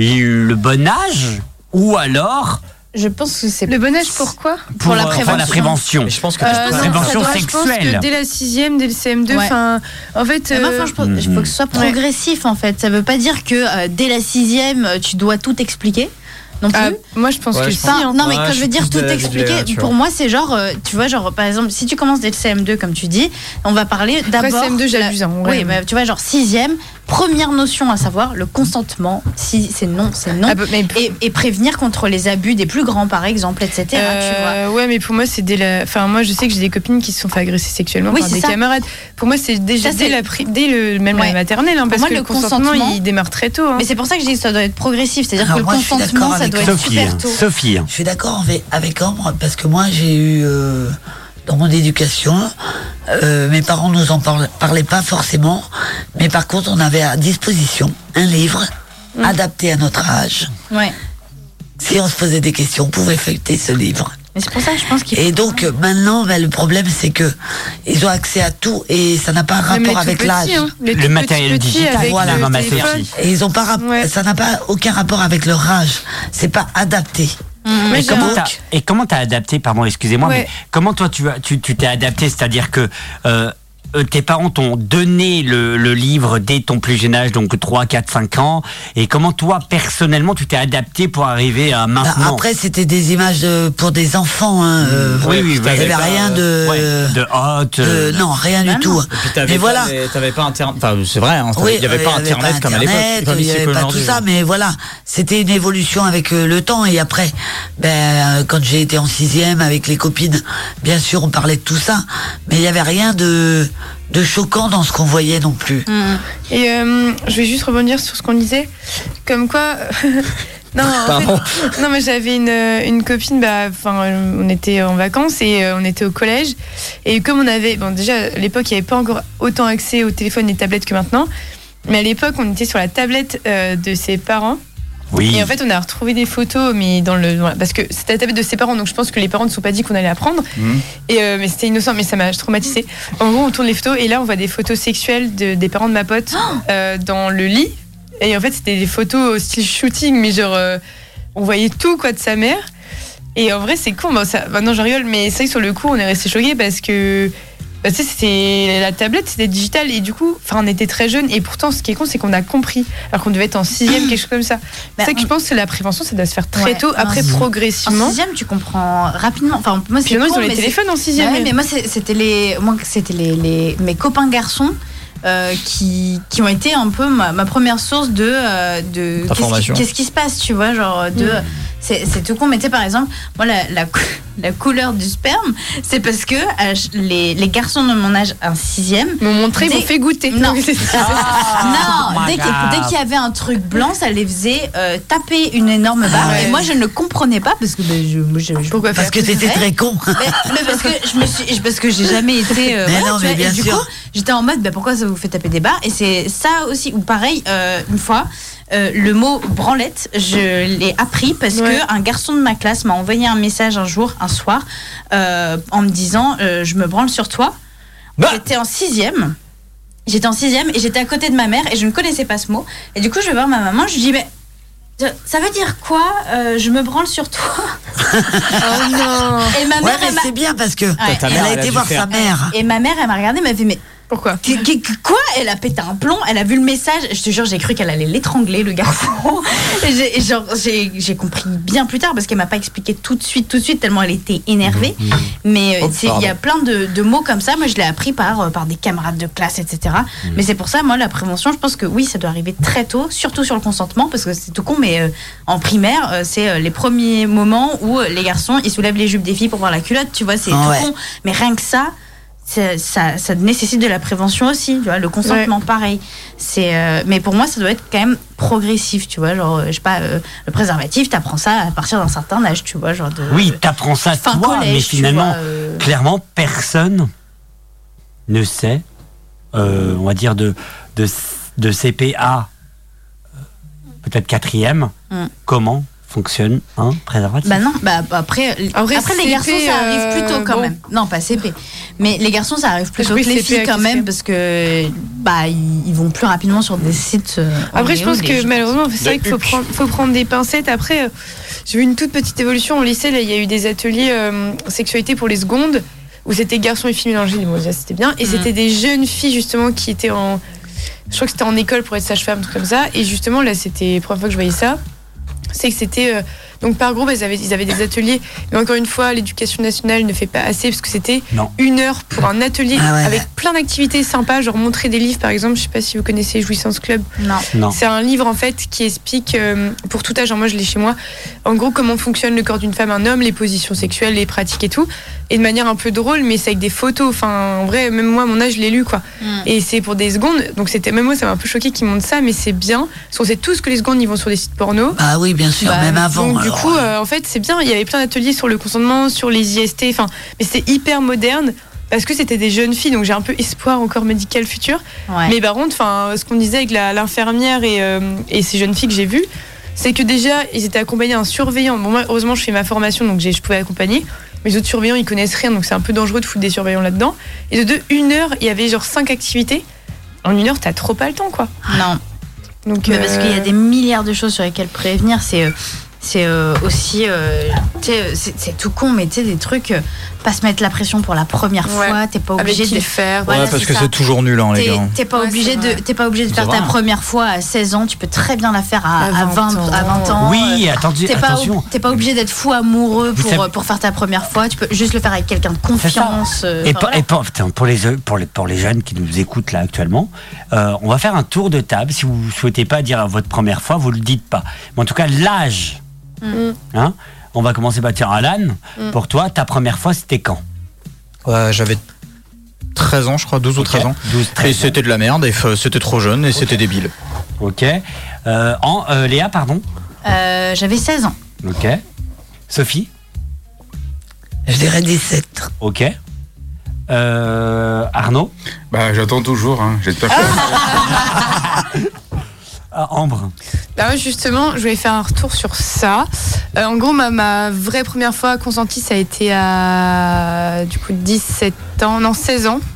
le bon âge ou alors Je pense que c'est Le bon âge, pourquoi pour la euh, enfin, prévention. la prévention. mais je pense que Euh, tu peux non, pas- prévention ça doit- Je pense sexuelle. que dès la sixième, dès le C M deux, Ouais. enfin, en fait, Mais moi, euh, enfin, je pense qu'il faut que ce soit progressif, en fait. Ça veut pas dire que euh, dès la sixième, euh, tu dois tout expliquer. Non plus. ah, moi je pense Ouais, que je si. pense- Enfin, hein. non, mais Ouais, quand je je veux suis dire plus tout de la vie de expliquer, Léa, tu pour vois. moi, c'est genre, euh, tu vois, genre, par exemple, si tu commences dès le C M deux, comme tu dis, on va parler d'abord. C M deux, j'abuse, hein, ouais. Oui, mais tu vois, genre, sixième, première notion à savoir, le consentement. Si c'est non, c'est non. Ah, bah, mais- et, et prévenir contre les abus des plus grands, par exemple, et cetera. tu vois. Euh, ouais, mais pour moi, c'est dès la. Enfin, moi, je sais que j'ai des copines qui se sont fait agresser sexuellement Oui, par c'est des ça. camarades. Pour moi, c'est déjà Ça, dès c'est- la pri- dès le même Ouais. la maternelle, hein, Pour parce moi, que le le consentement, consentement, il démarre très tôt. hein. Mais c'est pour ça que je dis que ça doit être progressif. C'est-à-dire Alors que le moi, je suis consentement, d'accord ça avec doit être Sophie, super hein, tôt. Sophie. Je suis d'accord avec, avec Ambre parce que moi j'ai eu euh, dans mon éducation, euh, mes parents nous en parla- parlaient pas forcément, mais par contre on avait à disposition un livre Mm. adapté à notre âge. Ouais. Si on se posait des questions, on pouvait feuilleter ce livre. Mais c'est pour ça que je pense qu'il faut. Et donc euh, maintenant, ben, le problème c'est que ils ont accès à tout et ça n'a pas un Même les rapport tout avec petits, l'âge. hein. Les Le tout matériel petits petits digital, avec voilà, le ma téléphone. Sophie. Et ils ont pas rap- Ouais. ça n'a pas aucun rapport avec leur âge. C'est pas adapté. Moi, Et j'ai comment un- t'as et comment t'as adapté, pardon, excusez-moi, Ouais. mais comment toi tu as tu tu t'es adapté, c'est-à-dire que euh, euh, tes parents t'ont donné le, le livre dès ton plus jeune âge, donc trois, quatre, cinq ans, et comment toi personnellement tu t'es adapté pour arriver à Bah, maintenant? après, c'était des images de- pour des enfants. Hein, euh, Oui, oui, il n'y oui, avait oui. rien de, Ouais, de hot. de- euh, non, rien Bah du tout. non. Et puis t'avais Mais pas, voilà. les- t'avais pas internet. Enfin, c'est vrai, hein, Oui, il n'y avait euh, pas il y avait internet comme à l'époque. Internet, comme il n'y ici avait comme pas tout aujourd'hui. ça, mais voilà, c'était une évolution avec euh, le temps. Et après, ben, euh, quand j'ai été en sixième avec les copines, bien sûr, on parlait de tout ça, mais il n'y avait rien de, de choquant dans ce qu'on voyait non plus. Et euh, je vais juste rebondir sur ce qu'on disait. Comme quoi. non, en Pardon. fait, non, mais j'avais une, une copine, bah, enfin, on était en vacances et euh, on était au collège. Et comme on avait. Bon, déjà, à l'époque, il n'y avait pas encore autant accès au téléphone et tablettes que maintenant. Mais à l'époque, on était sur la tablette euh, de ses parents. Oui. Et en fait, on a retrouvé des photos, mais dans le. Voilà, parce que c'était la tablette de ses parents, donc je pense que les parents ne se sont pas dit qu'on allait la prendre. Mhm. Et euh, mais c'était innocent, mais ça m'a traumatisée. En gros, on tourne les photos et là, on voit des photos sexuelles de, des parents de ma pote euh, dans le lit. Et en fait, c'était des photos au style shooting, mais genre, euh, on voyait tout quoi de sa mère. Et en vrai, c'est con. Bon, ça, maintenant, j'en rigole, mais c'est vrai que sur le coup, on est resté choqués parce que, bah, tu sais, c'était la tablette, c'était digital, et du coup, enfin, on était très jeunes. Et pourtant, ce qui est con, c'est qu'on a compris, alors qu'on devait être en sixième, quelque chose comme ça. C'est ça que je pense que la prévention, ça doit se faire très Ouais, tôt. Après, en- progressivement. En sixième, tu comprends rapidement. Enfin, moi, c'est Puis maintenant, ils con, ont les mais téléphones c'est- en sixième. Ouais, mais moi, c'est- c'était les, moi, c'était les, les, mes copains garçons. Euh, qui, qui ont été un peu ma, ma première source de, euh, de qu'est-ce qui, D'information. qu'est-ce qui se passe, tu vois, genre de Mm. c'est, c'est tout con, mais tu sais, par exemple, moi la, la, cou- la couleur du sperme, c'est parce que euh, je- les, les garçons de mon âge, un sixième, m'ont montré, dès- m'ont fait goûter. Non, Ah, non, oh dès my qu'il, God. dès qu'il y avait un truc blanc, ça les faisait euh, taper une énorme barre. ouais. Et moi, je ne le comprenais pas parce que ben, je, je, je- Pourquoi Parce faire que t'étais Ouais. très con. mais, mais parce que je me suis, parce que j'ai jamais été. euh, Mais voilà, non, tu mais vois, bien et du sûr. coup, j'étais en mode, bah, pourquoi ça vous fait taper des barres? Et c'est ça aussi. Ou pareil, euh, une fois, euh, le mot branlette, je l'ai appris parce Ouais. que un garçon de ma classe m'a envoyé un message un jour, un soir, euh, en me disant, euh, je me branle sur toi. Bah. J'étais en sixième. J'étais en sixième et j'étais à côté de ma mère et je ne connaissais pas ce mot. Et du coup, je vais voir ma maman, je lui dis, mais ça veut dire quoi, euh, je me branle sur toi? Oh non. Et ma Ouais, mère, mais elle m'a- c'est bien parce que Ouais. Ta elle mère, a elle a été dû voir faire. sa mère. Et ma mère, elle m'a regardée, elle m'a fait, mais Pourquoi? Qu- qu- Quoi? Elle a pété un plomb, elle a vu le message, je te jure, j'ai cru qu'elle allait l'étrangler, le garçon. Et j'ai, et genre, j'ai, j'ai compris bien plus tard parce qu'elle m'a pas expliqué tout de suite, tout de suite, tellement elle était énervée. Mais euh, Oh, c'est- il y a plein de, de mots comme ça. Moi, je l'ai appris par, euh, par des camarades de classe, et cetera. Mais c'est pour ça, moi, la prévention, je pense que oui, ça doit arriver très tôt, surtout sur le consentement, parce que c'est tout con, mais euh, en primaire, euh, c'est euh, les premiers moments où euh, les garçons, ils soulèvent les jupes des filles pour voir la culotte, tu vois, c'est Ouais. tout con. Mais rien que ça, ça, ça, ça nécessite de la prévention aussi, tu vois, le consentement pareil. C'est, euh, mais pour moi, ça doit être quand même progressif, tu vois, genre, euh, je sais pas, euh, le préservatif, t'apprends ça à partir d'un certain âge, tu vois, genre de. Oui, t'apprends ça fin toi, collège, mais tu finalement, vois, euh. clairement, personne ne sait, euh, on va dire, de, de, de C P A, euh, peut-être quatrième, Mm. comment fonctionne un préservatif. Bah non, bah après, En vrai, après les C P, garçons ça arrive euh, plus tôt quand bon. même. Non, pas C P. Mais les garçons ça arrive plus Je tôt que crois les que C P filles à quand même quatrième. parce que bah ils, ils vont plus rapidement sur des sites. euh, Après, je Oreo, pense des que choses malheureusement, comme c'est ça. vrai qu'il faut prendre, faut prendre des pincettes. Après, euh, j'ai vu une toute petite évolution au lycée. Là, il y a eu des ateliers euh, sexualité pour les secondes où c'était garçons et filles mélangés. Bon, déjà, c'était bien. Et Mhm. c'était des jeunes filles justement qui étaient en. Je crois que c'était en école pour être sage-femme, un truc comme ça. Et justement, là, c'était la première fois que je voyais ça. C'est que c'était. euh, donc, par groupe, ils avaient, ils avaient des ateliers. Mais encore une fois, l'éducation nationale ne fait pas assez parce que c'était Non. une heure pour un atelier Ah ouais, avec ouais. plein d'activités sympas, genre montrer des livres, par exemple. Je sais pas si vous connaissez Jouissance Club. Non. Non. C'est un livre en fait qui explique euh, pour tout âge, genre moi je l'ai chez moi, en gros comment fonctionne le corps d'une femme, un homme, les positions sexuelles, les pratiques et tout, et de manière un peu drôle, mais c'est avec des photos. Enfin, en vrai, même moi, à mon âge, je l'ai lu quoi. Mm. Et c'est pour des secondes, donc c'était même moi, ça m'a un peu choqué qu'ils montrent ça, mais c'est bien. Parce qu'on sait tous que les secondes ils vont sur des sites porno. Ah oui, bien sûr, Bah, même avant. Donc du alors. coup, euh, en fait, c'est bien. Il y avait plein d'ateliers sur le consentement, sur les I S T. Enfin, mais c'était hyper moderne parce que c'était des jeunes filles. Donc j'ai un peu espoir encore médical futur. Ouais. Mais par contre, enfin, ce qu'on disait avec la- l'infirmière et, euh, et ces jeunes filles que j'ai vues, c'est que déjà, ils étaient accompagnés d'un surveillant. Bon, moi, heureusement, je fais ma formation, donc j'ai- je pouvais accompagner. Mais les autres surveillants, ils connaissent rien, donc c'est un peu dangereux de foutre des surveillants là-dedans. Et de deux, une heure, il y avait genre cinq activités. En une heure, t'as trop pas le temps, quoi. Non. Donc, Mais euh, parce qu'il y a des milliards de choses sur lesquelles prévenir. C'est euh, c'est euh, aussi, euh, tu sais, c'est c'est tout con, mais tu sais, des trucs, euh, pas se mettre la pression pour la première Ouais. fois. T'es pas Avec obligé qui de le faire. Voilà, Ouais, parce c'est que ça. c'est toujours nul, hein, les T'es gars. t'es pas Ouais, obligé c'est de vrai. t'es pas obligé de C'est faire ta vrai. première fois à seize ans. Tu peux très bien la faire à, À à vingt vingt ans. à vingt ans. Oui, Euh, attendu- T'es pas, attention. t'es pas obligé d'être fou amoureux Vous pour, savez- euh, pour faire ta première fois. Tu peux juste le faire avec quelqu'un de confiance. euh, Et, enfin, pour, voilà. et pour- putain, pour les, pour, les, pour les jeunes qui nous écoutent là actuellement, euh, on va faire un tour de table. Si vous ne souhaitez pas dire votre première fois, vous ne le dites pas. Mais en tout cas, l'âge. Mm. Hein, on va commencer par tiens, Alan. Mm. Pour toi, ta première fois, c'était quand? Ouais, j'avais treize ans, je crois, douze ou treize ans. douze, Et treize ans. c'était de la merde, et f- c'était trop jeune, et c'était débile. Ok. Euh, en, euh, Léa, pardon. Euh, J'avais seize ans. Ok. Sophie. Je dirais dix-sept. Ok. Euh, Arnaud. Bah, j'attends toujours, hein. J'espère que. Ah, Ambre. Bah moi justement, je voulais faire un retour sur ça. Euh, en gros, ma, ma vraie première fois consentie, ça a été à du coup dix-sept ans, non seize ans,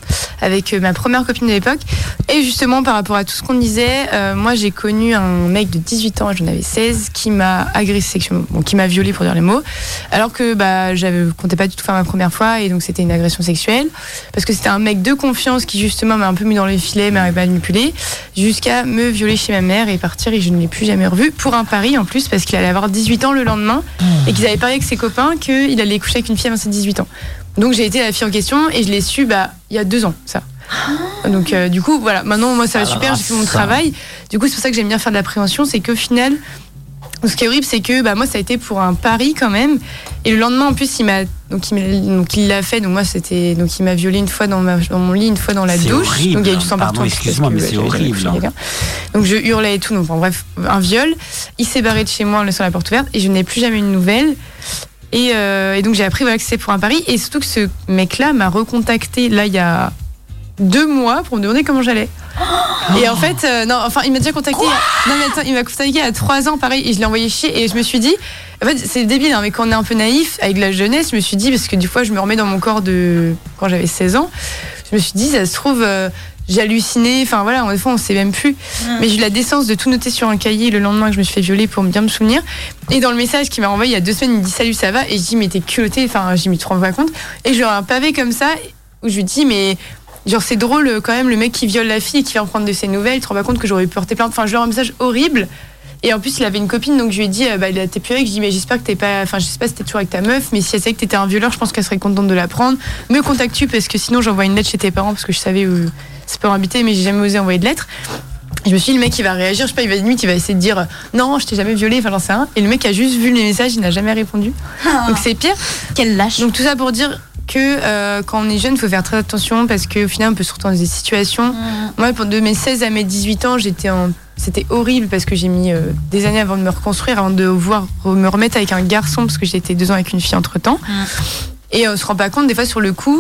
avec euh, ma première copine de l'époque. Et justement, par rapport à tout ce qu'on disait, euh, moi j'ai connu un mec de dix-huit ans, j'en avais seize, qui m'a agressé sexuellement, bon, qui m'a violée pour dire les mots, alors que bah, je comptais pas du tout faire ma première fois, et donc c'était une agression sexuelle, parce que c'était un mec de confiance qui justement m'a un peu mis dans les filets, m'a manipulé, jusqu'à me violer chez ma mère et partir, et je ne l'ai plus jamais revu, pour un pari en plus, parce qu'il allait avoir dix-huit ans le lendemain, et qu'ils avaient parié avec ses copains qu'il allait coucher avec une fille avant ses dix-huit ans. Donc j'ai été la fille en question, et je l'ai su bah, il y a deux ans, ça. Donc euh, du coup voilà, maintenant moi ça va super, j'ai fait mon travail. Du coup c'est pour ça que j'aime bien faire de la prévention, c'est qu'au final ce qui est horrible c'est que bah, moi ça a été pour un pari quand même, et le lendemain en plus il m'a donc il, m'a, donc, il l'a fait, donc moi c'était donc il m'a violé une fois dans, ma, dans mon lit, une fois dans la c'est douche, horrible. Donc il y a eu du sang Pardon, partout. excuse-moi mais que, c'est ouais, horrible. Donc je hurlais et tout, donc en bref un viol. Il s'est barré de chez moi en laissant la porte ouverte et je n'ai plus jamais eu de nouvelles. Et, euh, et donc j'ai appris voilà, que c'était pour un pari, et surtout que ce mec-là m'a recontacté là il y a deux mois pour me demander comment j'allais. Oh. Et en fait, euh, non, enfin, il m'a déjà contacté. Il y a, non, mais attends, il m'a contacté il y a trois ans, pareil, et je l'ai envoyé chier. Et je me suis dit, en fait, c'est débile, hein, mais quand on est un peu naïf, avec la jeunesse, je me suis dit, parce que des fois, je me remets dans mon corps de quand j'avais seize ans, je me suis dit, ça se trouve, euh, j'ai halluciné. Enfin voilà, des fois, on sait même plus. Mmh. Mais j'ai eu la décence de tout noter sur un cahier le lendemain que je me suis fait violer pour bien me souvenir. Et dans le message qu'il m'a envoyé il y a deux semaines, il me dit, salut, ça va? Et je dis, mais t'es culotté. Enfin, j'ai mis trois fois compte. Et je lui ai un pavé comme ça où je lui dis, mais. Genre c'est drôle quand même, le mec qui viole la fille et qui vient prendre de ses nouvelles, tu te rends pas compte que j'aurais pu porter plainte. Enfin je lui ai un message horrible. Et en plus il avait une copine, donc je lui ai dit bah t'es plus avec, je dis mais j'espère que t'es pas, enfin je sais pas si t'es toujours avec ta meuf, mais si elle savait que t'étais un violeur, je pense qu'elle serait contente de l'apprendre. Me contactes-tu, parce que sinon j'envoie une lettre chez tes parents, parce que je savais où ses parents habitaient, mais j'ai jamais osé envoyer de lettre. Et je me suis dit le mec il va réagir, je sais pas, il va limite il va essayer de dire non je t'ai jamais violé, enfin j'en sais rien. Et le mec a juste vu les messages, il n'a jamais répondu. Oh. Donc c'est pire. Quel lâche. Donc tout ça pour dire que euh, quand on est jeune, il faut faire très attention, parce qu'au final, on peut se retrouver dans des situations. Mmh. Moi, de mes seize à mes dix-huit ans, j'étais en... c'était horrible, parce que j'ai mis euh, des années avant de me reconstruire, avant de pouvoir me remettre avec un garçon, parce que j'ai été deux ans avec une fille entre-temps. Mmh. Et on se rend pas compte, des fois, sur le coup,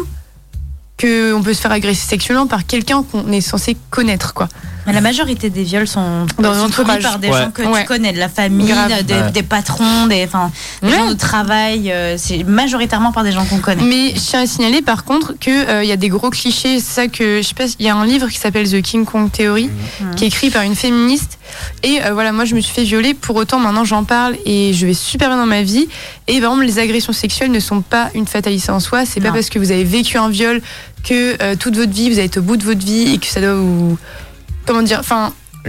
qu'on peut se faire agresser sexuellement par quelqu'un qu'on est censé connaître, quoi. Mais la majorité des viols sont, dans sont commis par des ouais. gens que ouais. tu connais, de la famille, des, ouais. des patrons, des, des ouais. gens de travail. Euh, c'est majoritairement par des gens qu'on connaît. Mais je tiens à signaler par contre qu'il euh, y a des gros clichés. C'est ça que je sais pas. Il y a un livre qui s'appelle The King Kong Theory, mmh. qui est écrit par une féministe. Et euh, voilà, moi je me suis fait violer. Pour autant, maintenant j'en parle et je vais super bien dans ma vie. Et par exemple, les agressions sexuelles ne sont pas une fatalité en soi. C'est non. pas parce que vous avez vécu un viol que euh, toute votre vie vous êtes au bout de votre vie et que ça doit vous comment dire, enfin,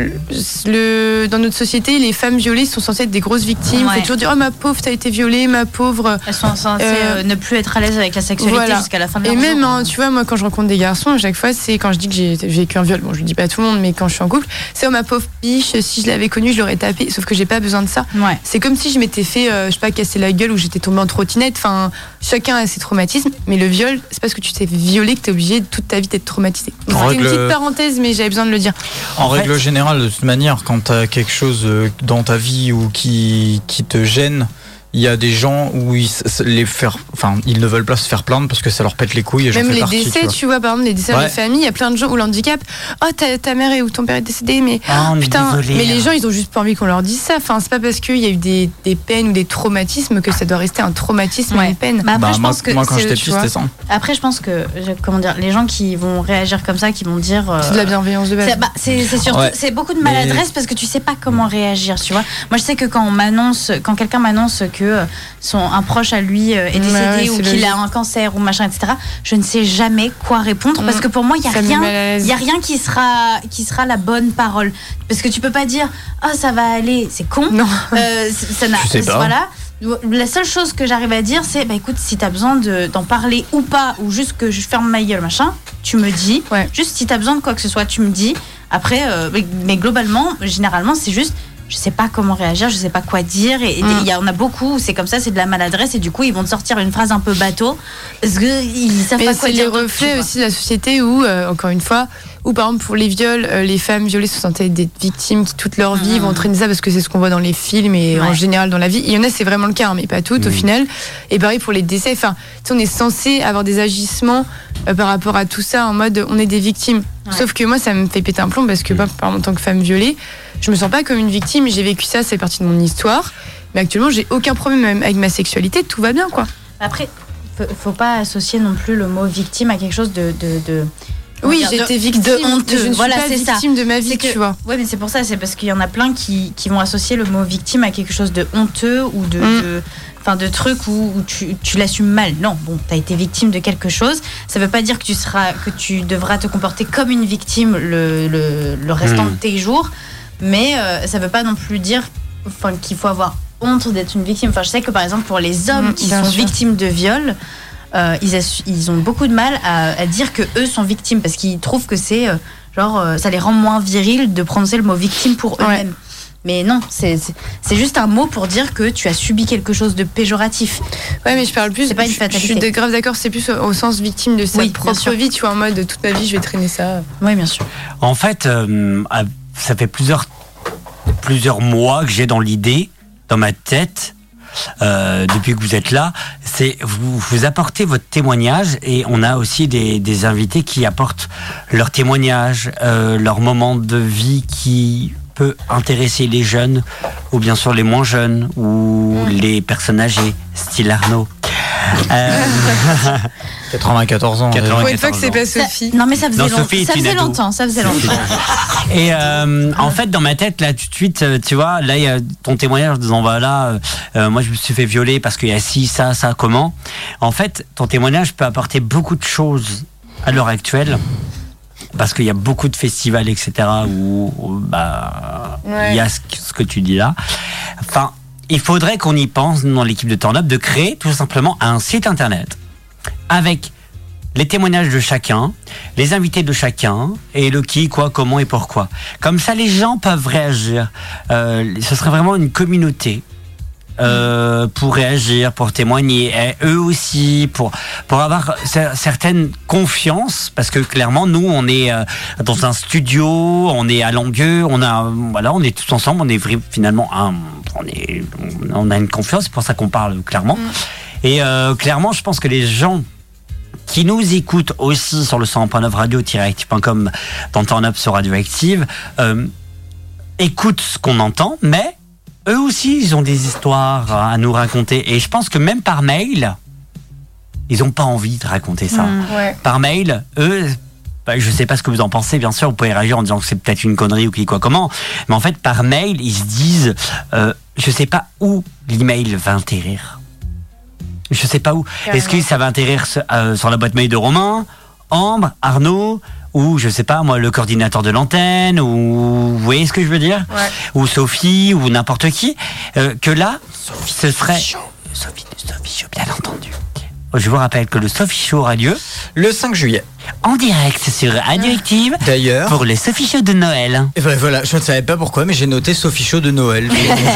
le, dans notre société, les femmes violées sont censées être des grosses victimes. Ouais. Faut toujours dire, oh ma pauvre, t'as été violée, ma pauvre. Elles sont censées euh, ne plus être à l'aise avec la sexualité voilà. jusqu'à la fin de leur vie. Et même, hein, tu vois, moi, quand je rencontre des garçons, à chaque fois, c'est quand je dis que j'ai vécu un viol. Bon, je le dis pas à tout le monde, mais quand je suis en couple, c'est oh ma pauvre biche, si je l'avais connue, je l'aurais tapé. Sauf que j'ai pas besoin de ça. Ouais. C'est comme si je m'étais fait, euh, je sais pas, casser la gueule ou j'étais tombée en trottinette. Enfin, chacun a ses traumatismes, mais le viol, c'est parce que tu t'es violé que t'es obligé toute ta vie d'être traumatisé. C'était règle... une petite parenthèse, mais j'avais besoin de le dire. En, en règle fait, générale, de toute manière, quand tu as quelque chose dans ta vie ou qui, qui te gêne, il y a des gens où ils, les faire, enfin, ils ne veulent pas se faire plaindre parce que ça leur pète les couilles. Et même les partie, décès, tu vois. tu vois, par exemple, les décès ouais. de famille, il y a plein de gens où l'handicap, oh ta, ta mère est ou ton père est décédé, mais oh, putain, désolé, mais les hein. gens ils ont juste pas envie qu'on leur dise ça. Enfin, c'est pas parce qu'il y a eu des, des peines ou des traumatismes que ça doit rester un traumatisme ouais. ou une peine. Bah après, bah, je moi, pense que moi quand j'étais petit, c'était ça. Après, je pense que, comment dire, les gens qui vont réagir comme ça, qui vont dire. Euh, c'est de la bienveillance de base. C'est, bah, c'est, c'est surtout, ouais. c'est beaucoup de maladresse mais... parce que tu sais pas comment réagir, tu vois. Moi, je sais que quand on m'annonce, quand quelqu'un m'annonce que son un proche à lui est décédé ouais, ou qu'il a un cancer ou machin, et cetera, je ne sais jamais quoi répondre parce que pour moi, il y a rien, il y a rien qui sera, qui sera la bonne parole. Parce que tu peux pas dire, oh ça va aller, c'est con. Non. Euh, ça n'a, je sais pas. Voilà. La seule chose que j'arrive à dire, c'est bah écoute, si t'as besoin de, d'en parler ou pas, ou juste que je ferme ma gueule, machin, tu me dis. Ouais. Juste si t'as besoin de quoi que ce soit, tu me dis. Après, euh, mais, mais globalement, généralement, c'est juste. Je sais pas comment réagir, je sais pas quoi dire. Et il mm. y en a beaucoup où c'est comme ça, c'est de la maladresse. Et du coup, ils vont te sortir une phrase un peu bateau parce qu'ils savent mais pas quoi dire. dire. C'est les reflets aussi de la société où, euh, encore une fois, où par exemple pour les viols, euh, les femmes violées sont censées être des victimes qui toute leur vie mmh. vont traîner ça parce que c'est ce qu'on voit dans les films et ouais. en général dans la vie. Il y en a, c'est vraiment le cas, hein, mais pas toutes mmh. au final. Et pareil pour les décès. Enfin, on est censé avoir des agissements euh, par rapport à tout ça en mode on est des victimes. Ouais. Sauf que moi, ça me fait péter un plomb parce que moi, en tant que femme violée, je me sens pas comme une victime. J'ai vécu ça, c'est partie de mon histoire. Mais actuellement, j'ai aucun problème avec ma sexualité. Tout va bien, quoi. Après, faut, faut pas associer non plus le mot victime à quelque chose de, de, de Oui, de- j'étais victime de honteux. je ne suis voilà, pas c'est ça. victime de ma vie, C'est que- tu vois. Ouais, mais c'est pour ça, c'est parce qu'il y en a plein qui, qui vont associer le mot victime à quelque chose de honteux ou de, Mm. de, enfin, de trucs où, où tu, tu l'assumes mal. Non, bon, t'as été victime de quelque chose. Ça veut pas dire que tu seras, que tu devras te comporter comme une victime le, le, le restant Mm. de tes jours, mais euh, ça veut pas non plus dire, enfin, qu'il faut avoir honte d'être une victime. Enfin, je sais que par exemple pour les hommes Mm, qui bien sont sûr. victimes de viol. Euh, ils, assu- ils ont beaucoup de mal à, à dire que eux sont victimes parce qu'ils trouvent que c'est euh, genre euh, ça les rend moins virils de prononcer le mot victime pour eux-mêmes. Mais non, c'est c'est- c'est juste un mot pour dire que tu as subi quelque chose de péjoratif. Ouais, mais je parle plus. C'est pas une je- Je suis fatalité. de- grave d'accord, c'est plus au, au sens victime de sa Oui, bien propre sûr. vie, tu vois, en mode toute ma vie je vais traîner ça. Oui, bien sûr. En fait, euh, ah, ça fait plusieurs, plusieurs mois que j'ai dans l'idée, dans ma tête, euh, depuis que vous êtes là, c'est vous, vous apportez votre témoignage et on a aussi des, des invités qui apportent leur témoignage, euh, leur moment de vie qui peut intéresser les jeunes ou bien sûr les moins jeunes ou les personnes âgées, style Arnaud. Euh, quatre-vingt-quatorze ans. Pour une fois que c'est pas Ça- Sophie. non, mais ça faisait, Non, long- Sophie est ça une faisait ado. longtemps. Ça faisait longtemps. Et euh, en fait, dans ma tête, là, tout de suite, euh, tu vois, là, il y a ton témoignage en disant, voilà, euh, euh, moi, je me suis fait violer parce qu'il y a ci, ça, ça, comment. En fait, ton témoignage peut apporter beaucoup de choses à l'heure actuelle. Parce qu'il y a beaucoup de festivals, et cetera, où, où, bah, il Ouais. y a ce que, ce que tu dis là. Enfin, il faudrait qu'on y pense, dans l'équipe de Turn Up, de créer tout simplement un site internet avec les témoignages de chacun, les invités de chacun, et le qui, quoi, comment et pourquoi. Comme ça, les gens peuvent réagir. Euh, ce serait vraiment une communauté. Euh, pour réagir, pour témoigner, et eux aussi, pour pour avoir cer- certaines confiances, parce que clairement nous on est euh, dans un studio, on est à Langueux, on a voilà, on est tous ensemble, on est vra- finalement un, on est on a une confiance, c'est pour ça qu'on parle clairement. Et euh, clairement, je pense que les gens qui nous écoutent aussi sur le cent un point neuf radio-active point com dans Turn Up sur Radioactive, euh, écoutent ce qu'on entend, mais eux aussi, ils ont des histoires à nous raconter. Et je pense que même par mail, ils n'ont pas envie de raconter ça. Mmh, ouais. Par mail, eux, bah, je sais pas ce que vous en pensez, bien sûr, vous pouvez réagir en disant que c'est peut-être une connerie ou qui quoi comment. Mais en fait, par mail, ils se disent, euh, je sais pas où l'email va atterrir. Je sais pas où. Est-ce que ça va atterrir euh, sur la boîte mail de Romain, Ambre, Arnaud, ou je sais pas moi, le coordinateur de l'antenne, ou vous voyez ce que je veux dire, Ouais. ou Sophie, ou n'importe qui, euh, que là, ce serait Sophie, Sophie Show, bien entendu. Je vous rappelle que le Sophie Show aura lieu le cinq juillet. En direct sur Radioactive. D'ailleurs. Pour le Sophie Show de Noël. Et ben voilà, je ne savais pas pourquoi, mais j'ai noté Sophie Show de Noël.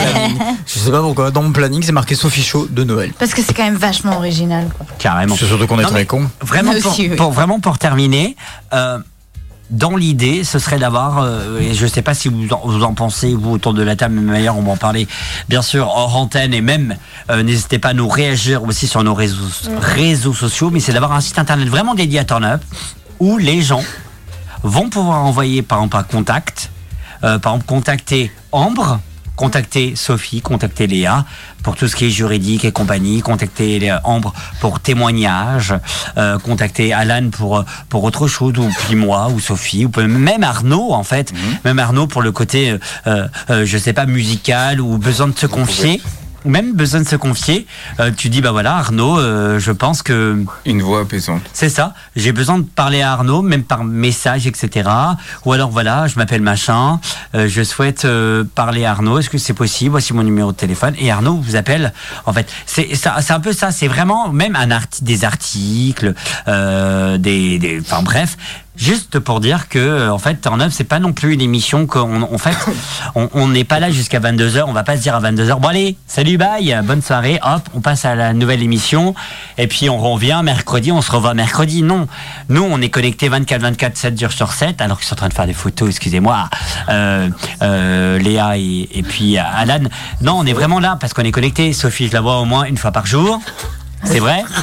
Je sais pas pourquoi, dans mon planning, c'est marqué Sophie Show de Noël. Parce que c'est quand même vachement original. Quoi. Carrément. C'est surtout qu'on est Non, très mais cons. Vraiment, Aussi, pour, oui. pour- vraiment pour terminer, euh, dans l'idée, ce serait d'avoir, euh, et je ne sais pas si vous en, vous en pensez, vous autour de la table, mais d'ailleurs on va en parler bien sûr hors antenne, et même euh, n'hésitez pas à nous réagir aussi sur nos réseaux, réseaux sociaux, mais c'est d'avoir un site internet vraiment dédié à Turn Up, où les gens vont pouvoir envoyer par exemple un contact, euh, par exemple contacter Ambre, contacter Sophie, contacter Léa pour tout ce qui est juridique et compagnie, contacter Léa- Ambre pour témoignage, euh, contacter Alan pour pour autre chose, ou puis moi ou Sophie, ou peut- même Arnaud en fait, même Arnaud pour le côté euh, euh, je sais pas musical ou besoin de se confier. Même besoin de se confier, euh, tu dis bah voilà Arnaud, euh, je pense que une voix apaisante. C'est ça. J'ai besoin de parler à Arnaud, même par message, et cetera. Ou alors voilà, je m'appelle machin, euh, je souhaite euh, parler à Arnaud. Est-ce que c'est possible? Voici mon numéro de téléphone. Et Arnaud vous appelle. En fait, c'est ça, c'est un peu ça. C'est vraiment même un arti- des articles, euh, des, des, enfin bref. Juste pour dire que, euh, en fait, Turn Up, c'est pas non plus une émission qu'on, en fait, on on n'est pas là jusqu'à vingt-deux heures, on va pas se dire à vingt-deux heures, bon allez, salut, bye, bonne soirée, hop, on passe à la nouvelle émission, et puis on revient mercredi, on se revoit mercredi. Non, nous, on est connectés vingt-quatre vingt-quatre, sept jours sur sept, alors qu'ils sont en train de faire des photos, excusez-moi, euh, euh, Léa et, et puis Alan. Non, on est vraiment là parce qu'on est connectés. Sophie, je la vois au moins une fois par jour. C'est vrai?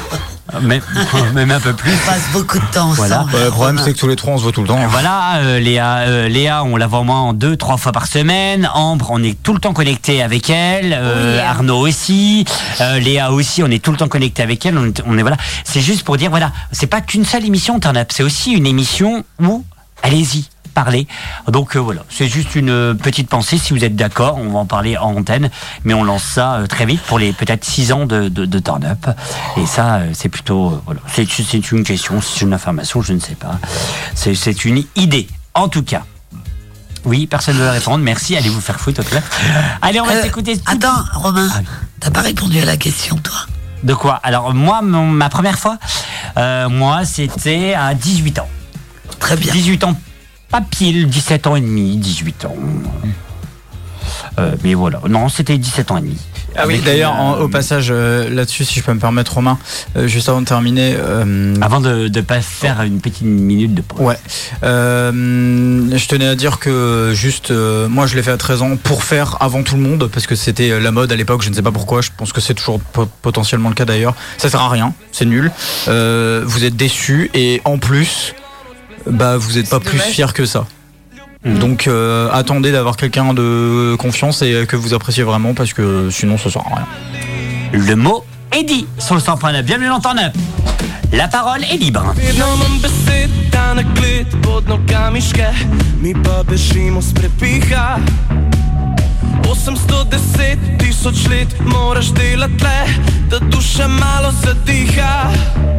Même, même un peu plus. On passe beaucoup de temps Voilà. ensemble. Ouais, le problème, c'est que tous les trois, on se voit tout le temps. Voilà, euh, Léa, euh, Léa, on la voit au moins deux, trois fois par semaine. Ambre, on est tout le temps connecté avec elle. Euh, Oui. Arnaud aussi. Euh, Léa aussi, on est tout le temps connecté avec elle. On est, on est voilà. C'est juste pour dire, voilà, c'est pas qu'une seule émission Turn Up, c'est aussi une émission où, allez-y, parlez. Donc euh, voilà, c'est juste une euh, petite pensée. Si vous êtes d'accord, on va en parler en antenne, mais on lance ça euh, très vite pour les peut-être six ans de, de, de Turn Up. Et ça, euh, c'est plutôt, euh, voilà, c'est, c'est une question, c'est une information, je ne sais pas. C'est, c'est une idée, en tout cas. Oui, personne ne veut répondre. Merci, allez vous faire foutre, ok. Allez, on va Euh, s'écouter. Attends, Romain, Ah oui. t'as pas répondu à la question, toi. De quoi? Alors moi, mon- ma première fois, euh, moi, c'était à dix-huit ans. Très bien. dix-huit ans, pas pile, dix-sept ans et demi, dix-huit ans. Euh, mais voilà, non, c'était dix-sept ans et demi. Ah oui, Avec d'ailleurs, une, en- euh, au passage, euh, là-dessus, si je peux me permettre, Romain, euh, juste avant de terminer. euh, Avant de ne pas faire une petite minute de pause. Ouais. Euh, je tenais à dire que juste, euh, moi je l'ai fait à treize ans pour faire avant tout le monde, parce que c'était euh, la mode à l'époque, je ne sais pas pourquoi, je pense que c'est toujours po- potentiellement le cas d'ailleurs. Ça sert à rien, c'est nul. Euh, vous êtes déçus et en plus, bah vous n'êtes pas plus dommage. fiers que ça. Mhm. Donc euh, attendez d'avoir quelqu'un de confiance et que vous appréciez vraiment, parce que sinon ça sert à rien. Le mot est dit sur le cent point neuf. Bienvenue dans Turn Up. La parole est libre. Imam beseda na klet pod nogami ške, mi pa bežimo s prepiha. osemsto deset tisoč let moraš delati le, da duša malo zadiha.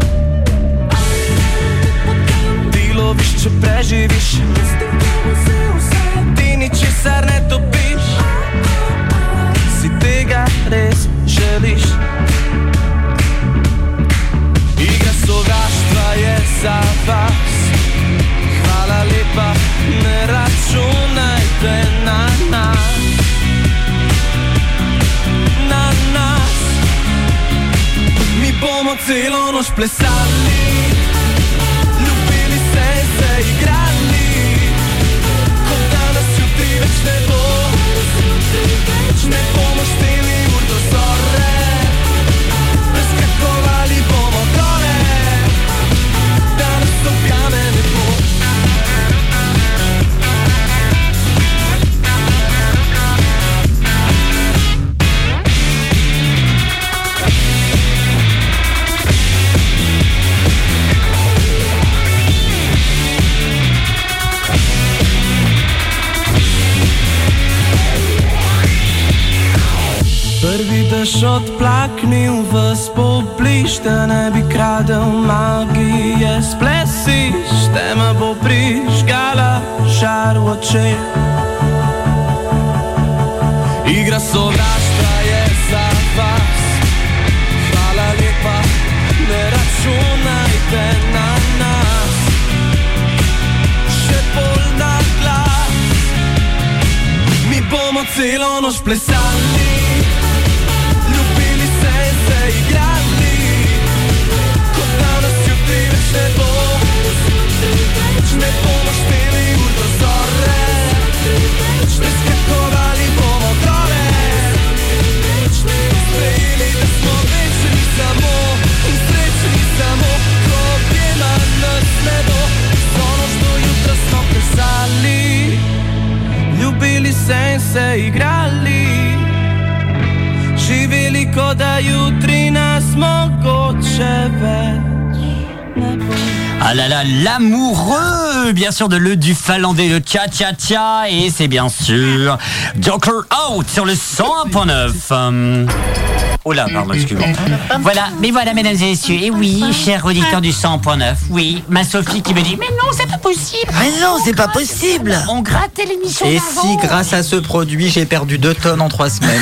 Ti loviš, če preživiš, ti ničesar ne dobiš, si tega res želiš. Igra sovraštva je za vas, hvala lepa, ne računajte na nas, na nas. Mi bomo celo noč plesali, ljubili se in se igrali, kot danes jutri več ne bo, ne bomo šteli ur do zore, preskakovali bomo gore, danes objame ne bo. Prvi dež odplaknil vas pobliž, da ne bi kradel magije s plesiš, tema bo prižgala žar v očeh. Igra sovraštva je za vas, hvala lepa, ne računajte na nas, še bolj na glas. Mi bomo celo noč plesali, igrali, kot danes jutri več ne bo, ne bomo šteli ur do zore, preskakovali bomo gore, sprejeli, da smo večni samo in srečni samo, ko objema nas ne bo, vso noč do jutra smo plesali, ljubili se in se igrali, živeli, kot da jutri nas mogoče več ne bo. Ah là là, l'amoureux, bien sûr, de le du finlandais, le Cha Cha Cha, et c'est bien sûr Joker Out sur le cent un point neuf. Hum. Oh là, pardon, excuse-moi. Voilà, mais voilà, mesdames et messieurs, et oui, chers auditeurs du cent un point neuf, oui, ma Sophie qui me dit, mais non, c'est pas possible. Mais non, c'est pas possible. On grattait l'émission Et d'avant. si grâce à ce produit j'ai perdu deux tonnes en trois semaines.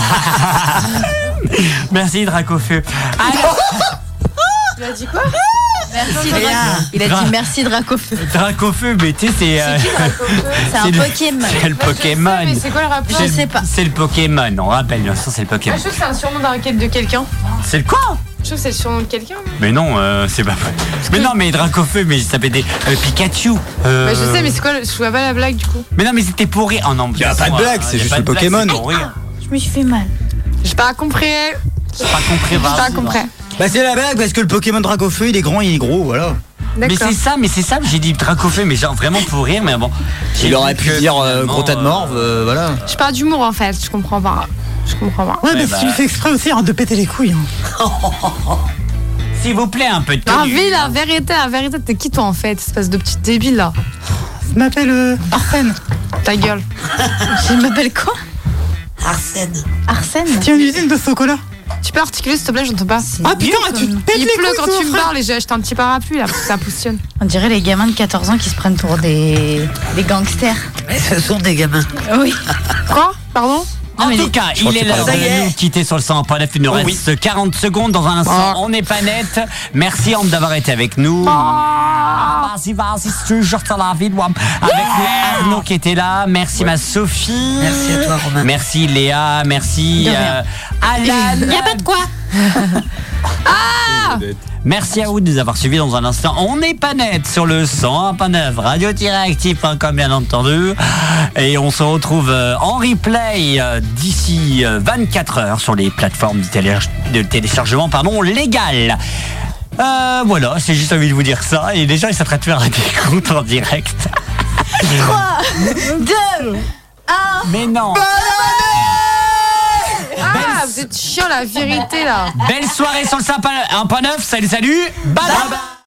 Merci, Dracofeu. Alors, Tu as dit quoi? Merci Rien. Draco. Il a Gra- dit merci Dracofeu. Dracofeu, mais tu sais, c'est... euh, C'est un c'est le- Pokémon. C'est le Pokémon. Mais c'est quoi le rapport? Je C'est- sais pas. C'est le Pokémon, on rappelle, bien sûr, c'est le Ah, Pokémon. je trouve que c'est un surnom d'un quête de quelqu'un. C'est le quoi? Je trouve que c'est le surnom de quelqu'un. non Mais non, euh, c'est pas vrai. Mais non, mais Dracofeu, mais ça s'appelait des euh, Pikachu. euh, Bah, je sais, mais c'est quoi le... Je vois pas la blague du coup. Mais non, mais c'était pour rire. Oh non, Y a de pas de toute façon, blague, euh, c'est y a juste pas le de blague, Pokémon. c'est pour rire. Je me suis fait mal. J'ai pas compris. J'ai pas compris. J'ai vas-y, pas non. compris. Bah c'est la blague parce que le Pokémon Dracofeu il est grand, il est gros, voilà. Mais c'est ça, mais c'est ça, j'ai dit Dracofeu, mais genre vraiment pour rire, mais bon. Il aurait pu dire euh, gros tas de morve, euh, voilà. Je parle d'humour en fait, je comprends pas. Je comprends pas. Ouais, mais bah. si tu fais exprès aussi hein, de péter les couilles. Hein. S'il vous plaît, un peu de Ah tenue. oui, la vérité, la vérité, t'es qui toi en fait, espèce de petite débile là. Je m'appelle euh, Arsène. Ta gueule. Je m'appelle quoi? Arsène. Arsène. Tiens une usine de chocolat. Tu peux articuler s'il te plaît, j'entends pas. Ah putain, tu te pètes Il les pleut couilles, quand toi, tu me frère. parles et j'ai acheté un petit parapluie là, ça poussionne. On dirait les gamins de quatorze ans qui se prennent pour des, des gangsters. Mais ce sont des gamins. Oui. Quoi? Pardon? En mais tout les- cas, Je crois il que est c'est l'heure pas de vrai. nous quitter sur le cent un point neuf. Il nous Oh, reste quarante secondes. Dans un instant, Ah. on n'est pas net. Merci Anne d'avoir été avec nous. Ah, vas-y, vas-y, c'est toujours sur la vie de Wam. Avec nous, Arnaud qui était là. Merci ma Sophie. Merci à toi, Romain. Merci Léa. Merci De rien. euh, Alan. Y a pas de quoi. Merci à vous de nous avoir suivis dans un instant. On n'est pas net sur le cent un point neuf, radio-active point com bien entendu. Et on se retrouve euh, en replay euh, d'ici euh, vingt-quatre heures sur les plateformes de, télé- de téléchargement pardon, légales. Euh, voilà, c'est juste envie de vous dire ça. Et les gens ils s'apprêtent à faire des comptes en direct. trois, deux, un. Mais non. Ah, vous êtes chiant la vérité là. Belle soirée sur le cent un point neuf. Salut, salut. Bye bye.